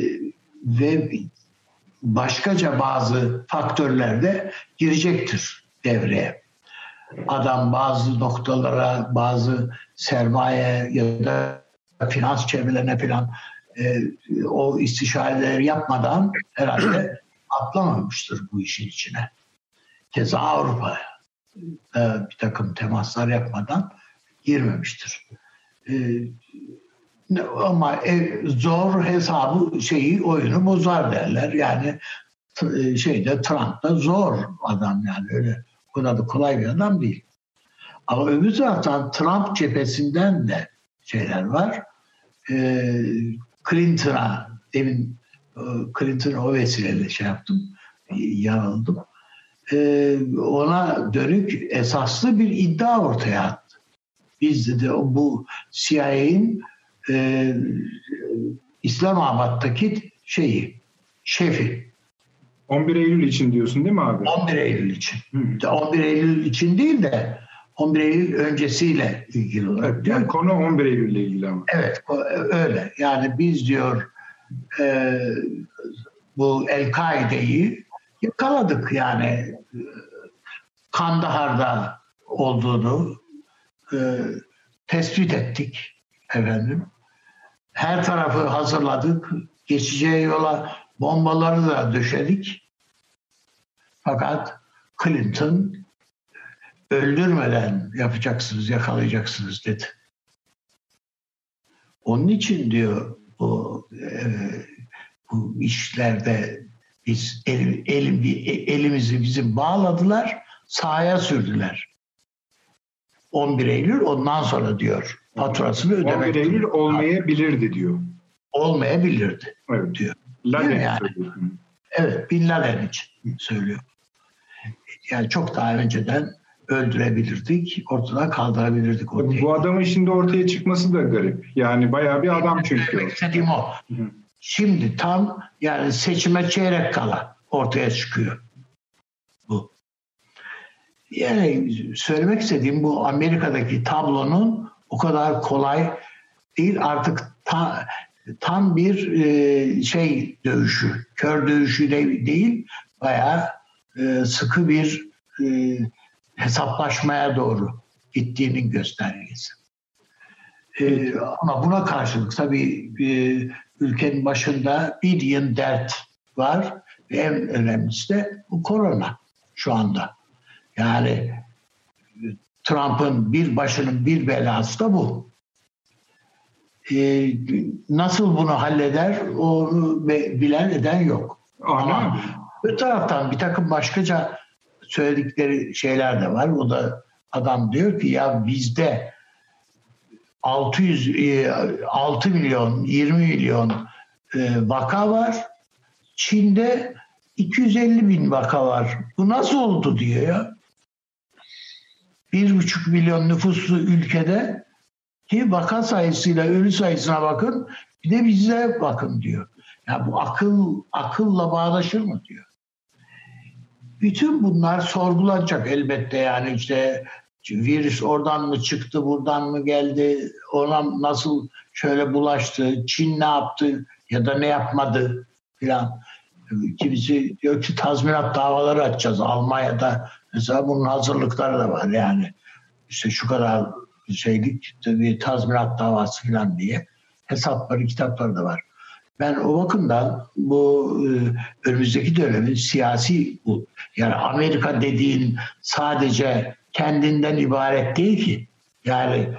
ve başkaca bazı faktörler de girecektir devreye. Adam bazı noktalara, bazı sermaye ya da finans çevrelerine falan e, o istişareleri yapmadan herhalde atlamamıştır bu işin içine. Keza Avrupa'ya e, bir takım temaslar yapmadan girmemiştir. E, ama e, zor hesabı şeyi oyunu bozar derler. Yani e, şeyde Trump da zor adam yani öyle o kadar da kolay bir adam değil. Ama öbür taraftan Trump cephesinden de şeyler var. E, Clinton'a demin e, Clinton'a o vesileyle şey yaptım, yanıldım. E, ona dönük esaslı bir iddia ortaya attı. Biz dedi bu C I A'nin e, İslamabad'daki şeyi, şefi. on bir Eylül için diyorsun değil mi abi? on bir Eylül için. Hı. on bir Eylül için değil de on bir Eylül öncesiyle ilgili olarak. Evet, yani konu on bir Eylül ile ilgili ama. Evet öyle. Yani biz diyor e, bu El-Kaide'yi yakaladık yani Kandahar'da olduğunu e, tespit ettik efendim. Her tarafı hazırladık. Geçeceği yola bombaları da döşedik. Fakat Clinton öldürmeden yapacaksınız, yakalayacaksınız dedi. Onun için diyor bu, e, bu işlerde biz el, elim, elimizi bizim bağladılar, sahaya sürdüler. on bir Eylül ondan sonra diyor faturasını ödemek. on bir Eylül olmayabilirdi diyor. Olmayabilirdi evet. diyor. Laden yani, evet, Bin Laden için söylüyor. Yani çok daha önceden öldürebilirdik, ortadan kaldırabilirdik. O bu adamın şimdi ortaya çıkması da garip. Yani bayağı bir adam çünkü. İstediğim o. Hı. Şimdi tam yani seçime çeyrek kala ortaya çıkıyor bu. Yani söylemek istediğim bu Amerika'daki tablonun o kadar kolay değil artık ta, tam bir e, şey dövüşü, kör dövüşü de değil bayağı e, sıkı bir e, hesaplaşmaya doğru gittiğinin göstergesi. Ee, ama buna karşılık tabii e, ülkenin başında bir yığın dert var ve en önemlisi de bu korona şu anda. Yani Trump'ın bir başının bir belası da bu. Ee, nasıl bunu halleder onu bilen eden yok. Ama bir taraftan bir takım başkaca söyledikleri şeyler de var. O da adam diyor ki ya bizde altı yüz altı milyon yirmi milyon vaka var. Çin'de iki yüz elli bin vaka var. Bu nasıl oldu diyor ya. Bir buçuk milyon nüfuslu ülkede ki vaka sayısıyla ölü sayısına bakın bir de bize bakın diyor. Ya bu akıl akılla bağdaşır mı diyor. Bütün bunlar sorgulanacak elbette yani işte virüs oradan mı çıktı, buradan mı geldi, ona nasıl şöyle bulaştı, Çin ne yaptı ya da ne yapmadı filan. Kimisi diyor ki tazminat davaları açacağız. Almanya'da mesela bunun hazırlıkları da var yani. İşte şu kadar şeylik bir tazminat davası filan diye hesapları, kitapları da var. Ben o bakımdan bu e, önümüzdeki dönemin siyasi, bu yani Amerika dediğin sadece kendinden ibaret değil ki. Yani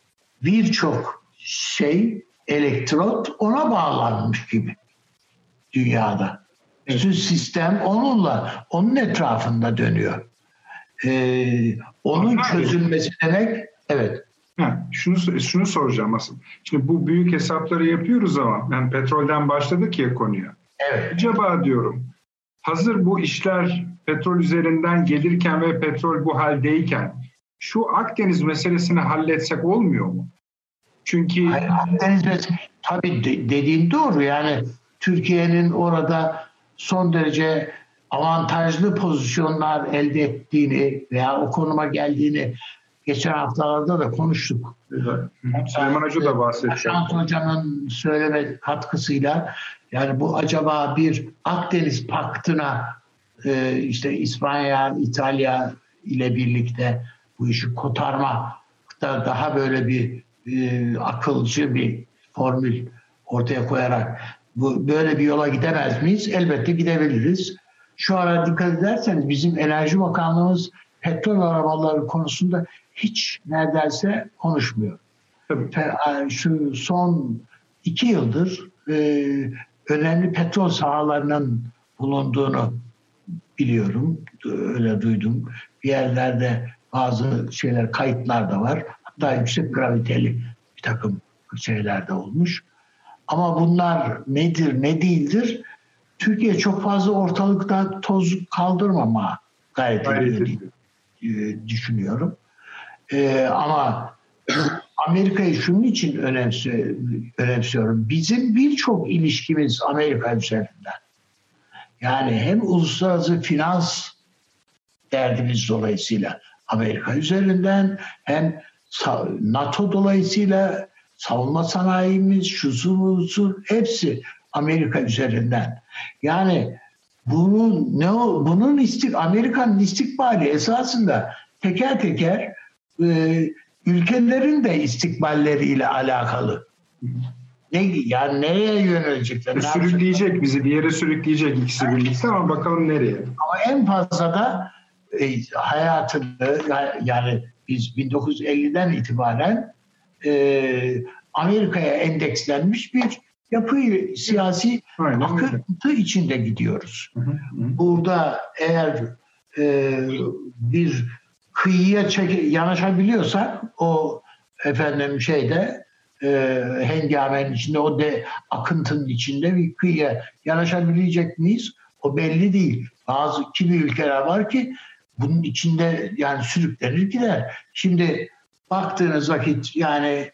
birçok şey, elektrot ona bağlanmış gibi dünyada. Bütün sistem onunla, onun etrafında dönüyor. Ee, onun çözülmesi demek, evet. Ha, şunu şunu soracağım asıl. Şimdi bu büyük hesapları yapıyoruz ama yani petrolden başladık ya konuya. Evet. Acaba diyorum, hazır bu işler petrol üzerinden gelirken ve petrol bu haldeyken şu Akdeniz meselesini halletsek olmuyor mu? Çünkü Hayır, Akdeniz meselesi tabii de, dediğin doğru. Yani Türkiye'nin orada son derece avantajlı pozisyonlar elde ettiğini veya o konuma geldiğini geçen haftalarda da konuştuk. Süleyman Hoca da bahsetti. Şant Hoca'nın söyleme katkısıyla yani bu acaba bir Akdeniz Paktı'na e, işte İspanya, İtalya ile birlikte bu işi kotarma da daha böyle bir e, akılcı bir formül ortaya koyarak bu böyle bir yola gidemez miyiz? Elbette gidebiliriz. Şu ara dikkat ederseniz bizim Enerji Bakanlığımız petrol arabaları konusunda hiç neredeyse konuşmuyor. Tabii. Şu son iki yıldır e, önemli petrol sahalarının bulunduğunu biliyorum. Öyle duydum. Bir yerlerde bazı şeyler, kayıtlar da var. Hatta yüksek graviteli bir takım şeyler de olmuş. Ama bunlar nedir, ne değildir? Türkiye çok fazla ortalıkta toz kaldırmama gayret ediyor diye düşünüyorum. Ee, ama Amerika'yı şunun için önemsi, önemsiyorum. Bizim birçok ilişkimiz Amerika üzerinden. Yani hem uluslararası finans derdimiz dolayısıyla Amerika üzerinden, hem NATO dolayısıyla savunma sanayimiz, şusu busu hepsi Amerika üzerinden. Yani bunun ne o, bunun istik Amerika'nın istikbali esasında teker teker e, ülkelerin de istikballeriyle alakalı. Ne yani nereye yönelecekler? Sürükleyecek bizi, bir yere sürükleyecek ikisi birlikte ama bakalım nereye. Ama en fazla da e, hayatını yani biz bin dokuz yüz elliden itibaren e, Amerika'ya endekslenmiş bir yapı siyasi Aynen, akıntı öyle. içinde gidiyoruz. Hı hı. Burada eğer e, bir kıyıya çek, yanaşabiliyorsak o efendim şeyde e, hengamenin içinde o de akıntının içinde bir kıyıya yanaşabilecek miyiz? O belli değil. Bazı kimi ülkeler var ki bunun içinde yani sürüklenir gider. Şimdi baktığınız vakit yani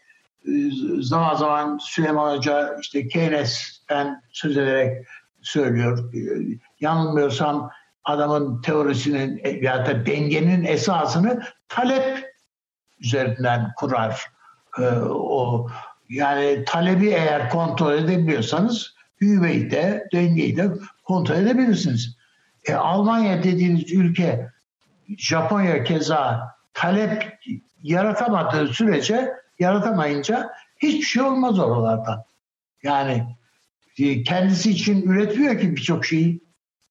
zaman zaman Süleyman Hoca işte Keynes'ten söz ederek söylüyor. Yanılmıyorsam adamın teorisinin ya da dengenin esasını talep üzerinden kurar. Ee, o yani talebi eğer kontrol edebiliyorsanız büyümeyi de dengeyi de kontrol edebilirsiniz. E, Almanya dediğiniz ülke, Japonya keza talep yaratamadığı sürece, yaratamayınca hiçbir şey olmaz oralardan. Yani kendisi için üretmiyor ki birçok şeyi.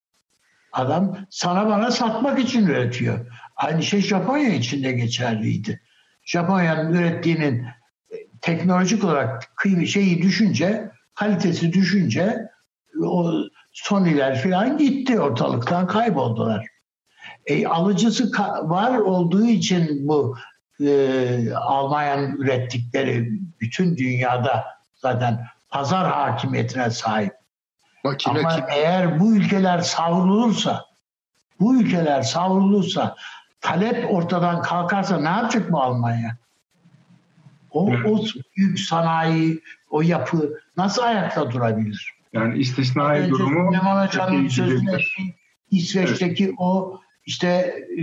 Adam sana bana satmak için üretiyor. Aynı şey Japonya için de geçerliydi. Japonya'nın ürettiğinin teknolojik olarak kıyım şeyi düşünce, kalitesi düşünce o Sony'ler falan gitti, ortalıktan kayboldular. E, alıcısı var olduğu için bu e, Almanya'nın ürettikleri bütün dünyada zaten pazar hakimiyetine sahip. Makine Ama kim? Eğer bu ülkeler savrulursa, bu ülkeler savrulursa, talep ortadan kalkarsa ne yapacak bu Almanya? O, evet. o büyük sanayi, o yapı nasıl ayakta durabilir? Yani istisnai durumu Süleyman Hoca'nın sözüne İsveç'teki evet. o işte e,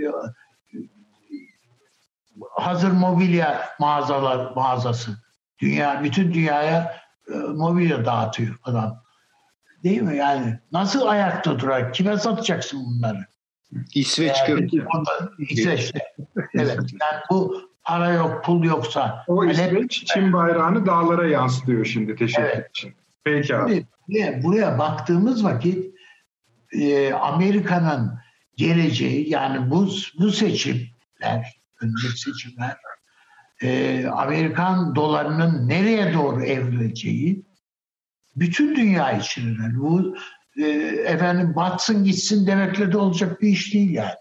hazır mobilya mağazalar mağazası. Dünya bütün dünyaya e, mobilya dağıtıyor adam. Değil mi? Yani nasıl ayakta durar? Kime satacaksın bunları? İsveç yani, İsveç'te. Evet. Yani bu para yok, pul yoksa. O İsveç Çin bayrağını dağlara yansıtıyor şimdi teşekkür evet. için. Peki abi. Buraya, buraya baktığımız vakit e, Amerika'nın geleceği, yani bu, bu seçimler, önümüzdeki seçimler, e, Amerikan dolarının nereye doğru evrileceği bütün dünya için önemli. Bu e, efendim batsın gitsin demekle de olacak bir iş değil yani.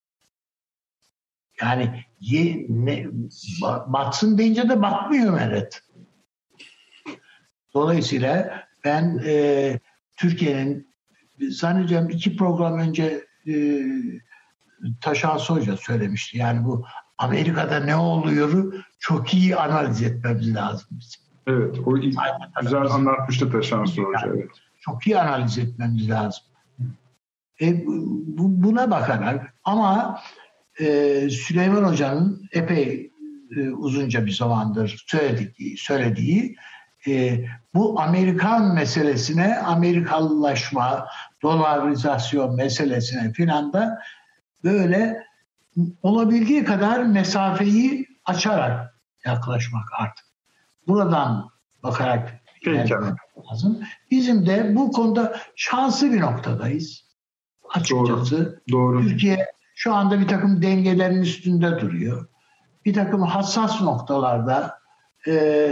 Yani ye, ne, batsın deyince de batmıyor Meret. Dolayısıyla ben e, Türkiye'nin zannediyorum iki program önce e, Taşan Hoca söylemişti. Yani bu Amerika'da ne oluyor çok iyi analiz etmemiz lazım bizim. Evet, o ilk güzel anlatmıştı Taşan Hoca. Evet. Çok iyi analiz etmemiz lazım. E, bu, buna bakarak ama e, Süleyman Hoca'nın epey e, uzunca bir zamandır söylediği, söylediği e, bu Amerikan meselesine, Amerikalılaşma, dolarizasyon meselesine filan da böyle olabildiği kadar mesafeyi açarak yaklaşmak artık. Buradan bakarak ilerlemek lazım. Bizim de bu konuda şanslı bir noktadayız. Açıkçası. Doğru. Doğru. Türkiye şu anda bir takım dengelerin üstünde duruyor. Bir takım hassas noktalarda e,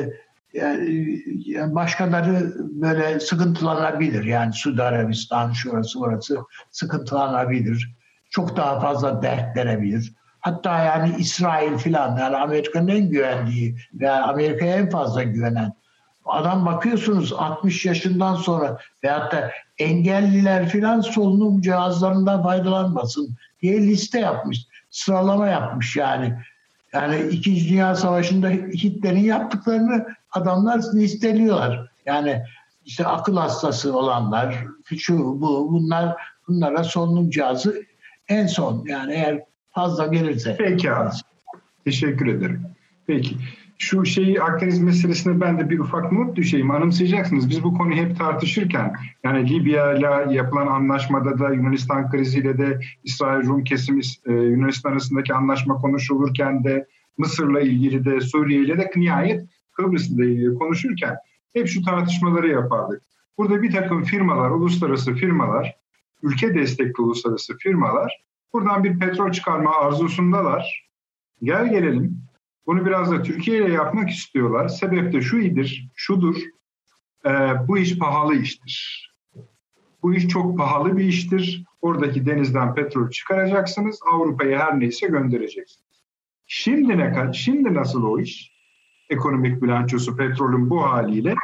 yani, yani başkaları böyle sıkıntılanabilir. Yani Suudi Arabistan, şurası burası sıkıntılanabilir. Çok daha fazla dert verebilir. Hatta yani İsrail filan, yani Amerika'nın en güvendiği veya Amerika'ya en fazla güvenen adam, bakıyorsunuz altmış yaşından sonra veyahut da engelliler filan solunum cihazlarından faydalanmasın diye liste yapmış. Sıralama yapmış yani. Yani İkinci Dünya Savaşı'nda Hitler'in yaptıklarını adamlar listeliyorlar. Yani işte akıl hastası olanlar, şu bu bunlar bunlara solunum cihazı en son, yani eğer fazla gelirse. Peki abi. Teşekkür ederim. Peki. Şu şeyi, Akdeniz meselesine ben de bir ufak not düşeyim. Anımsayacaksınız. Biz bu konuyu hep tartışırken, yani Libya ile yapılan anlaşmada da, Yunanistan kriziyle de, İsrail Rum kesimi e, Yunanistan arasındaki anlaşma konuşulurken de, Mısır'la ilgili de, Suriye ile de, nihayet Kıbrıs'la ilgili konuşurken hep şu tartışmaları yapardık. Burada bir takım firmalar, uluslararası firmalar, ülke destekli uluslararası firmalar buradan bir petrol çıkarma arzusundalar. Gel gelelim, bunu biraz da Türkiye ile yapmak istiyorlar. Sebep de şu idir, şudur, e, bu iş pahalı iştir. Bu iş çok pahalı bir iştir. Oradaki denizden petrol çıkaracaksınız, Avrupa'ya her neyse göndereceksiniz. Şimdi ne, şimdi nasıl o iş? Ekonomik bilançosu petrolün bu haliyle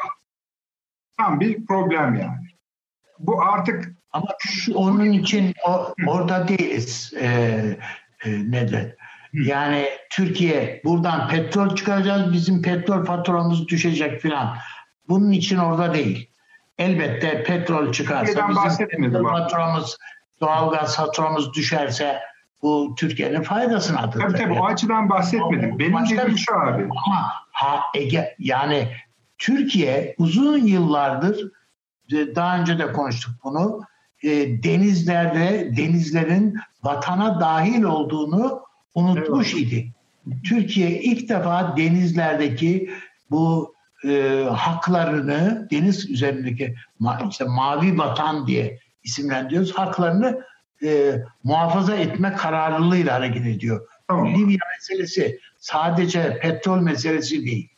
tam bir problem yani. Bu artık... Ama şu, onun için o, orada değiliz. Ee, e, neden? Yani Türkiye buradan petrol çıkaracağız, bizim petrol faturamız düşecek filan. Bunun için orada değil. Elbette petrol çıkarsa bizim petrol faturamız, doğalgaz faturamız düşerse bu Türkiye'nin faydasınadır. Tabii tabii, o açıdan bahsetmedim. Benim dediğim şu abi. Ama ha, Ege, yani Türkiye uzun yıllardır, daha önce de konuştuk bunu, e, denizlerde, denizlerin vatana dahil olduğunu unutmuş evet. idi. Türkiye ilk defa denizlerdeki bu e, haklarını, deniz üzerindeki ma- işte mavi vatan diye isimlendiriyoruz, haklarını e, muhafaza etme kararlılığıyla hareket ediyor. Tamam. Libya meselesi sadece petrol meselesi değil.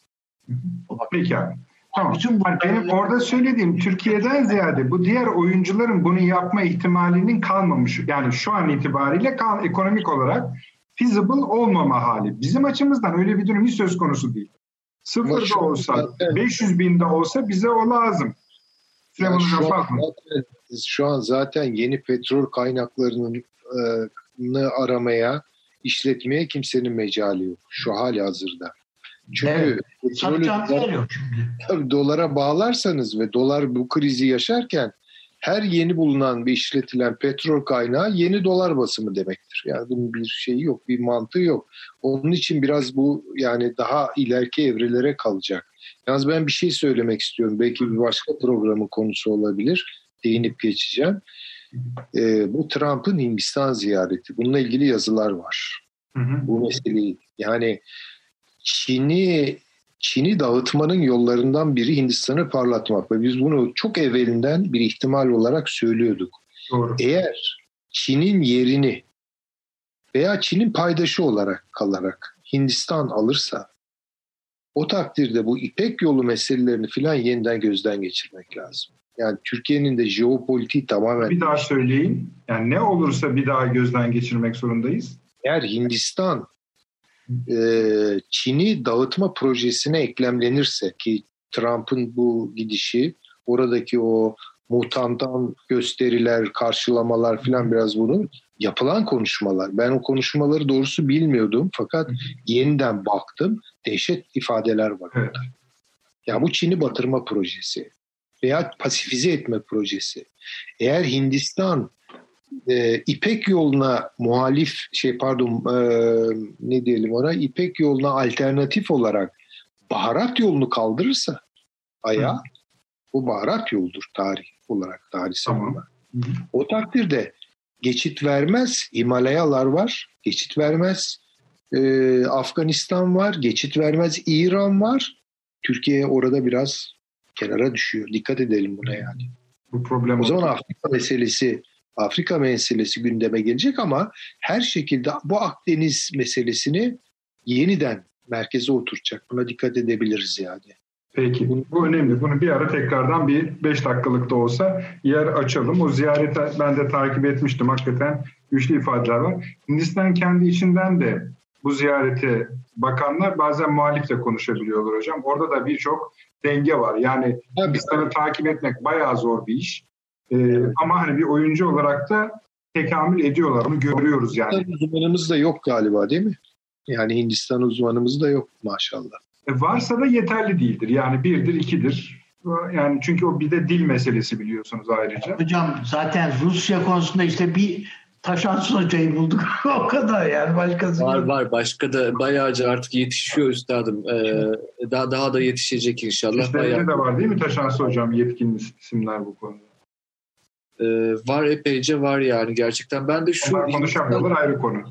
Peki abi. Tamam. Bütün bu, benim orada söylediğim Türkiye'den ziyade bu diğer oyuncuların bunu yapma ihtimalinin kalmamış. Yani şu an itibariyle kal, ekonomik olarak feasible olmama hali. Bizim açımızdan öyle bir durum hiç söz konusu değil. Sıfırda olsa, beş yüz binde olsa bize o lazım. Yani şu, an zaten, şu an zaten yeni petrol kaynaklarını e, aramaya, işletmeye kimsenin mecali yok. Şu hali hazırda. Çünkü evet. petrolü dolar, tabii dolara bağlarsanız ve dolar bu krizi yaşarken her yeni bulunan bir işletilen petrol kaynağı yeni dolar basımı demektir. Yani bunun bir şeyi yok, bir mantığı yok. Onun için biraz bu yani daha ileriki evrelere kalacak. Yalnız ben bir şey söylemek istiyorum. Belki bir başka programın konusu olabilir. Değinip geçeceğim. Ee, bu Trump'ın Hindistan ziyareti. Bununla ilgili yazılar var. Hı hı. Bu meseleyi yani Çin'i Çin'i dağıtmanın yollarından biri Hindistan'ı parlatmak ve biz bunu çok evvelinden bir ihtimal olarak söylüyorduk. Doğru. Eğer Çin'in yerini veya Çin'in paydaşı olarak kalarak Hindistan alırsa o takdirde bu İpek Yolu meselelerini filan yeniden gözden geçirmek lazım. Yani Türkiye'nin de jeopolitiği tamamen... Bir daha söyleyin. Yani ne olursa bir daha gözden geçirmek zorundayız. Eğer Hindistan Çin'i dağıtma projesine eklemlenirse ki Trump'ın bu gidişi, oradaki o mutantan gösteriler, karşılamalar filan biraz bunun yapılan konuşmalar. Ben o konuşmaları doğrusu bilmiyordum fakat yeniden baktım. Dehşet ifadeler var orada. Evet. Ya bu Çin'i batırma projesi veya pasifize etme projesi. Eğer Hindistan e, İpek yoluna muhalif şey pardon e, ne diyelim ona İpek yoluna alternatif olarak baharat yolunu kaldırırsa ayağa, Hı. bu baharat yoldur tarih olarak, tarihsel tamam. olarak. O takdirde geçit vermez. Himalayalar var, geçit vermez. Ee, Afganistan var, geçit vermez. İran var. Türkiye orada biraz kenara düşüyor. Dikkat edelim buna yani. Bu problem o zaman Afrika meselesi, Afrika meselesi gündeme gelecek ama her şekilde bu Akdeniz meselesini yeniden merkeze oturacak. Buna dikkat edebiliriz yani. Peki. Bu önemli. Bunu bir ara tekrardan bir beş dakikalık da olsa yer açalım. O ziyareti ben de takip etmiştim. Hakikaten güçlü ifadeler var. Hindistan kendi içinden de bu ziyarete bakanlar bazen muhalifle konuşabiliyorlar hocam. Orada da birçok denge var. Yani Hindistan'ı takip etmek bayağı zor bir iş. Ee, ama hani bir oyuncu olarak da tekamül ediyorlar. Bunu görüyoruz yani. Uzmanımız da yok galiba değil mi? Yani Hindistan uzmanımız da yok maşallah. E varsa da yeterli değildir. Yani birdir, ikidir. Yani çünkü o bir de dil meselesi biliyorsunuz ayrıca. Hocam zaten Rusya konusunda işte bir Taşansın hocayı bulduk. O kadar yani başkası. Var var. Başka da bayağıca artık yetişiyor üstadım. Ee, daha daha da yetişecek inşallah. Sizlerde de var değil mi Taşansın hocam yetkin isimler bu konuda? Ee, var epeyce var yani gerçekten. Ben de şu... Onlar konuşamıyorlar ayrı konu.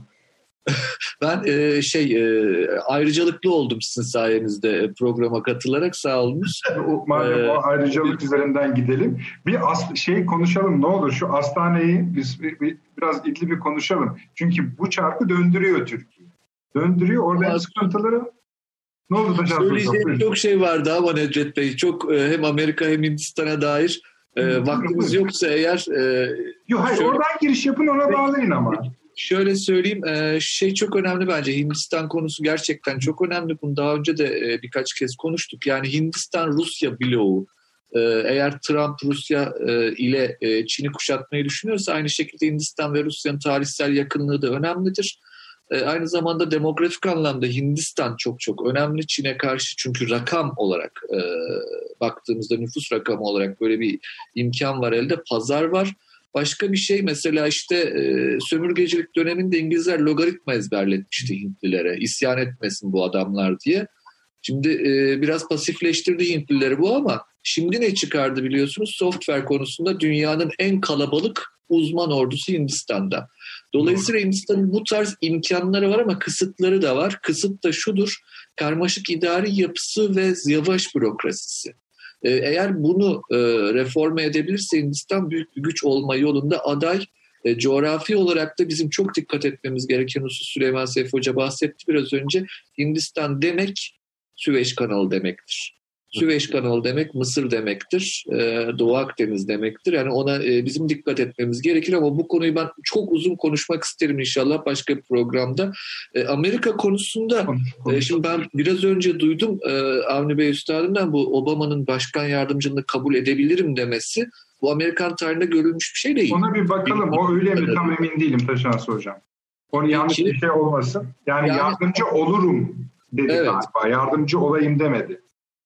Ben e, şey e, ayrıcalıklı oldum sizin sayenizde programa katılarak, sağ olunuz. O, madem ee, o ayrıcalık üzerinden gidelim. Bir as, şey konuşalım ne olur şu hastaneyi biz bir, bir, biraz idli bir konuşalım. Çünkü bu çarkı döndürüyor Türkiye. Döndürüyor orada sıkıntıları. Ne oldu da söyleyeceğim çok şey vardı ama Nedret Bey çok e, hem Amerika hem Hindistan'a dair e, vaktimiz yoksa eğer. E, Yok hayır şöyle, oradan giriş yapın ona bağlayın ama. Şöyle söyleyeyim, şey çok önemli bence. Hindistan konusu gerçekten çok önemli. Bunu daha önce de birkaç kez konuştuk. Yani Hindistan-Rusya bloğu, eğer Trump Rusya ile Çin'i kuşatmayı düşünüyorsa aynı şekilde Hindistan ve Rusya'nın tarihsel yakınlığı da önemlidir. Aynı zamanda demografik anlamda Hindistan çok çok önemli Çin'e karşı. Çünkü rakam olarak baktığımızda nüfus rakamı olarak böyle bir imkan var elde, pazar var. Başka bir şey mesela işte e, sömürgecilik döneminde İngilizler logaritma ezberletmişti Hintlilere. İsyan etmesin bu adamlar diye. Şimdi e, biraz pasifleştirdi Hintlileri bu ama şimdi ne çıkardı biliyorsunuz? Software konusunda dünyanın en kalabalık uzman ordusu Hindistan'da. Dolayısıyla Hindistan'ın bu tarz imkanları var ama kısıtları da var. Kısıt da şudur: karmaşık idari yapısı ve yavaş bürokrasisi. Eğer bunu e, reforme edebilirse Hindistan büyük bir güç olma yolunda aday. E, coğrafi olarak da bizim çok dikkat etmemiz gereken husus, Süleyman Seyfi Hoca bahsetti biraz önce. Hindistan demek Süveyş kanalı demektir. Süveyş kanalı demek Mısır demektir. E, Doğu Akdeniz demektir. Yani ona e, bizim dikkat etmemiz gerekir ama bu konuyu ben çok uzun konuşmak isterim inşallah başka bir programda. E, Amerika konusunda e, şimdi ben biraz önce duydum e, Avni Bey Üstadım'dan bu Obama'nın başkan yardımcılığını kabul edebilirim demesi. Bu Amerikan tarihinde görülmüş bir şey değil. Ona bir bakalım. O öyle mi? Tam emin değilim Taşansı Hocam. Onu yanlış bir şey olmasın. Yani, yani yardımcı olurum dedi evet. Galiba. Yardımcı olayım demedi.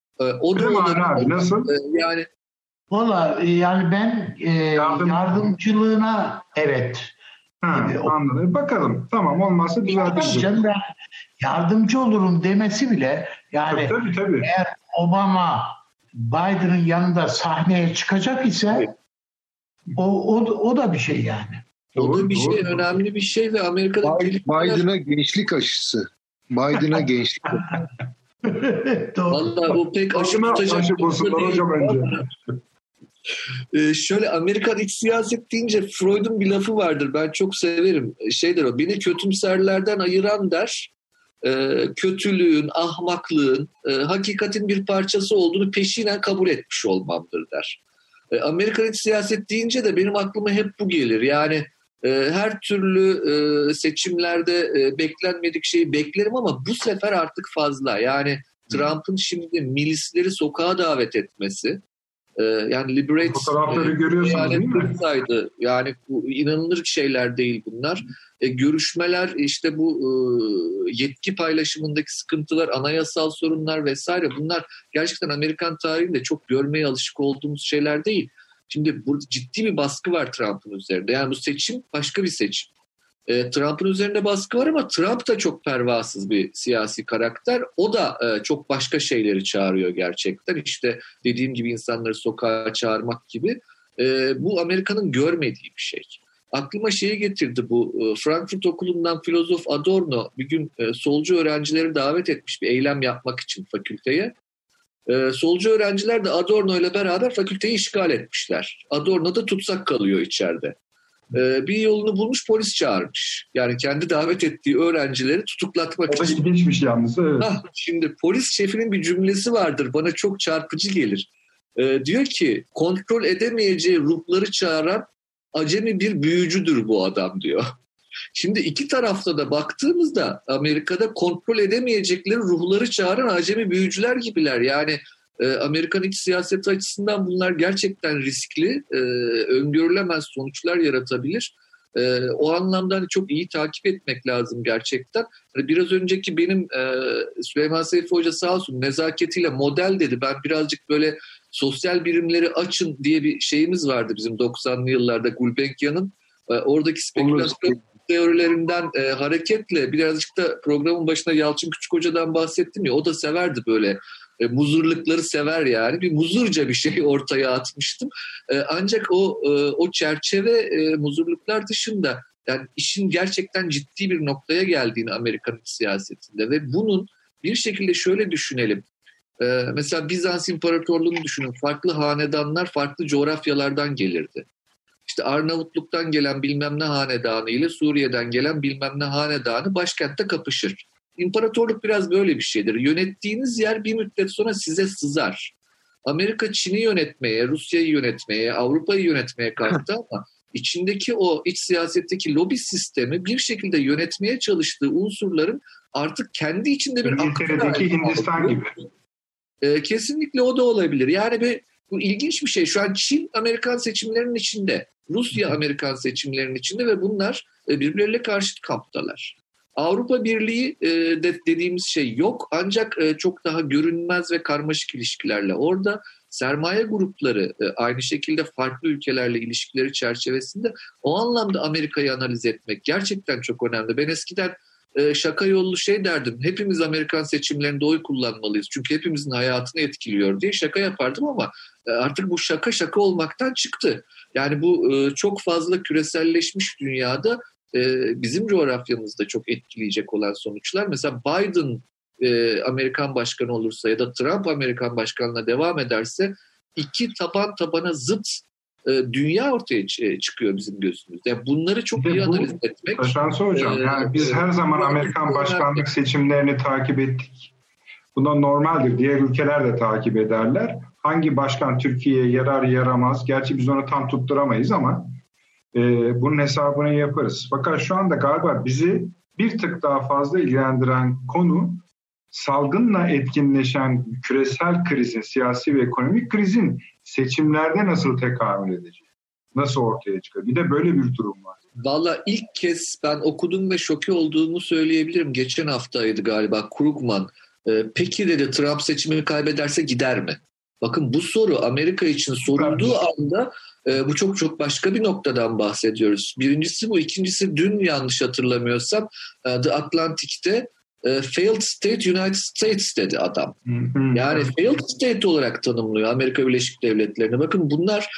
O da abi nasıl? Yani valla yani ben e, Yardım... yardımcılığına evet. Ha, e, anladım. Bakalım. Tamam olmazsa düzelteceğim. Yardımcı olurum demesi bile yani tabii, tabii. eğer Obama Biden'ın yanında sahneye çıkacak ise evet. o, o, o da bir şey yani. O da bir doğru, şey doğru. Önemli bir şey ve Amerika'da Biden'a gençlik aşısı. Biden'a gençlik Vallahi o pek aşı Başına tutacak aşı bir şey bulsunlar değil. hocam önce. Ee, şöyle Amerikan iç siyaset deyince Freud'un bir lafı vardır. Ben çok severim. Şeydir o. Beni kötümserlerden ayıran der. E, kötülüğün, ahmaklığın, e, hakikatin bir parçası olduğunu peşinen kabul etmiş olmamdır der. E, Amerikan iç siyaset deyince de benim aklıma hep bu gelir. Yani e, her türlü e, seçimlerde e, beklenmedik şeyi beklerim ama bu sefer artık fazla. Yani Trump'ın şimdi milisleri sokağa davet etmesi, e, yani Liberate fotoğrafları görüyorsunuz değil mi? Saydı. Yani bu inanılır şeyler değil bunlar. E, görüşmeler, işte bu e, yetki paylaşımındaki sıkıntılar, anayasal sorunlar vesaire, bunlar gerçekten Amerikan tarihinde çok görmeye alışık olduğumuz şeyler değil. Şimdi burada ciddi bir baskı var Trump'ın üzerinde. Yani bu seçim başka bir seçim. E, Trump'ın üzerinde baskı var ama Trump da çok pervasız bir siyasi karakter. O da e, çok başka şeyleri çağırıyor gerçekten. İşte dediğim gibi insanları sokağa çağırmak gibi. E, bu Amerika'nın görmediği bir şey. Aklıma şeyi getirdi bu. E, Frankfurt Okulu'ndan filozof Adorno bir gün e, solcu öğrencileri davet etmiş bir eylem yapmak için fakülteye. E, solcu öğrenciler de Adorno ile beraber fakülteyi işgal etmişler. Adorno da tutsak kalıyor içeride. Bir yolunu bulmuş, polis çağırmış. Yani kendi davet ettiği öğrencileri tutuklatmak o için. O da ilginçmiş yalnız. Evet. Hah, şimdi polis şefinin bir cümlesi vardır. Bana çok çarpıcı gelir. Ee, diyor ki kontrol edemeyeceği ruhları çağıran acemi bir büyücüdür bu adam diyor. Şimdi iki tarafta da baktığımızda Amerika'da kontrol edemeyecekleri ruhları çağıran acemi büyücüler gibiler. Yani Amerikan iç siyaseti açısından bunlar gerçekten riskli, e, öngörülemez sonuçlar yaratabilir. E, o anlamda hani çok iyi takip etmek lazım gerçekten. Hani biraz önceki benim e, Süleyman Seyfi Hoca sağ olsun nezaketiyle model dedi. Ben birazcık böyle sosyal birimleri açın diye bir şeyimiz vardı bizim doksanlı yıllarda Gulbenkian'ın. E, oradaki spekülasyon teorilerinden e, hareketle birazcık da programın başında Yalçın Küçük Hoca'dan bahsettim ya, o da severdi böyle. E, muzurlukları sever yani. Bir muzurca bir şey ortaya atmıştım. E, ancak o e, o çerçeve e, muzurluklar dışında yani işin gerçekten ciddi bir noktaya geldiğini Amerikan siyasetinde ve bunun bir şekilde şöyle düşünelim. E, mesela Bizans İmparatorluğu'nu düşünün. Farklı hanedanlar farklı coğrafyalardan gelirdi. İşte Arnavutluk'tan gelen bilmem ne hanedanı ile Suriye'den gelen bilmem ne hanedanı başkentte kapışır. İmparatorluk biraz böyle bir şeydir. Yönettiğiniz yer bir müddet sonra size sızar. Amerika Çin'i yönetmeye, Rusya'yı yönetmeye, Avrupa'yı yönetmeye kalktı ama içindeki o iç siyasetteki lobi sistemi bir şekilde yönetmeye çalıştığı unsurların artık kendi içinde bir İngiltere'deki Hindistan gibi. Ee, kesinlikle o da olabilir. Yani bir, bu ilginç bir şey. Şu an Çin Amerikan seçimlerinin içinde, Rusya Amerikan seçimlerinin içinde ve bunlar birbirleriyle karşıt kamptalar. Avrupa Birliği e, de, dediğimiz şey yok ancak e, çok daha görünmez ve karmaşık ilişkilerle orada sermaye grupları e, aynı şekilde farklı ülkelerle ilişkileri çerçevesinde o anlamda Amerika'yı analiz etmek gerçekten çok önemli. Ben eskiden e, şaka yollu şey derdim, hepimiz Amerikan seçimlerinde oy kullanmalıyız çünkü hepimizin hayatını etkiliyor diye şaka yapardım ama e, artık bu şaka şaka olmaktan çıktı. Yani bu e, çok fazla küreselleşmiş dünyada bizim coğrafyamızda çok etkileyecek olan sonuçlar. Mesela Biden e, Amerikan başkanı olursa ya da Trump Amerikan başkanlığına devam ederse iki taban tabana zıt e, dünya ortaya çıkıyor bizim gözümüzde. Yani bunları çok iyi analiz etmek. Taşansı hocam, yani biz her zaman Amerikan başkanlık seçimlerini takip ettik. Buna normaldir. Diğer ülkeler de takip ederler. Hangi başkan Türkiye'ye yarar yaramaz? Gerçi biz onu tam tutturamayız ama e, bunun hesabını yaparız. Fakat şu anda galiba bizi bir tık daha fazla ilgilendiren konu salgınla etkinleşen küresel krizin, siyasi ve ekonomik krizin seçimlerde nasıl tekamül edecek? Nasıl ortaya çıkıyor? Bir de böyle bir durum var. Valla ilk kez ben okudum ve şoke olduğumu söyleyebilirim. Geçen haftaydı galiba Krugman. Ee, peki dedi, Trump seçimi kaybederse gider mi? Bakın bu soru Amerika için sorulduğu anda e, bu çok çok başka bir noktadan bahsediyoruz. Birincisi bu. İkincisi dün yanlış hatırlamıyorsam e, The Atlantic'te e, failed state United States dedi adam. Yani failed state olarak tanımlıyor Amerika Birleşik Devletleri'ni. Bakın bunlar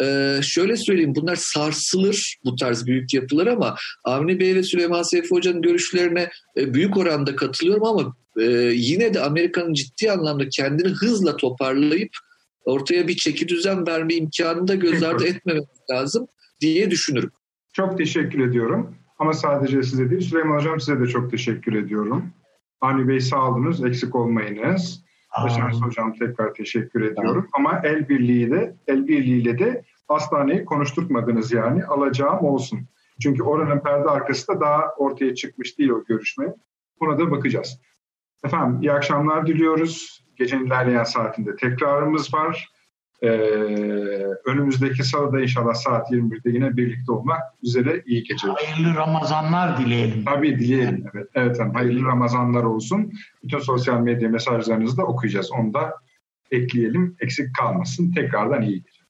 Ee, şöyle söyleyeyim, bunlar sarsılır bu tarz büyük yapılar ama Avni Bey ve Süleyman Seyfi Hoca'nın görüşlerine e, büyük oranda katılıyorum ama e, yine de Amerika'nın ciddi anlamda kendini hızla toparlayıp ortaya bir çekidüzen verme imkanını da göz ardı etmemek lazım diye düşünürüm. Çok teşekkür ediyorum. Ama sadece size değil, Süleyman Hocam size de çok teşekkür ediyorum. Avni Bey sağ olunuz, eksik olmayınız. Başarılı Hocam tekrar teşekkür ediyorum. Ama el birliğiyle, el birliğiyle de hastaneyi konuşturtmadınız yani. Alacağım olsun. Çünkü oranın perde arkası da daha ortaya çıkmış değil o görüşme. Buna da bakacağız. Efendim iyi akşamlar diliyoruz. Gecenin ilerleyen saatinde tekrarımız var. Ee, önümüzdeki salıda inşallah saat yirmi birde yine birlikte olmak üzere. İyi geceler. Hayırlı Ramazanlar dileyelim. Tabii dileyelim. Evet, evet efendim. Hayırlı Ramazanlar olsun. Bütün sosyal medya mesajlarınızı da okuyacağız. Onu da ekleyelim. Eksik kalmasın. Tekrardan iyi geceler.